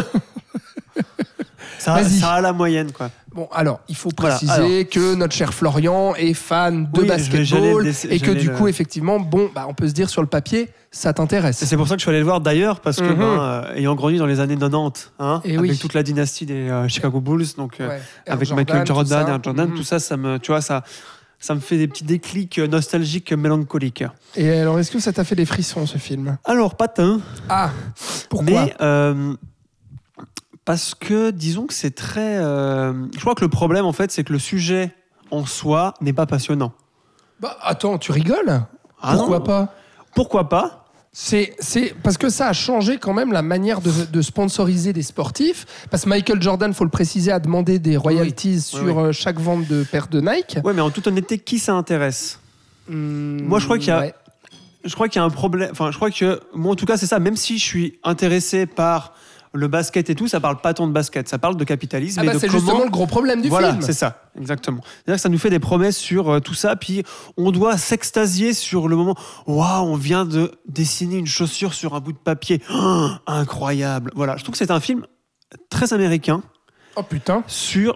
ça a la moyenne, quoi. Bon, alors, il faut préciser que notre cher Florian est fan de basketball et que du coup, effectivement, on peut se dire sur le papier, ça t'intéresse. C'est pour ça que je suis allé le voir d'ailleurs, parce que ayant grandi dans les années 90, avec toute la dynastie des Chicago Bulls, donc avec Jordan, Michael Jordan, Air Jordan, tout ça, ça me fait des petits déclics nostalgiques, mélancoliques. Et alors, est-ce que ça t'a fait des frissons, ce film? Alors, pas tant. Ah, pourquoi? Mais parce que, disons que c'est très... je crois que le problème, en fait, c'est que le sujet en soi n'est pas passionnant. Bah, attends, tu rigoles? Pourquoi pas? Pourquoi pas? C'est parce que ça a changé quand même la manière de sponsoriser des sportifs. Parce que Michael Jordan, faut le préciser, a demandé des royalties sur chaque vente de paire de Nike. Ouais, mais en toute honnêteté, qui ça intéresse? Moi, je crois qu'il y a... Je crois qu'il y a un problème... Enfin, je crois que... Moi, en tout cas, c'est ça. Même si je suis intéressé par le basket et tout, ça parle pas tant de basket. Ça parle de capitalisme et de c'est comment... justement le gros problème du film. Voilà, c'est ça. Exactement. C'est-à-dire que ça nous fait des promesses sur tout ça, puis on doit s'extasier sur le moment. Waouh, on vient de dessiner une chaussure sur un bout de papier. Oh, incroyable. Voilà, je trouve que c'est un film très américain. Oh putain. Sur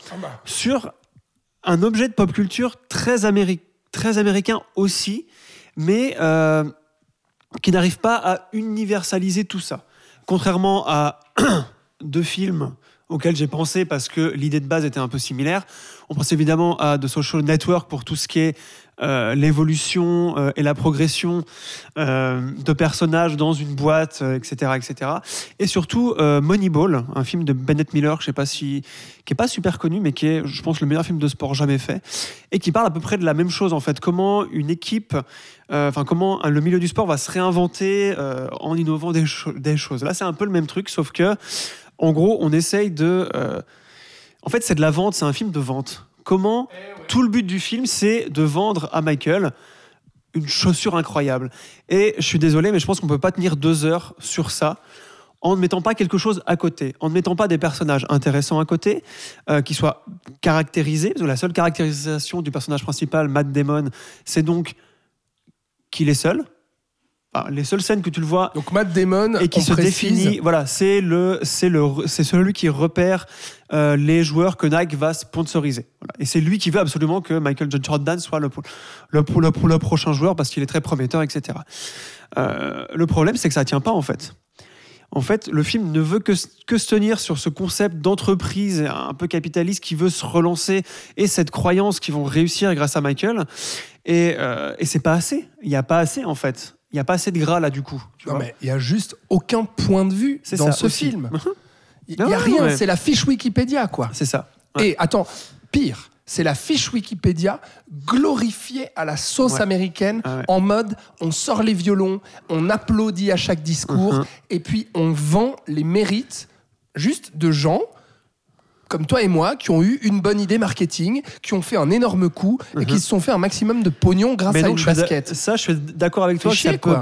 un objet de pop culture très américain aussi, mais qui n'arrive pas à universaliser tout ça. Contrairement à deux films auxquels j'ai pensé parce que l'idée de base était un peu similaire. On pense évidemment à The Social Network pour tout ce qui est l'évolution et la progression de personnages dans une boîte, etc., etc. Et surtout Moneyball, un film de Bennett Miller, qui est pas super connu, mais qui est, je pense, le meilleur film de sport jamais fait, et qui parle à peu près de la même chose en fait. Comment une équipe, comment le milieu du sport va se réinventer en innovant des choses. Là, c'est un peu le même truc, sauf que en gros, on essaye de... En fait, c'est de la vente, c'est un film de vente. Comment tout le but du film, c'est de vendre à Michael une chaussure incroyable. Et je suis désolé, mais je pense qu'on ne peut pas tenir 2 heures sur ça en ne mettant pas quelque chose à côté, en ne mettant pas des personnages intéressants à côté, qui soient caractérisés. Parce que la seule caractérisation du personnage principal, Matt Damon, c'est donc qu'il est seul. Enfin, les seules scènes que tu le vois, donc Matt Damon, et qui se définit, voilà, c'est celui qui repère les joueurs que Nike va sponsoriser. Voilà. Et c'est lui qui veut absolument que Michael Jordan soit le prochain joueur parce qu'il est très prometteur, etc. Le problème, c'est que ça tient pas en fait. En fait, le film ne veut que se tenir sur ce concept d'entreprise un peu capitaliste qui veut se relancer et cette croyance qu'ils vont réussir grâce à Michael. Et c'est pas assez. Il y a pas assez en fait. Il n'y a pas assez de gras là du coup. Mais il n'y a juste aucun point de vue dans ce film. Il n'y a rien, c'est la fiche Wikipédia quoi. C'est ça. Ouais. Et attends, pire, c'est la fiche Wikipédia glorifiée à la sauce américaine, en mode on sort les violons, on applaudit à chaque discours, et puis on vend les mérites juste de gens comme toi et moi, qui ont eu une bonne idée marketing, qui ont fait un énorme coup et qui se sont fait un maximum de pognon grâce à une basket. Ça, je suis d'accord avec toi,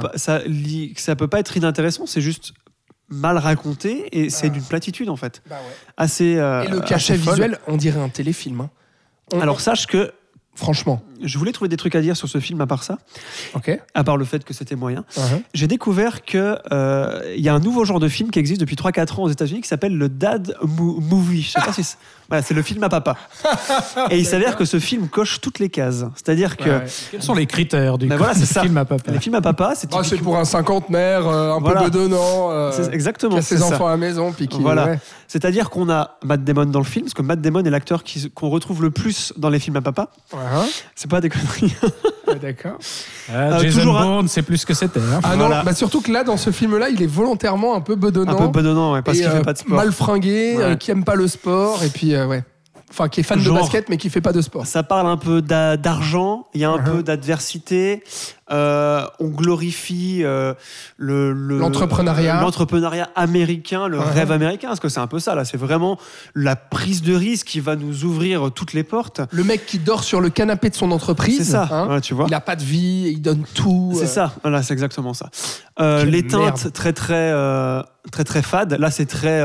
ça peut pas être inintéressant, c'est juste mal raconté et c'est d'une platitude en fait. Et le cachet visuel, on dirait un téléfilm. Hein. Alors sache que... Franchement. je voulais trouver des trucs à dire sur ce film à part ça, Ok. à part le fait que c'était moyen. Uh-huh. J'ai découvert que il y a un nouveau genre de film qui existe depuis 3-4 ans aux États-Unis qui s'appelle le dad movie. Je sais pas si voilà, c'est le film à papa. Et il s'avère que ce film coche toutes les cases. C'est-à-dire que Quels sont les critères du voilà, c'est ça. film à papa? Les films à papa, c'est Ah, c'est pour un cinquantenaire un Voilà. peu bedonnant, c'est exactement qui a ses c'est enfants ça. à la maison, puis qui... Voilà. ouais. C'est-à-dire qu'on a Matt Damon dans le film, parce que Matt Damon est l'acteur qu'on retrouve le plus dans les films à papa. Uh-huh. C'est pas des conneries. Ouais, d'accord. Jason toujours Bourne, c'est plus que c'était. Hein. Ah Voilà. non, bah surtout que là, dans ce film-là, il est volontairement un peu bedonnant. Un peu bedonnant, ouais, parce et, qu'il fait pas de sport. mal fringué, Ouais. qui aime pas le sport, et puis ouais. Enfin, qui est fan Genre- de basket, mais qui fait pas de sport. Ça parle un peu d'argent, il y a un Uh-huh. peu d'adversité, on glorifie L'entrepreneuriat. l'entrepreneuriat américain, le Uh-huh. rêve américain, parce que c'est un peu ça, là, c'est vraiment la prise de risque qui va nous ouvrir toutes les portes. Le mec qui dort sur le canapé de son entreprise. C'est ça, hein, ouais, tu vois. il a pas de vie, il donne tout. C'est ça, voilà, c'est exactement ça. Quelle Les teintes merde. très fades, là c'est très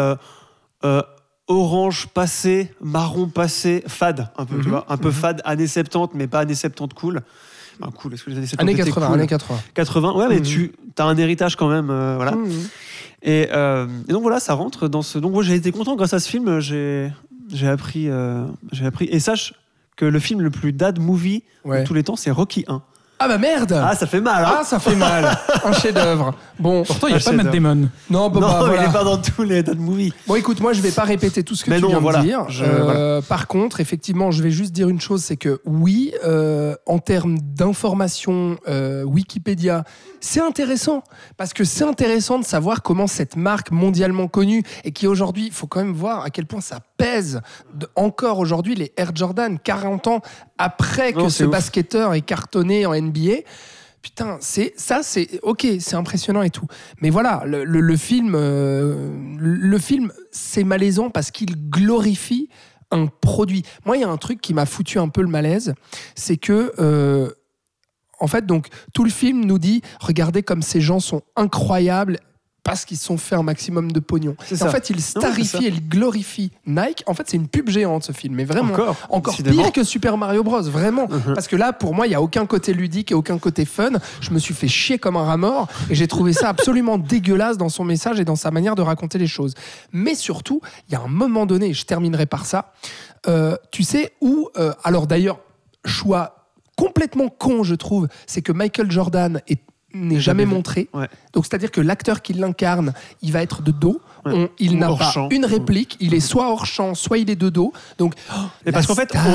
orange passé, marron passé, fade un peu, tu vois, un peu fade, années 70, mais pas années 70 cool. Enfin, cool, est-ce que les années 70 Années étaient 80, cool années 80. 80, ouais, mais tu as un héritage quand même, voilà. Mhm. Et donc voilà, ça rentre dans ce. Donc moi j'ai été content grâce à ce film, j'ai appris. Et sache que le film le plus dad movie Ouais. de tous les temps, c'est Rocky 1. Ah bah merde. Ah, ça fait mal, hein. Ah, ça fait mal. Un chef-d'œuvre. Bon, Pourtant, il n'y a Ah, pas Matt chef-d'œuvre. Damon. non, bah, Non, bah, il voilà. est pas dans tous les dad movies. Bon, écoute, moi, je vais pas répéter tout ce que Mais tu non, viens voilà. de dire. Voilà. Par contre, effectivement, je vais juste dire une chose, c'est que oui, en termes d'information, Wikipédia, c'est intéressant parce que c'est intéressant de savoir comment cette marque mondialement connue et qui aujourd'hui, il faut quand même voir à quel point ça pèse encore aujourd'hui les Air Jordan 40 ans après que Non, ce c'est ouf. basketteur est cartonné en NBA. Putain, c'est ok, c'est impressionnant et tout. Mais voilà, le film, c'est malaisant parce qu'il glorifie un produit. Moi, il y a un truc qui m'a foutu un peu le malaise, c'est que, en fait, donc tout le film nous dit, regardez comme ces gens sont incroyables. Parce qu'ils se sont fait un maximum de pognon. C'est Et ça. en fait, il c'est ça. starifie et il glorifie Nike. En fait, c'est une pub géante, ce film. Mais vraiment, encore décidément. pire que Super Mario Bros. Vraiment. Parce que là, pour moi, il n'y a aucun côté ludique et aucun côté fun. Je me suis fait chier comme un rat mort. Et j'ai trouvé ça absolument dégueulasse dans son message et dans sa manière de raconter les choses. Mais surtout, il y a un moment donné, et je terminerai par ça, tu sais, où... alors d'ailleurs, choix complètement con, je trouve, c'est que Michael Jordan n'est jamais montré. Ouais. Donc, c'est-à-dire que l'acteur qui l'incarne, il va être de dos. Ouais. Il Ou n'a hors pas champ. une réplique. Il est soit hors champ, soit il est de dos. Donc, Mais parce qu'en fait, on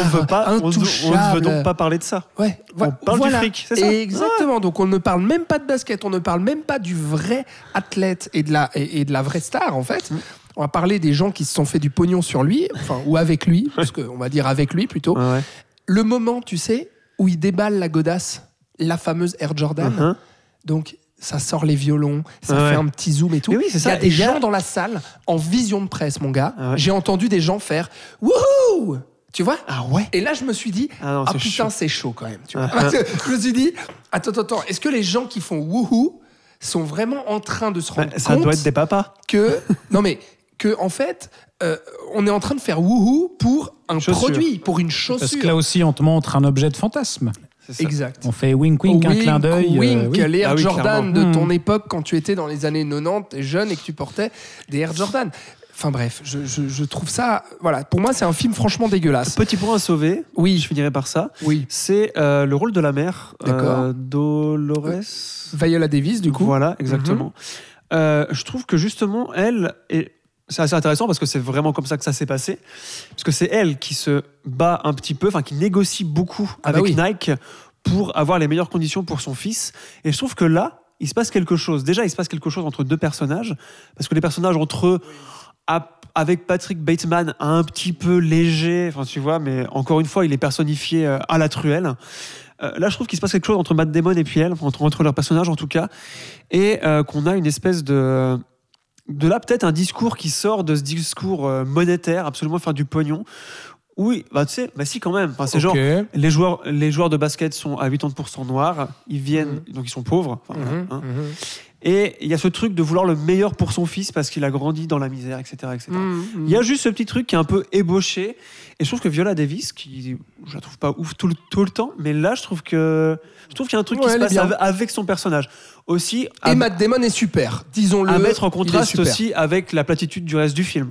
ne veut donc pas parler de ça. Ouais, On parle du fric, c'est ça. Exactement. Donc, on ne parle même pas de basket. On ne parle même pas du vrai athlète et de la vraie star, en fait. On va parler des gens qui se sont fait du pognon sur lui, enfin, ou avec lui, parce qu'on va dire avec lui plutôt. Ouais. Le moment, tu sais, où il déballe la godasse, la fameuse Air Jordan. Uh-huh. Donc, ça sort les violons, ça Ouais. fait un petit zoom et tout. Mais oui, c'est Il y a ça. des Et il y a- gens dans la salle en vision de presse, mon gars. Ah ouais. J'ai entendu des gens faire « Wouhou !» Tu vois? Ah ouais. Et là, je me suis dit Ah non, ah c'est putain, chaud. c'est chaud quand même. Tu vois. Ah. Je me suis dit attends, est-ce que les gens qui font « Wouhou !» sont vraiment en train de se rendre Ça compte doit être des papas. que... Non mais, que en fait, on est en train de faire « Wouhou !» pour un Chaussure. produit, pour une Parce chaussure. que là aussi, on te montre un objet de fantasme. C'est ça. Exact. On fait wink wink, un Wink, clin d'œil. wink, oui. les Air Ah oui, Jordan clairement. de ton époque quand tu étais dans les années 90, t'es jeune et que tu portais des Air Jordan. Enfin bref, je trouve ça... Voilà, pour moi, c'est un film franchement dégueulasse. Petit point à sauver. Oui. Je finirai par ça. Oui. C'est le rôle de la mère, D'accord. Dolores. Viola Davis, du coup. Voilà, exactement. Je trouve que justement, elle est. C'est assez intéressant parce que c'est vraiment comme ça que ça s'est passé. Parce que c'est elle qui se bat un petit peu, enfin qui négocie beaucoup Ah bah avec oui. Nike pour avoir les meilleures conditions pour son fils. Et je trouve que là, il se passe quelque chose. Déjà, il se passe quelque chose entre deux personnages. Parce que les personnages entre eux, avec Patrick Bateman, un petit peu léger, enfin tu vois, mais encore une fois, il est personnifié à la truelle. Là, je trouve qu'il se passe quelque chose entre Matt Damon et puis elle, entre leurs personnages en tout cas, et qu'on a une espèce de là peut-être un discours qui sort de ce discours monétaire, absolument faire du pognon. Oui, bah tu sais, bah si quand même. Enfin, c'est Ok. genre les joueurs de basket sont à 80% noirs, ils viennent donc ils sont pauvres. Enfin, Mhm, hein. mhm. Et il y a ce truc de vouloir le meilleur pour son fils parce qu'il a grandi dans la misère, etc. etc. Il y a juste ce petit truc qui est un peu ébauché. Et je trouve que Viola Davis, qui je la trouve pas ouf tout le temps, mais là je trouve qu'il y a un truc qui se passe avec son personnage. Aussi, et Matt Damon est super, disons-le. À mettre en contraste aussi avec la platitude du reste du film.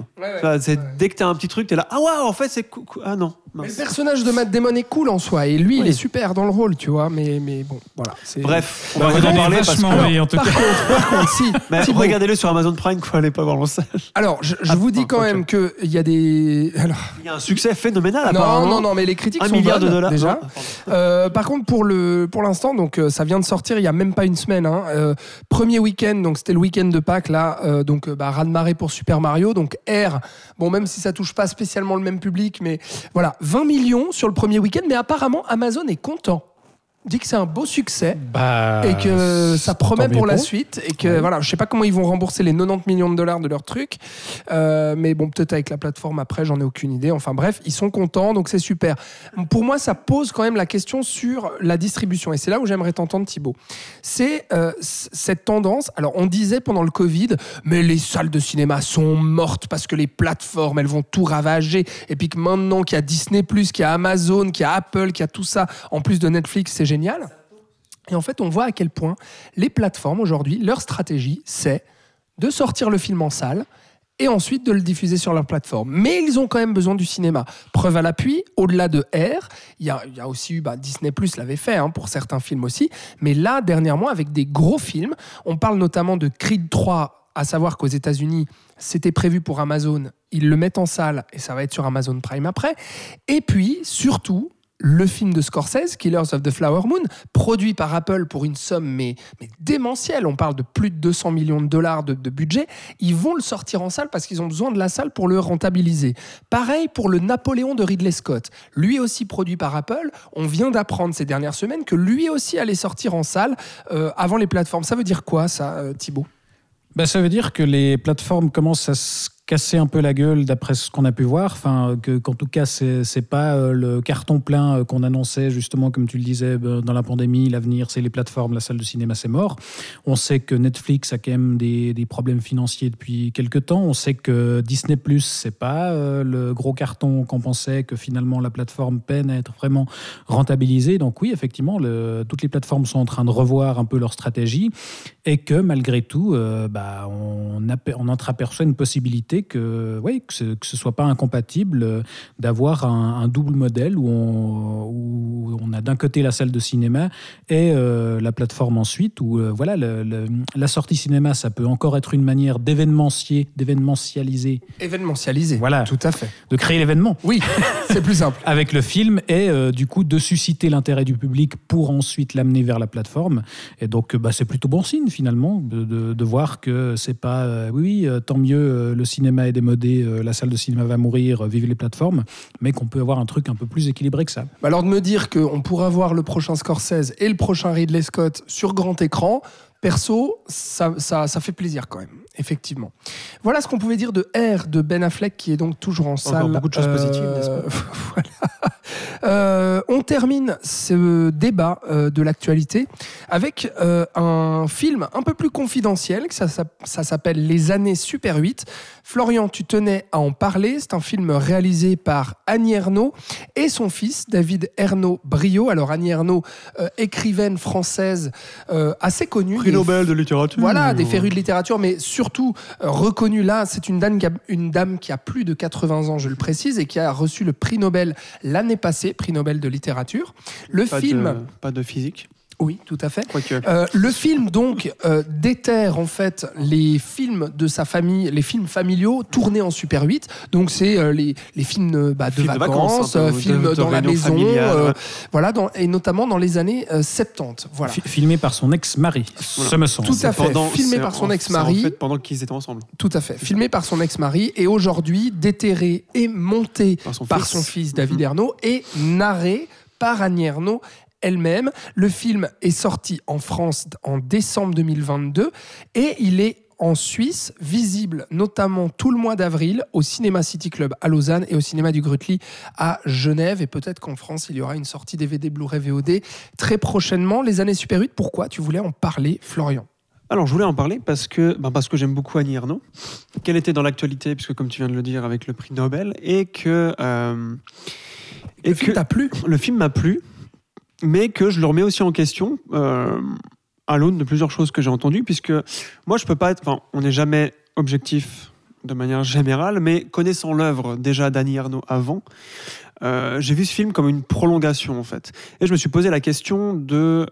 Dès que t'as un petit truc, t'es là, ah ouais, en fait c'est cool. Ah non. Mais le personnage de Matt Damon est cool en soi, et lui il est super dans le rôle, tu vois. Mais bon, voilà. Bref, on va en parler parce que. Par contre, si. Mais regardez-le sur Amazon Prime, quoi, allez pas voir en salle. Alors, je vous dis quand même qu'il y a des. Alors... Il y a un succès phénoménal, apparemment. Non, mais les critiques sont $1 milliard bonnes, déjà. Par contre, pour l'instant, donc ça vient de sortir il y a même pas une semaine. Premier week-end, donc c'était le week-end de Pâques, là, raz-de-marée pour Super Mario. Donc R, bon, même si ça touche pas spécialement le même public, mais voilà, 20 millions sur le premier week-end, mais apparemment Amazon est content. Dit que c'est un beau succès et que ça promet pour la suite et que voilà, je sais pas comment ils vont rembourser les 90 millions de dollars de leur truc, mais bon, peut-être avec la plateforme après, j'en ai aucune idée. Enfin bref, ils sont contents, donc c'est super. Pour moi, ça pose quand même la question sur la distribution et c'est là où j'aimerais t'entendre, Thibaut. C'est cette tendance. Alors on disait pendant le Covid, mais les salles de cinéma sont mortes parce que les plateformes, elles vont tout ravager et puis que maintenant qu'il y a Disney+, qu'il y a Amazon, qu'il y a Apple, qu'il y a tout ça, en plus de Netflix, c'est génial. Et en fait, on voit à quel point les plateformes aujourd'hui, leur stratégie, c'est de sortir le film en salle et ensuite de le diffuser sur leur plateforme. Mais ils ont quand même besoin du cinéma. Preuve à l'appui, au-delà de R, il y a aussi eu, Disney+ l'avait fait pour certains films aussi, mais là, dernièrement, avec des gros films, on parle notamment de Creed 3, à savoir qu'aux États-Unis, c'était prévu pour Amazon, ils le mettent en salle et ça va être sur Amazon Prime après. Et puis, surtout, le film de Scorsese, Killers of the Flower Moon, produit par Apple pour une somme mais démentielle, on parle de plus de 200 millions de dollars de budget, ils vont le sortir en salle parce qu'ils ont besoin de la salle pour le rentabiliser. Pareil pour le Napoléon de Ridley Scott, lui aussi produit par Apple, on vient d'apprendre ces dernières semaines que lui aussi allait sortir en salle avant les plateformes. Ça veut dire quoi ça, Thibaut ? Ça veut dire que les plateformes commencent à se casser un peu la gueule d'après ce qu'on a pu voir, qu'en tout cas c'est pas le carton plein qu'on annonçait justement comme tu le disais dans la pandémie, l'avenir c'est les plateformes, la salle de cinéma c'est mort. On sait que Netflix a quand même des problèmes financiers depuis quelques temps, on sait que Disney+ c'est pas le gros carton qu'on pensait, que finalement la plateforme peine à être vraiment rentabilisée, donc oui effectivement toutes les plateformes sont en train de revoir un peu leur stratégie et que malgré tout on entreaperçoit une possibilité que ce soit pas incompatible d'avoir un double modèle où on a d'un côté la salle de cinéma et la plateforme ensuite, où la sortie cinéma, ça peut encore être une manière d'événementialiser. Voilà, tout à fait. De créer l'événement. Oui, c'est plus simple. Avec le film et du coup de susciter l'intérêt du public pour ensuite l'amener vers la plateforme. Et donc c'est plutôt bon signe finalement de voir que c'est pas tant mieux le cinéma est démodé, la salle de cinéma va mourir, vive les plateformes, mais qu'on peut avoir un truc un peu plus équilibré que ça. Alors de me dire qu'on pourra voir le prochain Scorsese et le prochain Ridley Scott sur grand écran, perso, ça fait plaisir quand même, effectivement. Voilà ce qu'on pouvait dire de R de Ben Affleck, qui est donc toujours en salle. Encore beaucoup de choses positives, n'est-ce pas ? Voilà. On termine ce débat de l'actualité avec un film un peu plus confidentiel, ça s'appelle Les Années Super 8. Florian, tu tenais à en parler. C'est un film réalisé par Annie Ernaux et son fils, David Ernaux-Brio. Alors Annie Ernaux, écrivaine française assez connue. Prix Nobel de littérature. Voilà, des férus de littérature, mais surtout reconnue là. C'est une dame qui a plus de 80 ans, je le précise, et qui a reçu le prix Nobel l'année passée, prix Nobel de littérature. Pas de physique. Oui, tout à fait. Le film, donc, déterre, en fait, les films de sa famille, les films familiaux tournés en Super 8. Donc, c'est les films de vacances, films dans la maison, et notamment dans les années 70. Voilà. Filmé par son ex-mari, ça me semble. Tout à fait. Filmé par son ex-mari. En fait, pendant qu'ils étaient ensemble. Tout à fait. Filmé par son ex-mari et aujourd'hui déterré et monté par son fils David Ernaux et narré par Annie Ernaux elle-même. Le film est sorti en France en décembre 2022 et il est en Suisse, visible notamment tout le mois d'avril au Cinéma City Club à Lausanne et au Cinéma du Grutli à Genève. Et peut-être qu'en France, il y aura une sortie DVD, Blu-ray, VOD très prochainement. Les Années Super 8, pourquoi tu voulais en parler, Florian ? Alors, je voulais en parler parce que j'aime beaucoup Annie Ernaux, qu'elle était dans l'actualité, puisque comme tu viens de le dire, avec le prix Nobel, et que... Le film t'a plu ? Le film m'a plu, mais que je le remets aussi en question à l'aune de plusieurs choses que j'ai entendues, puisque moi, je peux pas être... Enfin, on n'est jamais objectif de manière générale, mais connaissant l'œuvre déjà d'Annie Ernaux avant, j'ai vu ce film comme une prolongation, en fait. Et je me suis posé la question de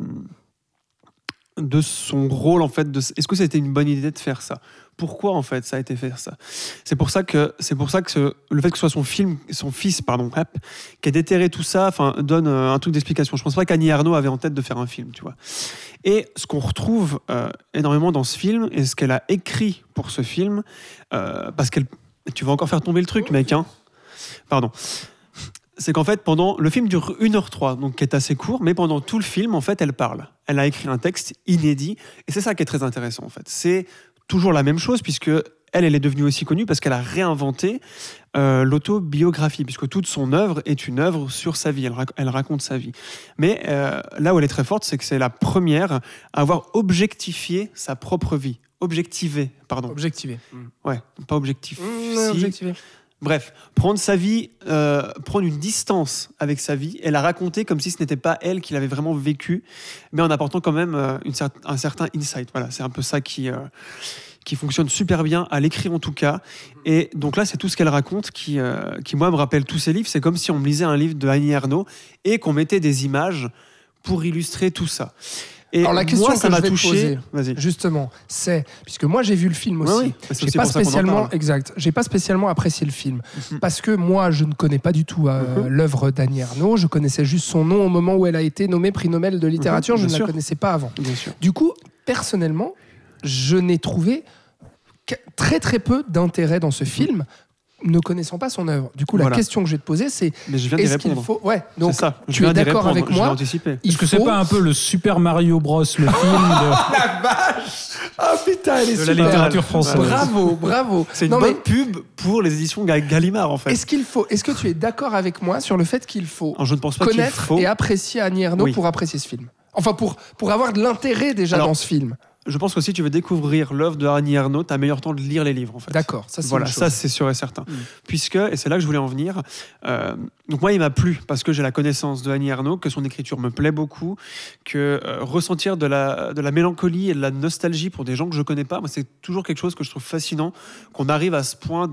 son rôle, en fait. Est-ce que c'était une bonne idée de faire ça ? Pourquoi, en fait, ça a été fait ça ? C'est pour ça que le fait que ce soit son fils, qui a déterré tout ça, donne un truc d'explication. Je pense pas qu'Annie Ernaux avait en tête de faire un film, tu vois. Et ce qu'on retrouve énormément dans ce film, et ce qu'elle a écrit pour ce film, parce qu'elle... Tu vas encore faire tomber le truc, mec, hein ? Pardon. C'est qu'en fait, le film dure 1h03, donc qui est assez court, mais pendant tout le film, en fait, elle parle. Elle a écrit un texte inédit, et c'est ça qui est très intéressant, en fait. C'est toujours la même chose, puisque elle est devenue aussi connue parce qu'elle a réinventé l'autobiographie, puisque toute son œuvre est une œuvre sur sa vie. Elle raconte sa vie. Mais là où elle est très forte, c'est que c'est la première à avoir objectifié sa propre vie. Objectivé, pardon. Objectivé. Ouais, pas objectif. Objectivé. Bref, prendre sa vie, prendre une distance avec sa vie et la raconter comme si ce n'était pas elle qui l'avait vraiment vécu, mais en apportant quand même un certain insight. Voilà, c'est un peu ça qui fonctionne super bien, à l'écrire en tout cas. Et donc là, c'est tout ce qu'elle raconte qui moi, me rappelle tous ses livres. C'est comme si on me lisait un livre de Annie Ernaux et qu'on mettait des images pour illustrer tout ça. Et alors la question moi, que ça je m'a vais touché, te poser, justement, c'est, puisque moi j'ai vu le film aussi, oui, j'ai pas spécialement apprécié le film, parce que moi je ne connais pas du tout l'œuvre d'Annie Ernaux, je connaissais juste son nom au moment où elle a été nommée prix Nobel de littérature, je ne la connaissais pas avant. Du coup, personnellement, je n'ai trouvé très très peu d'intérêt dans ce film, ne connaissant pas son œuvre. Du coup, la question que je vais te poser, c'est... Mais je viens d'y répondre. Ouais, donc tu es d'accord avec moi. Est-ce que c'est pas un peu le Super Mario Bros, le film La vache. Oh putain, elle est de super. La littérature française. Bravo. C'est une bonne pub pour les éditions Gallimard, en fait. Est-ce que tu es d'accord avec moi sur le fait qu'il faut je ne pense pas connaître et apprécier Annie Ernaux pour apprécier ce film ? Enfin, pour avoir de l'intérêt déjà dans ce film. Je pense que si tu veux découvrir l'œuvre de Annie Ernaux, tu as meilleur temps de lire les livres, en fait. D'accord, ça c'est voilà, une chose. ça c'est sûr et certain. Puisque, et c'est là que je voulais en venir, donc moi il m'a plu parce que j'ai la connaissance de Annie Ernaux, que son écriture me plaît beaucoup, que ressentir de la mélancolie et de la nostalgie pour des gens que je connais pas, moi c'est toujours quelque chose que je trouve fascinant, qu'on arrive à ce point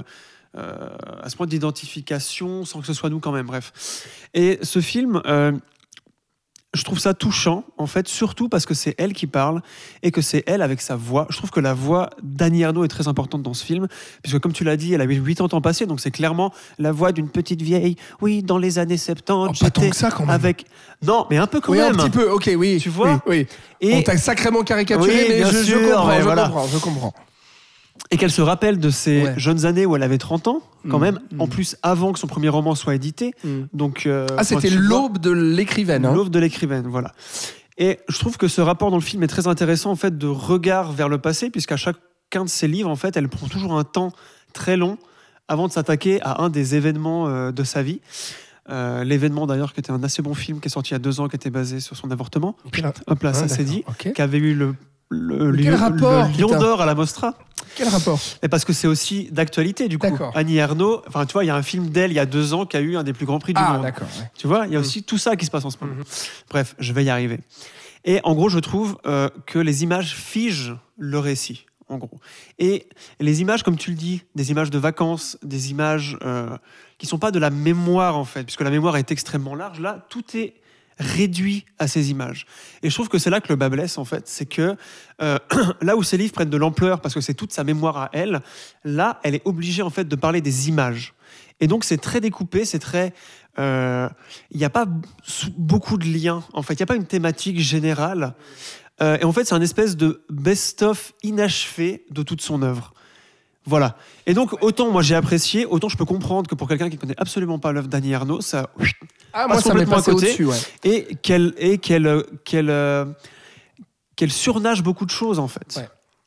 d'identification sans que ce soit nous quand même, bref. Et ce film... je trouve ça touchant, en fait, surtout parce que c'est elle qui parle et que c'est elle avec sa voix. Je trouve que la voix d'Annie Ernaux est très importante dans ce film, puisque comme tu l'as dit, elle avait 80 ans passés, donc c'est clairement la voix d'une petite vieille. Oui, dans les années 70, pas tant que ça, quand même. avec... Non, mais un peu quand même. Un petit peu, ok, oui. Tu vois ? Oui. Et... On t'a sacrément caricaturé, mais je comprends. Et qu'elle se rappelle de ces jeunes années où elle avait 30 ans, quand même, en plus avant que son premier roman soit édité. Donc, c'était l'aube de l'écrivaine. L'aube de l'écrivaine, voilà. Et je trouve que ce rapport dans le film est très intéressant, en fait, de regard vers le passé, puisqu'à chacun de ses livres, en fait, elle prend toujours un temps très long avant de s'attaquer à un des événements de sa vie. L'événement d'ailleurs qui était un assez bon film qui est sorti il y a 2 ans, qui était basé sur son avortement. Hop là, ça c'est dit. Okay. Qui avait eu le rapport, Lion d'Or à la Mostra. Quel rapport ? Et parce que c'est aussi d'actualité du coup. D'accord. Annie Ernaux, enfin tu vois, il y a un film d'elle il y a 2 ans qui a eu un des plus grands prix du monde. D'accord. Ouais. Tu vois, il y a aussi tout ça qui se passe en ce moment. Bref, je vais y arriver. Et en gros, je trouve que les images figent le récit. En gros. Et les images, comme tu le dis, des images de vacances, des images qui sont pas de la mémoire en fait, puisque la mémoire est extrêmement large. Là, tout est réduit à ces images. Et je trouve que c'est là que le bas blesse en fait, c'est que là où ces livres prennent de l'ampleur parce que c'est toute sa mémoire à elle, là, elle est obligée en fait de parler des images. Et donc c'est très découpé, c'est très, il n'y a pas beaucoup de liens en fait, il n'y a pas une thématique générale. Et en fait, c'est un espèce de best-of inachevé de toute son œuvre. Voilà. Et donc, autant moi j'ai apprécié, autant je peux comprendre que pour quelqu'un qui connaît absolument pas l'œuvre d'Annie Ernaux, ça moi ça m'est passé au-dessus, ouais. Et qu'elle surnage beaucoup de choses en fait. Ouais.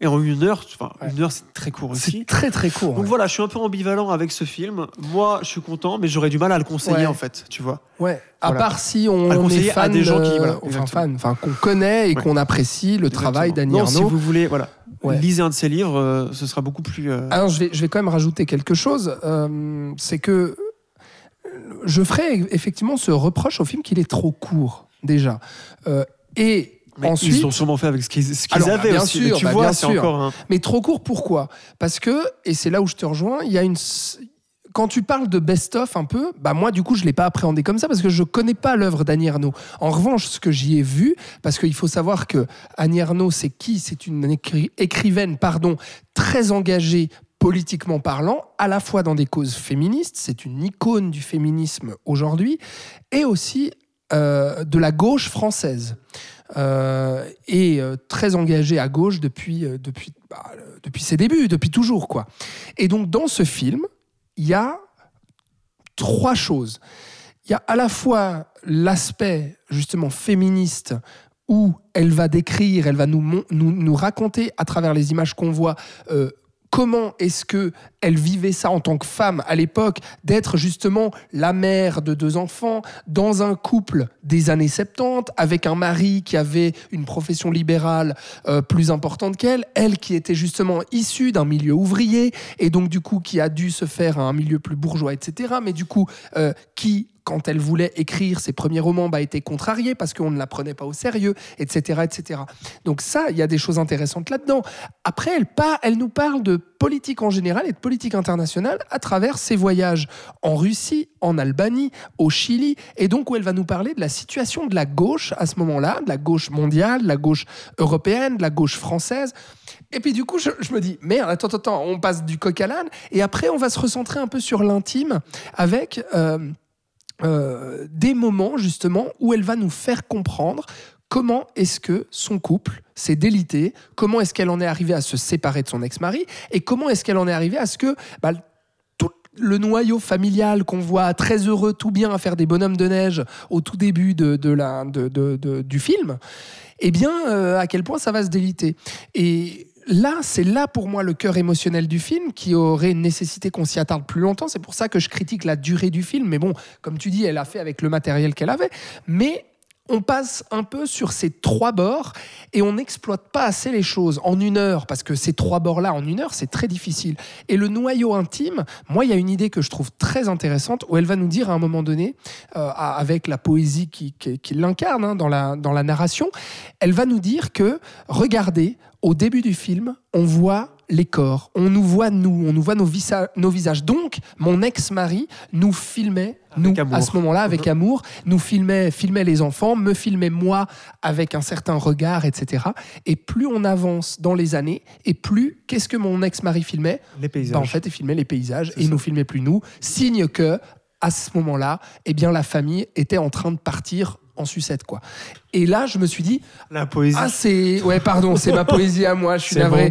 Et en 1 heure, une heure, c'est très court aussi. C'est très très court. Donc voilà, je suis un peu ambivalent avec ce film. Moi, je suis content, mais j'aurais du mal à le conseiller en fait, tu vois. Ouais. À Voilà. part si on est fan à des gens qui, qu'on connaît et qu'on apprécie le travail d'Annie Ernaux. Si vous voulez, Ouais. lisez un de ses livres, ce sera beaucoup plus. Alors je vais quand même rajouter quelque chose. C'est que je ferai effectivement ce reproche au film qu'il est trop court déjà. Mais ensuite, ils ont sûrement fait avec ce qu'ils avaient bien aussi. sûr, mais tu vois, bien c'est sûr. encore un. Mais trop court, pourquoi ? Parce que, et c'est là où je te rejoins, il y a une. Quand tu parles de best-of un peu, moi du coup je l'ai pas appréhendé comme ça parce que je connais pas l'œuvre d'Annie Ernaux. En revanche, ce que j'y ai vu, parce qu'il faut savoir que Annie Ernaux, c'est qui ? C'est une écrivaine, très engagée politiquement parlant, à la fois dans des causes féministes, c'est une icône du féminisme aujourd'hui, et aussi de la gauche française. Et très engagée à gauche depuis ses débuts, depuis toujours, quoi. Et donc dans ce film, il y a 3 choses. Il y a à la fois l'aspect justement féministe où elle va décrire, elle va nous raconter à travers les images qu'on voit comment est-ce qu'elle vivait ça en tant que femme à l'époque, d'être justement la mère de 2 enfants, dans un couple des années 70, avec un mari qui avait une profession libérale plus importante qu'elle, elle qui était justement issue d'un milieu ouvrier, et donc du coup qui a dû se faire à un milieu plus bourgeois, etc. Mais du coup, qui... quand elle voulait écrire ses premiers romans, était contrariée parce qu'on ne la prenait pas au sérieux, etc., etc. Donc ça, il y a des choses intéressantes là-dedans. Après, elle nous parle de politique en général et de politique internationale à travers ses voyages en Russie, en Albanie, au Chili, et donc où elle va nous parler de la situation de la gauche à ce moment-là, de la gauche mondiale, de la gauche européenne, de la gauche française. Et puis du coup, je me dis, merde, attends, on passe du coq à l'âne, et après on va se recentrer un peu sur l'intime avec... des moments justement où elle va nous faire comprendre comment est-ce que son couple s'est délité, comment est-ce qu'elle en est arrivée à se séparer de son ex-mari et comment est-ce qu'elle en est arrivée à ce que tout le noyau familial qu'on voit très heureux, tout bien à faire des bonhommes de neige au tout début du film, à quel point ça va se déliter. Et là, c'est là pour moi le cœur émotionnel du film qui aurait nécessité qu'on s'y attarde plus longtemps. C'est pour ça que je critique la durée du film. Mais bon, comme tu dis, elle a fait avec le matériel qu'elle avait. Mais on passe un peu sur ces 3 bords et on n'exploite pas assez les choses en 1 heure, parce que ces 3 bords-là, en 1 heure, c'est très difficile. Et le noyau intime, moi, il y a une idée que je trouve très intéressante où elle va nous dire à un moment donné, avec la poésie qui l'incarne dans la narration, elle va nous dire que, regardez, au début du film, on voit les corps, on nous voit nos visages. Donc, mon ex-mari nous filmait, à ce moment-là, avec amour, nous filmait les enfants, me filmait moi avec un certain regard, etc. Et plus on avance dans les années, et plus, qu'est-ce que mon ex-mari filmait ? Les paysages. En fait, il filmait les paysages et il nous filmait plus nous. Signe que, à ce moment-là, la famille était en train de partir en sucette, quoi. Et là, je me suis dit... La poésie. c'est ma poésie à moi, je suis navré.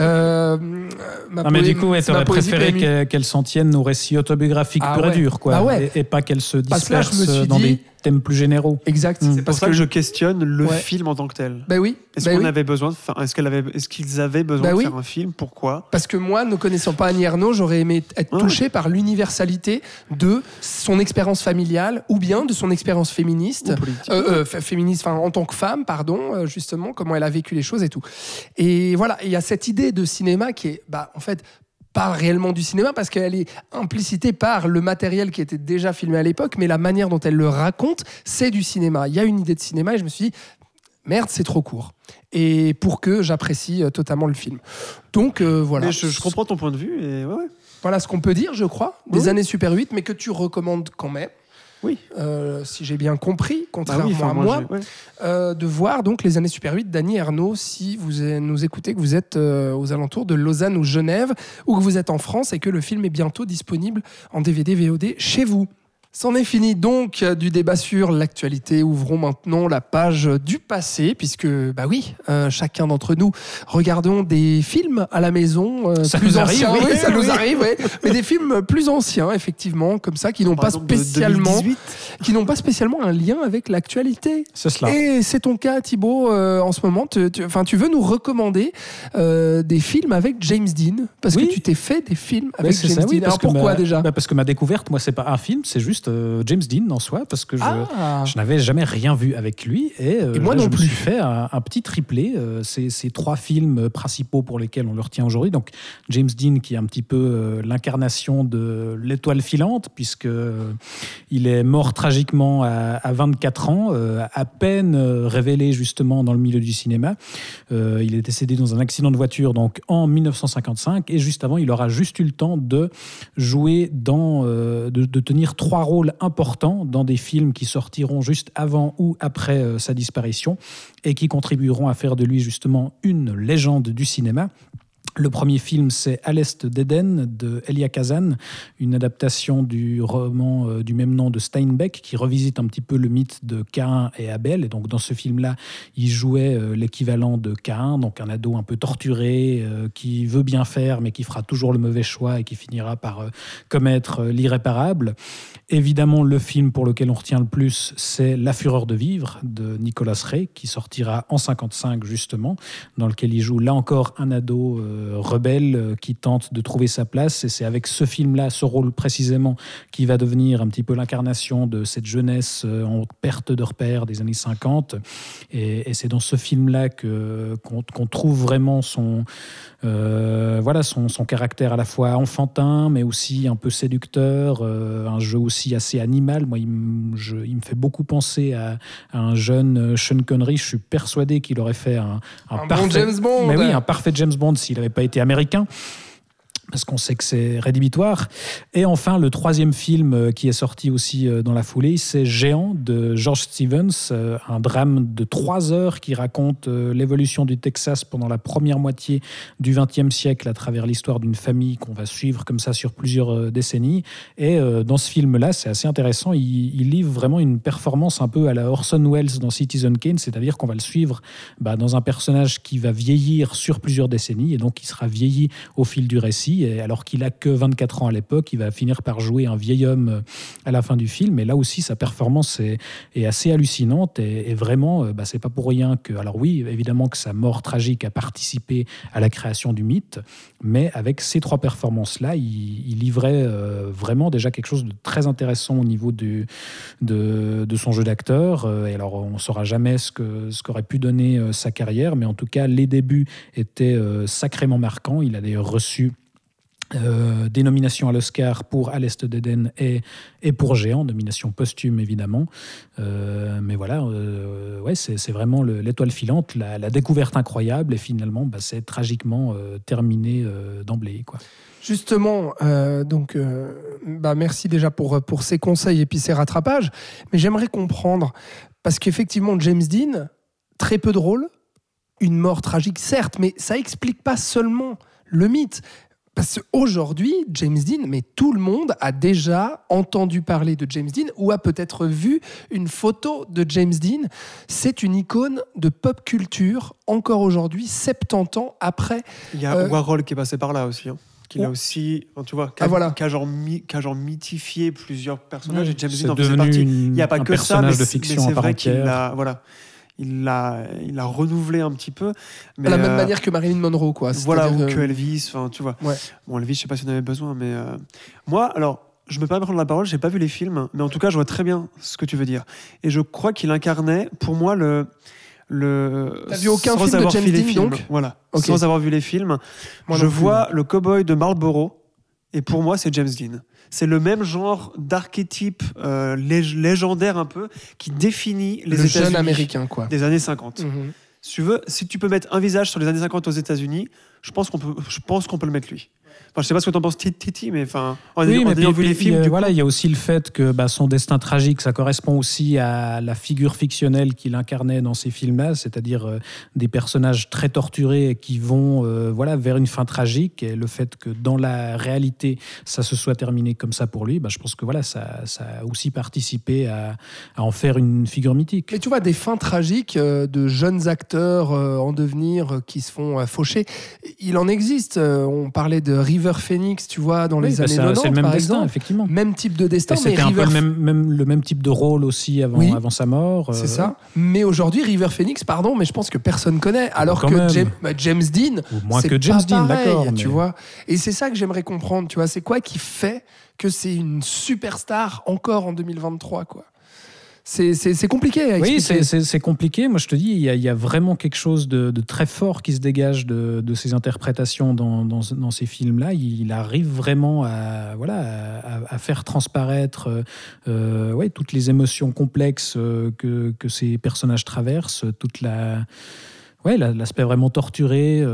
Mais du coup, tu aurais préféré qu'elle s'en tienne aux récits autobiographiques purs et durs, quoi. Et pas qu'elle se disperse dans des thèmes plus généraux. Exact. C'est pour ça que je questionne le film en tant que tel. Oui. Avait besoin est-ce qu'ils avaient besoin de faire un film ? Pourquoi ? Parce que moi, ne connaissant pas Annie Ernaux, j'aurais aimé être touché par l'universalité de son expérience familiale ou bien de son expérience féministe. Féministe, en tant que femme, justement, comment elle a vécu les choses et tout. Et voilà, il y a cette idée de cinéma qui est, en fait, pas réellement du cinéma parce qu'elle est implicitée par le matériel qui était déjà filmé à l'époque, mais la manière dont elle le raconte, c'est du cinéma. Il y a une idée de cinéma et je me suis dit, merde, c'est trop court. Et pour que j'apprécie totalement le film. Donc, voilà. Mais je comprends ton point de vue et ouais. Voilà ce qu'on peut dire, je crois, des années Super 8, mais que tu recommandes quand même. Oui. Si j'ai bien compris, contrairement à moi, de voir donc Les années Super 8 d'Annie Ernaux, si vous nous écoutez, que vous êtes aux alentours de Lausanne ou Genève, ou que vous êtes en France et que le film est bientôt disponible en DVD, VOD chez vous. C'en est fini donc du débat sur l'actualité. Ouvrons maintenant la page du passé, puisque, chacun d'entre nous regardons des films à la maison Ça plus nous arrive, anciens. oui. Ça nous arrive, oui. Mais des films plus anciens, effectivement, comme ça, qui n'ont pas spécialement un lien avec l'actualité. C'est cela. Et c'est ton cas, Thibaut, en ce moment. Tu veux nous recommander des films avec James Dean, parce que tu t'es fait des films avec James Dean. Alors pourquoi déjà ? Parce que ma découverte, moi, c'est pas un film, c'est juste James Dean en soi, parce que je n'avais jamais rien vu avec lui. Et moi non plus. Je me suis fait un petit triplé. Ces 3 films principaux pour lesquels on le retient aujourd'hui. Donc James Dean, qui est un petit peu l'incarnation de l'étoile filante, puisque il est mort tragiquement à 24 ans, à peine révélé justement dans le milieu du cinéma. Il est décédé dans un accident de voiture donc en 1955, et juste avant, il aura juste eu le temps de jouer de tenir 3 rôles importants dans des films qui sortiront juste avant ou après sa disparition et qui contribueront à faire de lui justement une légende du cinéma. Le premier film, c'est À l'Est d'Éden de Elia Kazan, une adaptation du roman du même nom de Steinbeck, qui revisite un petit peu le mythe de Caïn et Abel. Et donc, dans ce film-là, il jouait l'équivalent de Caïn, donc un ado un peu torturé, qui veut bien faire, mais qui fera toujours le mauvais choix et qui finira par commettre l'irréparable. Évidemment, le film pour lequel on retient le plus, c'est La Fureur de vivre de Nicolas Ray, qui sortira en 1955, justement, dans lequel il joue là encore un ado rebelle qui tente de trouver sa place, et c'est avec ce film-là, ce rôle précisément, qui va devenir un petit peu l'incarnation de cette jeunesse en perte de repères des années 50, et c'est dans ce film-là qu'on trouve vraiment son caractère à la fois enfantin mais aussi un peu séducteur, un jeu aussi assez animal. Moi, il me fait beaucoup penser à un jeune Sean Connery. Je suis persuadé qu'il aurait fait un parfait bon James Bond. Mais oui, un parfait James Bond s'il n'avait pas été américain, parce qu'on sait que c'est rédhibitoire. Et enfin, le 3e film qui est sorti aussi dans la foulée, c'est Géant de George Stevens, un drame de 3 heures qui raconte l'évolution du Texas pendant la première moitié du XXe siècle à travers l'histoire d'une famille qu'on va suivre comme ça sur plusieurs décennies. Et dans ce film-là, c'est assez intéressant, il livre vraiment une performance un peu à la Orson Welles dans Citizen Kane, c'est-à-dire qu'on va le suivre dans un personnage qui va vieillir sur plusieurs décennies, et donc qui sera vieilli au fil du récit. Et alors qu'il n'a que 24 ans à l'époque, il va finir par jouer un vieil homme à la fin du film. Et là aussi, sa performance est assez hallucinante. Et vraiment, c'est pas pour rien que... Alors oui, évidemment que sa mort tragique a participé à la création du mythe, mais avec ces 3 performances-là, il livrait vraiment déjà quelque chose de très intéressant au niveau de son jeu d'acteur. Et alors, on ne saura jamais ce qu'aurait pu donner sa carrière, mais en tout cas, les débuts étaient sacrément marquants. Il a d'ailleurs reçu des nominations à l'Oscar pour À l'Est d'Éden et pour Géant, nomination posthume évidemment. Mais voilà, c'est vraiment l'étoile filante, la découverte incroyable, et finalement, c'est tragiquement terminé d'emblée, quoi. Justement, merci déjà pour ces conseils et puis ces rattrapages, mais j'aimerais comprendre, parce qu'effectivement, James Dean, très peu de rôles, une mort tragique certes, mais ça explique pas seulement le mythe. Parce qu'aujourd'hui, James Dean, mais tout le monde a déjà entendu parler de James Dean ou a peut-être vu une photo de James Dean. C'est une icône de pop culture, encore aujourd'hui, 70 ans après. Il y a Warhol qui est passé par là aussi. Qui a aussi, tu vois, qui a genre mythifié plusieurs personnages. Et James Dean en faisait partie. Il n'y a pas que ça, mais c'est vrai qu'il a... Il l'a renouvelé un petit peu. Mais à la même manière que Marilyn Monroe, quoi. Voilà, ou que Elvis, tu vois. Ouais. Bon, Elvis, je ne sais pas si on avait besoin, mais... Moi, alors, je ne me permets de prendre la parole, je n'ai pas vu les films, mais en tout cas, je vois très bien ce que tu veux dire. Et je crois qu'il incarnait, pour moi, T'as vu aucun film de James Dean, donc ? Voilà, okay. Sans avoir vu les films. Je vois le cow-boy de Marlboro, et pour moi, c'est James Dean. C'est le même genre d'archétype légendaire un peu qui définit les États-Unis jeune américain, quoi. Des années 50. Si tu peux mettre un visage sur les années 50 aux États-Unis, je pense qu'on peut le mettre lui. Enfin, je sais pas ce que t'en penses, Titi, mais enfin, en Oui, ayant vu les films, il y a aussi le fait que son destin tragique, ça correspond aussi à la figure fictionnelle qu'il incarnait dans ces films-là, c'est-à-dire des personnages très torturés qui vont vers une fin tragique. Et le fait que dans la réalité, ça se soit terminé comme ça pour lui, je pense que ça a aussi participé à en faire une figure mythique. Mais tu vois, des fins tragiques de jeunes acteurs en devenir qui se font faucher, il en existe. On parlait de River Phoenix, tu vois, dans les années 90, c'est le même par destin, exemple. effectivement. Même type de destin. Et c'était un peu le même type de rôle aussi avant sa mort. C'est ça. Mais aujourd'hui, River Phoenix, pardon, mais je pense que personne connaît. Alors que James Dean, ou moins c'est que James Dean, pareil, d'accord. Tu vois. Et c'est ça que j'aimerais comprendre. Tu vois, c'est quoi qui fait que c'est une superstar encore en 2023, quoi. C'est compliqué à expliquer. Oui, c'est compliqué. Moi, je te dis, il y a vraiment quelque chose de très fort qui se dégage de ses interprétations dans ces films-là. Il arrive vraiment à faire transparaître toutes les émotions complexes que ces personnages traversent, toute l'aspect vraiment torturé,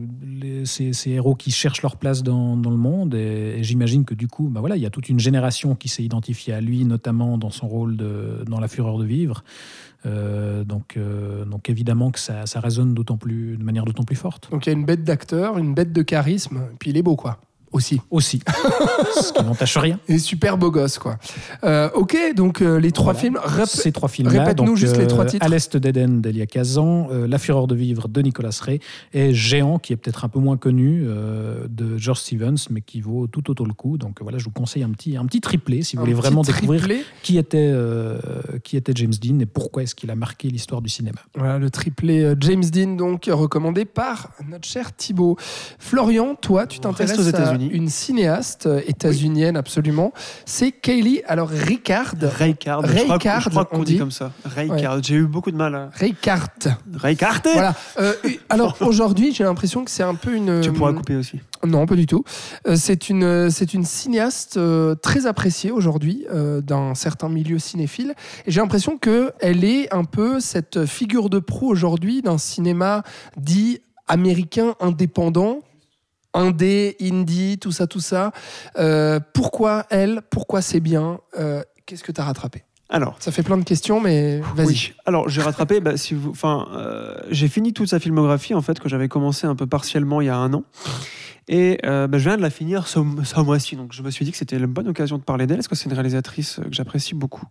ces héros qui cherchent leur place dans le monde. Et j'imagine que du coup, il y a toute une génération qui s'est identifiée à lui, notamment dans son rôle dans La Fureur de vivre. Donc évidemment que ça résonne de manière d'autant plus forte. Donc il y a une bête d'acteur, une bête de charisme, puis il est beau, quoi. Aussi. Ce qui n'entache rien. Et super beau gosse, quoi. Ok, donc les trois films. Ces trois films-là. Répète-nous juste les trois titres. À l'Est d'Éden d'Elia Kazan, La Fureur de vivre de Nicolas Ray et Géant, qui est peut-être un peu moins connu, de George Stevens, mais qui vaut tout autant le coup. Donc je vous conseille un petit triplé si vous voulez vraiment découvrir qui était James Dean et pourquoi est-ce qu'il a marqué l'histoire du cinéma. Voilà, le triplé James Dean, donc recommandé par notre cher Thibaut. Florian, toi, tu t'intéresses aux États-Unis. Une cinéaste états-unienne, absolument. C'est Kaylee, Reichardt. Je crois qu'on dit comme ça. Reichardt. Ouais. J'ai eu beaucoup de mal à... Reichardt. Voilà. Alors aujourd'hui, j'ai l'impression que c'est un peu une... Tu pourras couper aussi. Non, pas du tout. C'est une cinéaste très appréciée aujourd'hui d'un certain milieu cinéphile. Et j'ai l'impression qu'elle est un peu cette figure de proue aujourd'hui d'un cinéma dit américain indépendant, indé, indie, tout ça. Pourquoi elle ? Pourquoi c'est bien ? Qu'est-ce que tu as rattrapé ? Alors, ça fait plein de questions, mais vas-y. Oui. Alors, j'ai rattrapé. J'ai fini toute sa filmographie en fait que j'avais commencé un peu partiellement il y a 1 an, et je viens de la finir ce mois-ci. Donc, je me suis dit que c'était une bonne occasion de parler d'elle. Parce que c'est une réalisatrice que j'apprécie beaucoup.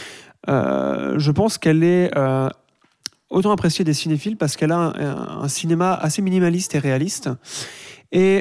Je pense qu'elle est autant appréciée des cinéphiles parce qu'elle a un cinéma assez minimaliste et réaliste. Et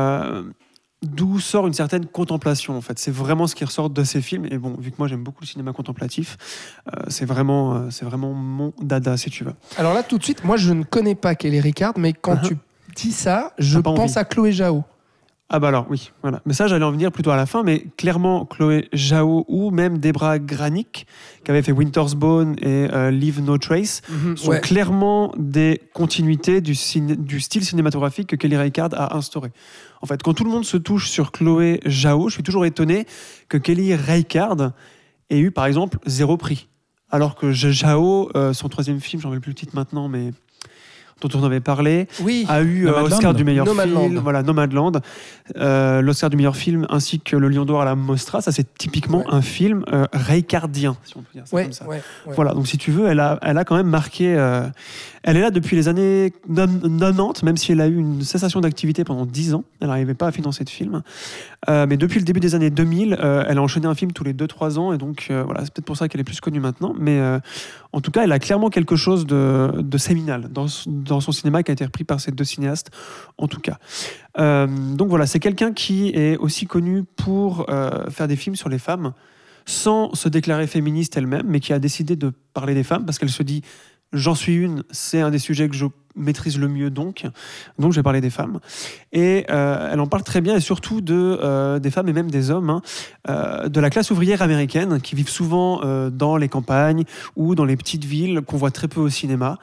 d'où sort une certaine contemplation, en fait. C'est vraiment ce qui ressort de ces films. Et bon, vu que moi j'aime beaucoup le cinéma contemplatif, c'est vraiment mon dada, si tu veux. Alors là, tout de suite, moi je ne connais pas Kelly Reichardt, mais quand tu dis ça, je pense à Chloé Zhao. Ah bah alors, oui, voilà. Mais ça, j'allais en venir plutôt à la fin, mais clairement, Chloé Zhao ou même Debra Granik, qui avait fait Winter's Bone et Leave No Trace, sont clairement des continuités du style cinématographique que Kelly Reichardt a instauré. En fait, quand tout le monde se touche sur Chloé Zhao, je suis toujours étonné que Kelly Reichardt ait eu, par exemple, 0 prix. Alors que Zhao, son 3e film, j'en veux plus le titre maintenant, mais... dont on avait parlé, a eu l'Oscar du meilleur film, Nomadland, l'Oscar du meilleur film, ainsi que le Lion d'Or à la Mostra. Ça, c'est typiquement un film reicharddien, si on peut dire ça comme ça. Voilà, donc si tu veux, elle a quand même marqué... elle est là depuis les années 90, même si elle a eu une cessation d'activité pendant 10 ans. Elle n'arrivait pas à financer de film. Mais depuis le début des années 2000, elle a enchaîné un film tous les 2-3 ans, et donc c'est peut-être pour ça qu'elle est plus connue maintenant. Mais en tout cas, elle a clairement quelque chose de séminal dans son cinéma qui a été repris par ces 2 cinéastes, en tout cas. Donc voilà, c'est quelqu'un qui est aussi connu pour faire des films sur les femmes, sans se déclarer féministe elle-même, mais qui a décidé de parler des femmes, parce qu'elle se dit... J'en suis une, c'est un des sujets que je maîtrise le mieux, donc je vais parler des femmes. Et elle en parle très bien, et surtout des femmes et même des hommes, de la classe ouvrière américaine, qui vivent souvent dans les campagnes ou dans les petites villes, qu'on voit très peu au cinéma.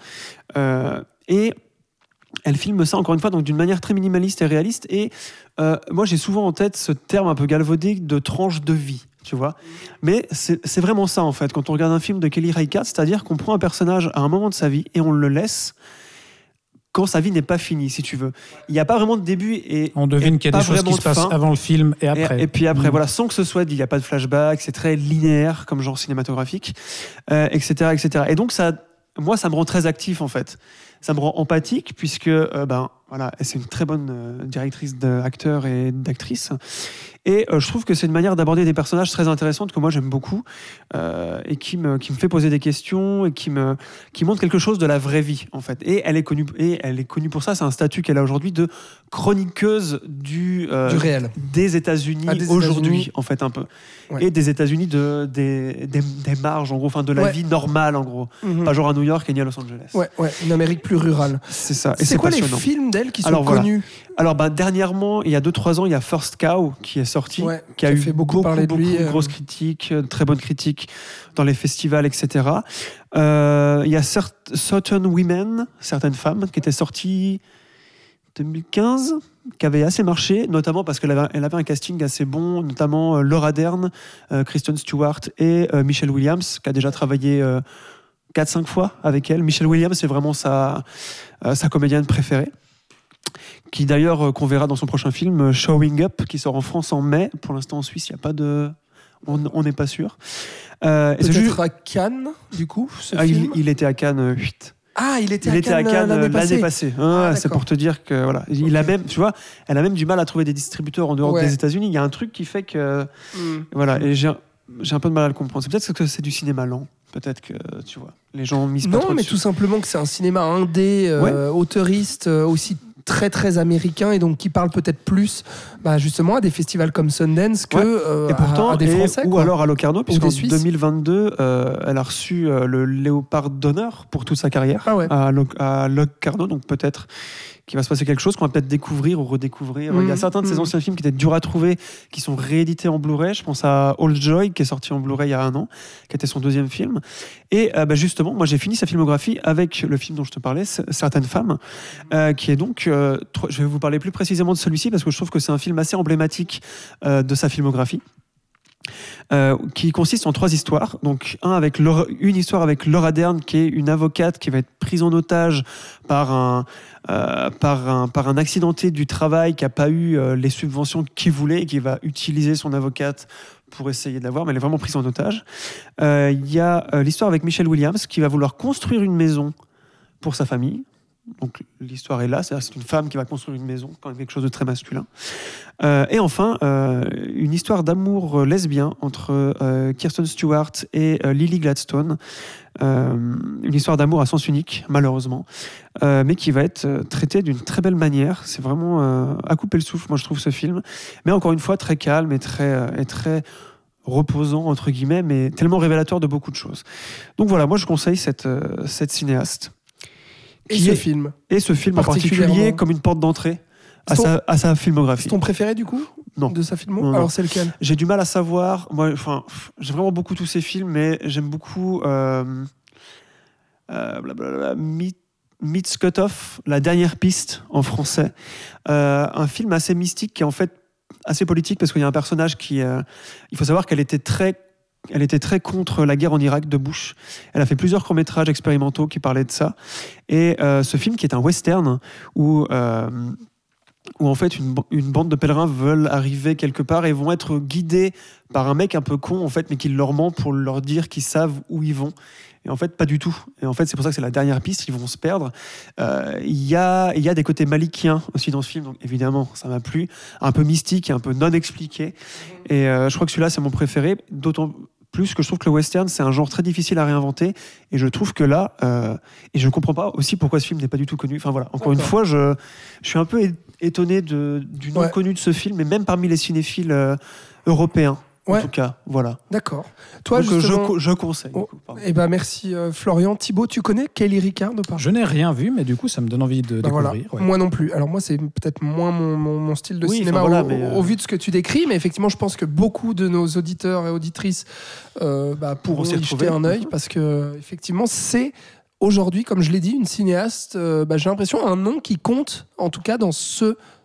Et elle filme ça, encore une fois, donc d'une manière très minimaliste et réaliste. Et moi, j'ai souvent en tête ce terme un peu galvaudé de tranche de vie. Tu vois, mais c'est vraiment ça en fait quand on regarde un film de Kelly Reichardt, c'est-à-dire qu'on prend un personnage à un moment de sa vie et on le laisse quand sa vie n'est pas finie, si tu veux. Il n'y a pas vraiment de début et on devine qu'il y a des choses qui se passent avant le film et après. Et puis après, voilà, sans que ce soit dit, il n'y a pas de flashback, c'est très linéaire comme genre cinématographique, etc., etc. Et donc moi, ça me rend très actif en fait. Ça me rend empathique puisque voilà, c'est une très bonne directrice d'acteurs et d'actrices. Et je trouve que c'est une manière d'aborder des personnages très intéressantes que moi j'aime beaucoup et qui me fait poser des questions et qui montre quelque chose de la vraie vie en fait. Et elle est connue pour ça. C'est un statut qu'elle a aujourd'hui de chroniqueuse du réel des États-Unis aujourd'hui en fait un peu. Ouais. Et des États-Unis des marges en gros, enfin de la vie normale en gros, pas genre à New York et ni à Los Angeles. Ouais, une Amérique plus rurale. C'est ça. Et c'est quoi passionnant. Les films d'elle qui sont connus? Alors dernièrement, il y a 2-3 ans, il y a First Cow qui est sorti, qui a eu fait beaucoup parler de lui, grosses critiques, très bonnes critiques dans les festivals, etc. Il y a Certain Women, certaines femmes, qui était sorti 2015, qui avait assez marché, notamment parce qu'elle avait un casting assez bon, notamment Laura Dern, Kristen Stewart et Michelle Williams, qui a déjà travaillé 4-5 fois avec elle. Michelle Williams, c'est vraiment sa comédienne préférée, qui d'ailleurs qu'on verra dans son prochain film Showing Up, qui sort en France en mai. Pour l'instant en Suisse, il y a pas de, on n'est pas sûr. Peut-être à Cannes, du coup. Il était à Cannes 8. Ah, il était à Cannes l'année passée. C'est pour te dire que voilà, il a même, tu vois, elle a même du mal à trouver des distributeurs en dehors des États-Unis. Il y a un truc qui fait que voilà, et j'ai un peu de mal à le comprendre. C'est peut-être que c'est du cinéma lent. Peut-être que, tu vois, les gens misent pas trop Non, mais dessus. tout simplement que c'est un cinéma indé, auteuriste, aussi très très américain, et donc qui parle peut-être plus justement à des festivals comme Sundance que et pourtant, à des Français. Ou alors à Locarno, puisqu'en Suisses. 2022, elle a reçu le Léopard d'honneur pour toute sa carrière à Locarno, donc peut-être qu'il va se passer quelque chose qu'on va peut-être découvrir ou redécouvrir. Il y a certains de ces anciens films qui étaient durs à trouver, qui sont réédités en Blu-ray. Je pense à Old Joy, qui est sorti en Blu-ray il y a 1 an, qui était son 2e film. Et justement, moi j'ai fini sa filmographie avec le film dont je te parlais, Certaines femmes, qui est donc... je vais vous parler plus précisément de celui-ci, parce que je trouve que c'est un film assez emblématique de sa filmographie. Qui consiste en 3 histoires. Donc une histoire avec Laura Dern, qui est une avocate qui va être prise en otage par un accidenté du travail qui n'a pas eu les subventions qu'il voulait et qui va utiliser son avocate pour essayer de l'avoir, mais elle est vraiment prise en otage. Il y a l'histoire avec Michelle Williams, qui va vouloir construire une maison pour sa famille. Donc l'histoire est là, c'est une femme qui va construire une maison, quand même quelque chose de très masculin. Et enfin, une histoire d'amour lesbien entre Kristen Stewart et Lily Gladstone. Une histoire d'amour à sens unique, malheureusement, mais qui va être traitée d'une très belle manière. C'est vraiment à couper le souffle, moi je trouve, ce film. Mais encore une fois, très calme et très reposant, entre guillemets, mais tellement révélateur de beaucoup de choses. Donc voilà, moi je conseille cette cinéaste. Et ce film en particulier comme une porte d'entrée à sa filmographie. C'est ton préféré du coup? Non. De sa filmo? Non. Alors c'est lequel? J'ai du mal à savoir. Moi, j'aime vraiment beaucoup tous ces films, mais j'aime beaucoup Meets Cut-Off, La dernière piste en français. Un film assez mystique qui est en fait assez politique, parce qu'il y a un personnage qui... il faut savoir qu'elle était très contre la guerre en Irak de Bush. Elle a fait plusieurs courts-métrages expérimentaux qui parlaient de ça. Et ce film, qui est un western, où en fait une bande de pèlerins veulent arriver quelque part et vont être guidés par un mec un peu con, en fait, mais qui leur ment pour leur dire qu'ils savent où ils vont. Et en fait, pas du tout. Et en fait, c'est pour ça que c'est la dernière piste, ils vont se perdre. Il y a des côtés malikiens aussi dans ce film, donc évidemment, ça m'a plu. Un peu mystique et un peu non expliqué. Et je crois que celui-là, c'est mon préféré, d'autant plus que je trouve que le western, c'est un genre très difficile à réinventer. Et je trouve que là, et je ne comprends pas aussi pourquoi ce film n'est pas du tout connu. Enfin voilà, encore une fois, je suis un peu étonné du non connu de ce film, et même parmi les cinéphiles européens. En tout cas, voilà. D'accord. Toi, donc, justement... je conseille. Merci Florian. Thibaut, tu connais Kelly Ricard ou pas? Je n'ai rien vu, mais du coup, ça me donne envie de découvrir. Voilà. Ouais. Moi non plus. Alors moi, c'est peut-être moins mon style de cinéma au vu de ce que tu décris, mais effectivement, je pense que beaucoup de nos auditeurs et auditrices pourront y jeter un œil, parce que effectivement, c'est aujourd'hui, comme je l'ai dit, une cinéaste. J'ai l'impression un nom qui compte, en tout cas dans ce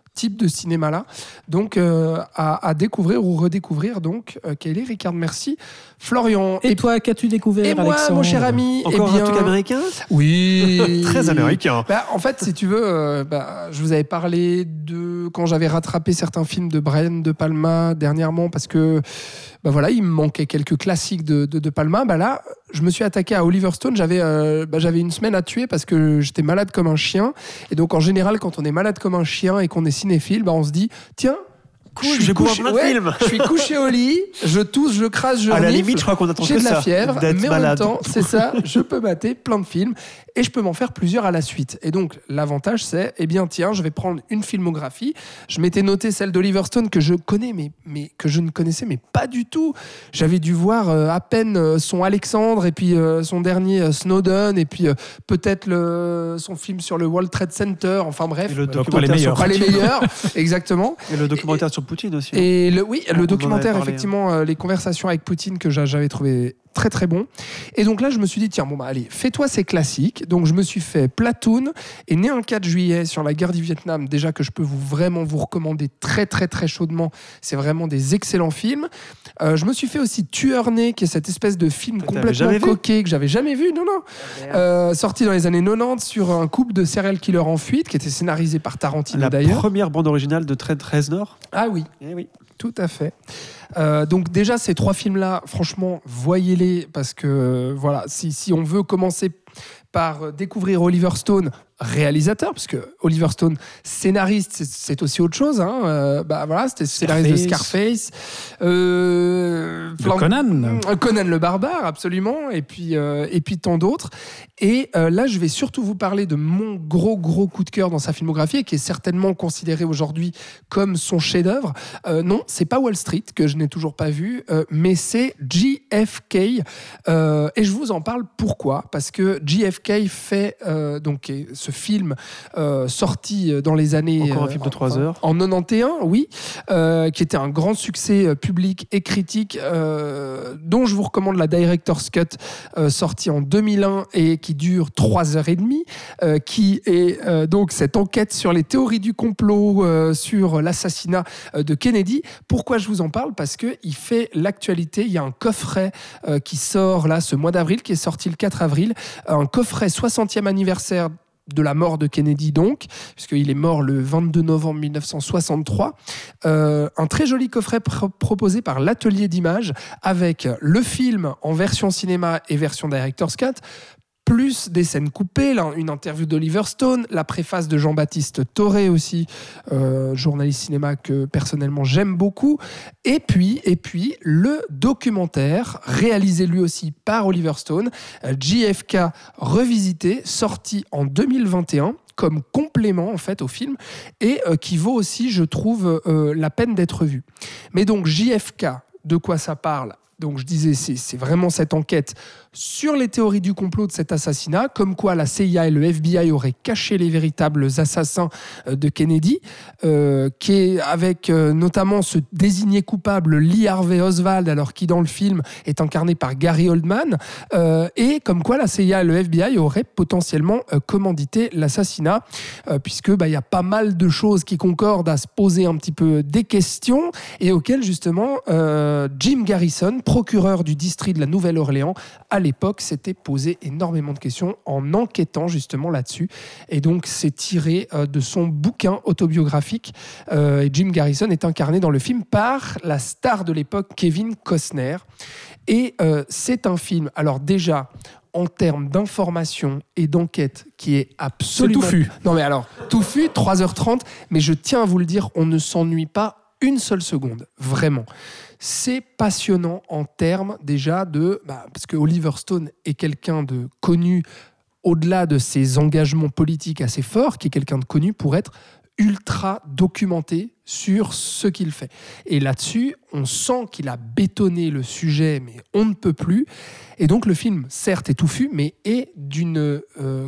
type de cinéma-là. Donc, à découvrir ou redécouvrir. Donc, Kelly, Ricard, merci. Florian. Et toi, qu'as-tu découvert, et moi, Alexandre ? mon cher ami. Encore un truc américain ? Oui. Très américain. En fait, si tu veux, je vous avais parlé de quand j'avais rattrapé certains films de Brian De Palma dernièrement parce que il me manquait quelques classiques de Palma. Là, je me suis attaqué à Oliver Stone. J'avais une semaine à tuer parce que j'étais malade comme un chien. Et donc, en général, quand on est malade comme un chien et qu'on est cinéphile, on se dit, tiens, je suis couché au lit, je tousse, je crasse, je à la renifle, limite, je crois qu'on attend j'ai que de la ça, fièvre, d'être mais malade. en même temps, c'est ça, je peux mater plein de films et je peux m'en faire plusieurs à la suite. Et donc, l'avantage, c'est, je vais prendre une filmographie. Je m'étais noté celle d'Oliver Stone que je connais, mais que je ne connaissais pas du tout. J'avais dû voir à peine son Alexandre et puis son dernier Snowden et puis peut-être son film sur le World Trade Center. Enfin bref, et le documentaire pas les meilleurs, exactement. Et le documentaire sur Poutine aussi. Et le documentaire, parlé, effectivement, les conversations avec Poutine que j'avais trouvé très très bon. Et donc là, je me suis dit, tiens, allez, fais-toi ces classiques. Donc je me suis fait Platoon et Né un 4 juillet sur la guerre du Vietnam, déjà que je peux vraiment vous recommander très très très chaudement. C'est vraiment des excellents films. Je me suis fait aussi Tueur né, qui est cette espèce de film complètement coquet que j'avais jamais vu, sorti dans les années 90 sur un couple de serial killers en fuite, qui était scénarisé par Tarantino d'ailleurs. La première bande originale de Trent Reznor. Ah oui. Eh oui. Tout à fait. Donc déjà, ces 3 films-là, franchement, voyez-les, parce que si on veut commencer par découvrir Oliver Stone, réalisateur, parce que Oliver Stone, scénariste, c'est aussi autre chose. C'était scénariste de Scarface. Conan le barbare, absolument. Et puis tant d'autres. Et là, je vais surtout vous parler de mon gros coup de cœur dans sa filmographie, et qui est certainement considéré aujourd'hui comme son chef-d'œuvre. Non, c'est pas Wall Street, que je n'ai toujours pas vu, mais c'est JFK. Et je vous en parle pourquoi ? Parce que JFK fait ce film sorti dans les années... Encore un film de 3 heures. En 91, oui, qui était un grand succès public et critique, dont je vous recommande la Director's Cut, sortie en 2001 et qui dure 3h30, qui est donc cette enquête sur les théories du complot, sur l'assassinat de Kennedy. Pourquoi je vous en parle ? Parce qu'il fait l'actualité. Il y a un coffret qui sort là ce mois d'avril, qui est sorti le 4 avril, un coffret 60e anniversaire de la mort de Kennedy, donc, puisqu'il est mort le 22 novembre 1963. Un très joli coffret proposé par l'Atelier d'Images, avec le film en version cinéma et version Director's Cut, plus des scènes coupées, là, une interview d'Oliver Stone, la préface de Jean-Baptiste Toré aussi, journaliste cinéma que personnellement j'aime beaucoup, et puis le documentaire réalisé lui aussi par Oliver Stone, JFK revisité, sorti en 2021 comme complément en fait au film, et qui vaut aussi, je trouve, la peine d'être vu. Mais donc JFK, de quoi ça parle ? Donc je disais, c'est vraiment cette enquête sur les théories du complot de cet assassinat, comme quoi la CIA et le FBI auraient caché les véritables assassins de Kennedy, qui est avec notamment ce désigné coupable Lee Harvey Oswald, alors qui dans le film est incarné par Gary Oldman, et comme quoi la CIA et le FBI auraient potentiellement commandité l'assassinat, puisque il y a pas mal de choses qui concordent à se poser un petit peu des questions, et auxquelles justement Jim Garrison, procureur du district de la Nouvelle-Orléans, à l'époque, s'était posé énormément de questions en enquêtant justement là-dessus. Et donc, c'est tiré de son bouquin autobiographique. Et Jim Garrison est incarné dans le film par la star de l'époque, Kevin Costner. Et c'est un film, alors déjà, en termes d'information et d'enquête, qui est absolument... C'est touffu. Non mais alors, touffu, 3h30, mais je tiens à vous le dire, on ne s'ennuie pas une seule seconde, vraiment. C'est passionnant en termes déjà de... parce que Oliver Stone est quelqu'un de connu, au-delà de ses engagements politiques assez forts, qui est quelqu'un de connu pour être ultra documenté sur ce qu'il fait. Et là-dessus, on sent qu'il a bétonné le sujet, mais on ne peut plus. Et donc le film, certes, est touffu, mais est d'une...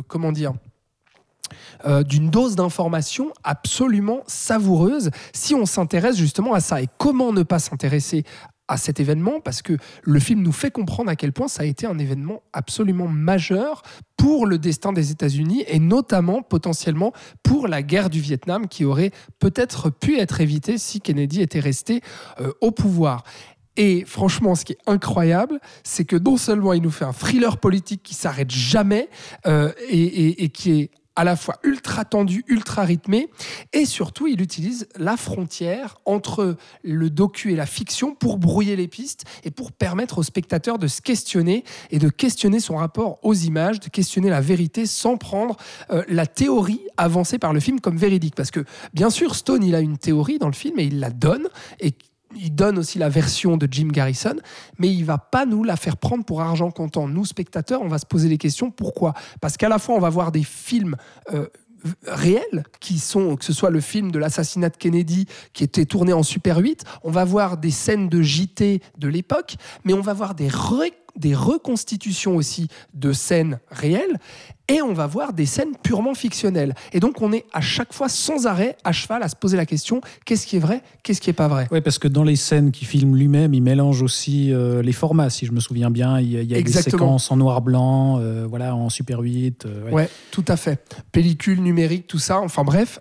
d'une dose d'information absolument savoureuse si on s'intéresse justement à ça. Et comment ne pas s'intéresser à cet événement parce que le film nous fait comprendre à quel point ça a été un événement absolument majeur pour le destin des États-Unis et notamment potentiellement pour la guerre du Vietnam qui aurait peut-être pu être évitée si Kennedy était resté au pouvoir. Et franchement, ce qui est incroyable, c'est que non seulement il nous fait un thriller politique qui s'arrête jamais et qui est à la fois ultra tendu, ultra rythmé, et surtout, il utilise la frontière entre le docu et la fiction pour brouiller les pistes et pour permettre au spectateur de se questionner et de questionner son rapport aux images, de questionner la vérité sans prendre la théorie avancée par le film comme véridique. Parce que, bien sûr, Stone, il a une théorie dans le film et il la donne, et il donne aussi la version de Jim Garrison, mais il ne va pas nous la faire prendre pour argent comptant. Nous, spectateurs, on va se poser les questions. Pourquoi ? Parce qu'à la fois, on va voir des films réels, que ce soit le film de l'assassinat de Kennedy qui était tourné en Super 8, on va voir des scènes de JT de l'époque, mais on va voir des reconstitutions aussi de scènes réelles, et on va voir des scènes purement fictionnelles. Et donc, on est à chaque fois sans arrêt à cheval à se poser la question, qu'est-ce qui est vrai, qu'est-ce qui n'est pas vrai ? Oui, parce que dans les scènes qu'il filme lui-même, il mélange aussi les formats, si je me souviens bien. Il y a des séquences en noir-blanc, en Super 8. Ouais, tout à fait. Pellicule, numérique, tout ça, enfin bref.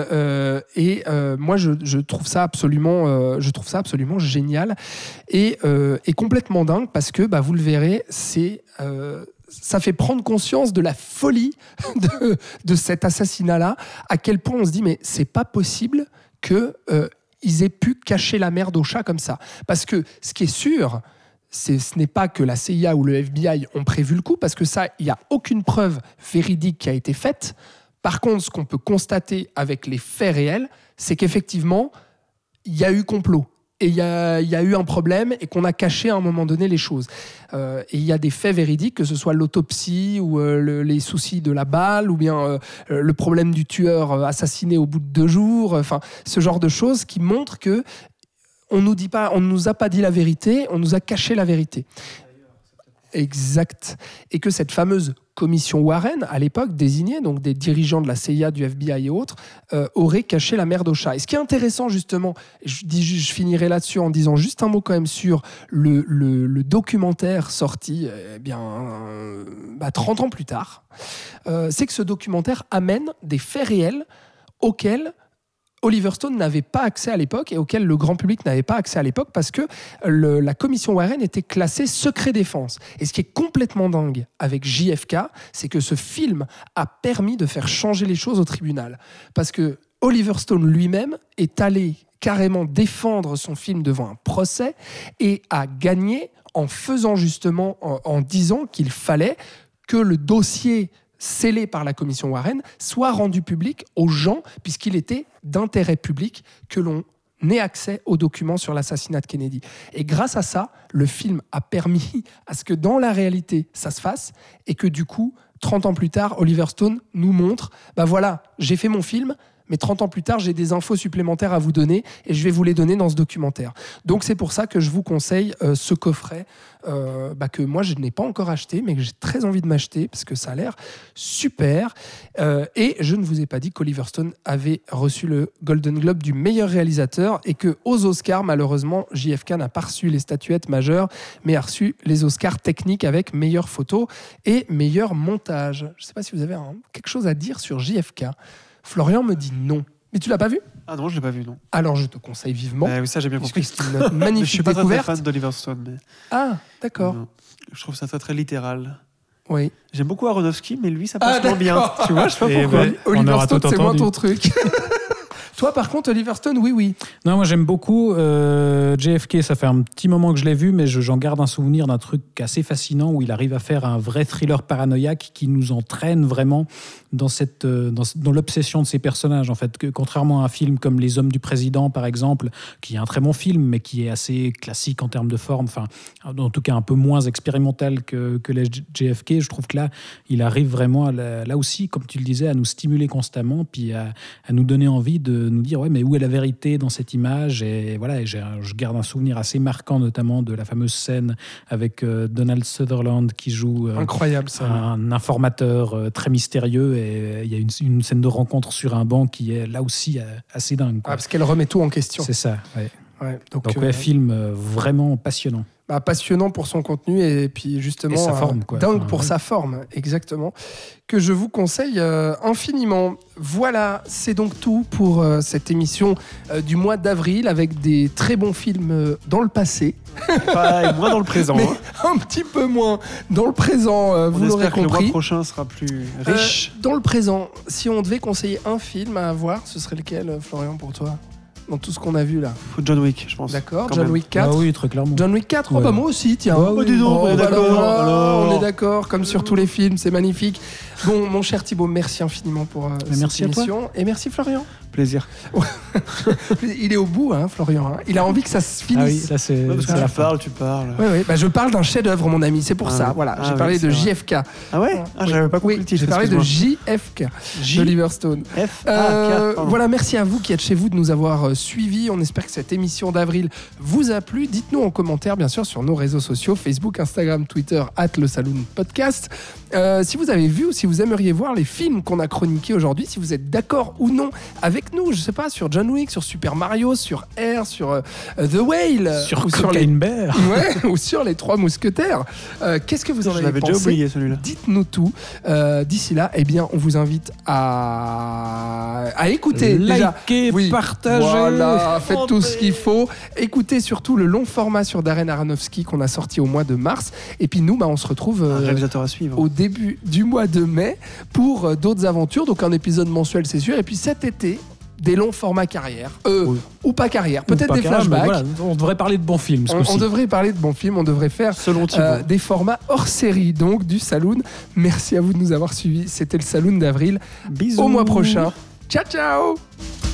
Moi, je trouve ça absolument génial et complètement dingue parce que, vous le verrez, ça fait prendre conscience de la folie de cet assassinat-là, à quel point on se dit mais c'est pas possible qu'ils aient pu cacher la merde au chat comme ça. Parce que ce qui est sûr, ce n'est pas que la CIA ou le FBI ont prévu le coup, parce que ça, il n'y a aucune preuve véridique qui a été faite. Par contre, ce qu'on peut constater avec les faits réels, c'est qu'effectivement, il y a eu complot. Et il y a eu un problème et qu'on a caché à un moment donné les choses. Et il y a des faits véridiques, que ce soit l'autopsie ou les soucis de la balle ou bien le problème du tueur assassiné au bout de 2 jours. Enfin, ce genre de choses qui montrent que on ne nous a pas dit la vérité, on nous a caché la vérité. Exact. Et que cette fameuse commission Warren, à l'époque, désignée, donc des dirigeants de la CIA, du FBI et autres, aurait caché la merde au chat. Et ce qui est intéressant, justement, je finirai là-dessus en disant juste un mot quand même sur le documentaire sorti 30 ans plus tard, c'est que ce documentaire amène des faits réels auxquels Oliver Stone n'avait pas accès à l'époque et auquel le grand public n'avait pas accès à l'époque parce que la commission Warren était classée secret défense. Et ce qui est complètement dingue avec JFK, c'est que ce film a permis de faire changer les choses au tribunal. Parce que Oliver Stone lui-même est allé carrément défendre son film devant un procès et a gagné en faisant justement, en disant qu'il fallait que le dossier scellé par la commission Warren soit rendu public aux gens, puisqu'il était d'intérêt public que l'on ait accès aux documents sur l'assassinat de Kennedy. Et grâce à ça, le film a permis à ce que dans la réalité, ça se fasse, et que du coup, 30 ans plus tard, Oliver Stone nous montre, j'ai fait mon film, mais 30 ans plus tard, j'ai des infos supplémentaires à vous donner et je vais vous les donner dans ce documentaire. Donc c'est pour ça que je vous conseille ce coffret que moi je n'ai pas encore acheté, mais que j'ai très envie de m'acheter parce que ça a l'air super. Et je ne vous ai pas dit qu'Oliver Stone avait reçu le Golden Globe du meilleur réalisateur et qu'aux Oscars, malheureusement, JFK n'a pas reçu les statuettes majeures, mais a reçu les Oscars techniques avec meilleure photo et meilleur montage. Je ne sais pas si vous avez quelque chose à dire sur JFK. Florian me dit non. Mais tu l'as pas vu ? Ah non, je l'ai pas vu, non. Alors je te conseille vivement. Oui, ça j'ai bien compris. C'est une magnifique je suis pas découverte. très fan d'Oliver Stone. Mais... Ah, d'accord. Non. Je trouve ça très très littéral. Oui. J'aime beaucoup Aronofsky, mais lui ça passe moins bien. Tu vois, je sais pas pourquoi. Oliver Stone, c'est moins ton truc. Toi, par contre, Oliver Stone, oui. Non, moi j'aime beaucoup JFK. Ça fait un petit moment que je l'ai vu, mais j'en garde un souvenir d'un truc assez fascinant où il arrive à faire un vrai thriller paranoïaque qui nous entraîne vraiment dans l'obsession de ces personnages. En fait, contrairement à un film comme Les Hommes du Président, par exemple, qui est un très bon film, mais qui est assez classique en termes de forme, enfin, en tout cas un peu moins expérimental que les JFK, je trouve que là, il arrive vraiment, là aussi, comme tu le disais, à nous stimuler constamment, puis à nous donner envie de nous dire, ouais, mais où est la vérité dans cette image ? Et voilà, je garde un souvenir assez marquant, notamment de la fameuse scène avec Donald Sutherland qui joue incroyable, ça. Un informateur très mystérieux. Et il y a une scène de rencontre sur un banc qui est là aussi assez dingue, quoi. Ah, parce qu'elle remet tout en question. C'est ça, ouais. Ouais, Donc film vraiment passionnant. Passionnant pour son contenu et puis justement Et sa forme, quoi. dingue Enfin, pour ouais. sa forme, exactement, que je vous conseille infiniment. Voilà, c'est donc tout pour cette émission du mois d'avril avec des très bons films dans le passé, Pas moins dans le présent. mais hein. un petit peu moins dans le présent, vous On l'aurez espère que le mois compris. prochain sera plus riche. Dans le présent, si on devait conseiller un film à voir, ce serait lequel, Florian, pour toi? Dans tout ce qu'on a vu là. John Wick, je pense. D'accord, quand John même. Wick 4. Ah oui, très clairement. John Wick 4, Ouais. moi aussi, tiens. Ouais, oui. dis donc, on est d'accord, alors. On est d'accord, comme sur tous les films, c'est magnifique. Bon, mon cher Thibaut, merci infiniment pour cette merci à toi. émission. Et merci Florian. Plaisir. Il est au bout, hein, Florian. hein. Il a envie que ça se Ah oui, finisse. là c'est Parce que c'est la tu fin. parles, tu parles. Oui, oui. Je parle d'un chef-d'œuvre, mon ami, c'est pour Ah ça. oui. Voilà, Ah j'ai oui, paré de c'est vrai. JFK. Ah ouais Ah, j'avais pas compris Oui, le titre. j'ai parlé de excuse-moi. JFK, J- d'Oliver Stone. F. A. K. pardon. Voilà, merci à vous qui êtes chez vous de nous avoir suivis. On espère que cette émission d'avril vous a plu. Dites-nous en commentaire, bien sûr, sur nos réseaux sociaux, Facebook, Instagram, Twitter, @lesaloonpodcast. Si vous avez vu ou si vous aimeriez voir les films qu'on a chroniqués aujourd'hui, si vous êtes d'accord ou non avec nous, je sais pas, sur John Wick, sur Super Mario, sur R, sur The Whale, Sur ou sur les... Cocaine Bear. Ouais, ou sur les Trois Mousquetaires. Qu'est-ce que vous en Je avez l'avais pensé? déjà oublié celui-là. Dites-nous tout. D'ici là, eh bien, on vous invite à écouter. déjà. Likez, Oui. partagez. Voilà, faites tout ce qu'il faut. Écoutez surtout le long format sur Darren Aronofsky qu'on a sorti au mois de mars. Et puis nous, on se retrouve Un réalisateur à suivre. au début du mois de mai pour d'autres aventures. Donc un épisode mensuel, c'est sûr. Et puis cet été, des longs formats carrière. Oui. Ou pas carrière. Peut-être Pas des carrément, mais flashbacks. voilà, on devrait parler de bons films ce On coup-ci. devrait parler de bons films. On devrait faire Selon Thibaut. des formats hors série, donc du Saloon. Merci à vous de nous avoir suivis. C'était le Saloon d'avril. Bisous. Au mois prochain. Ciao, ciao!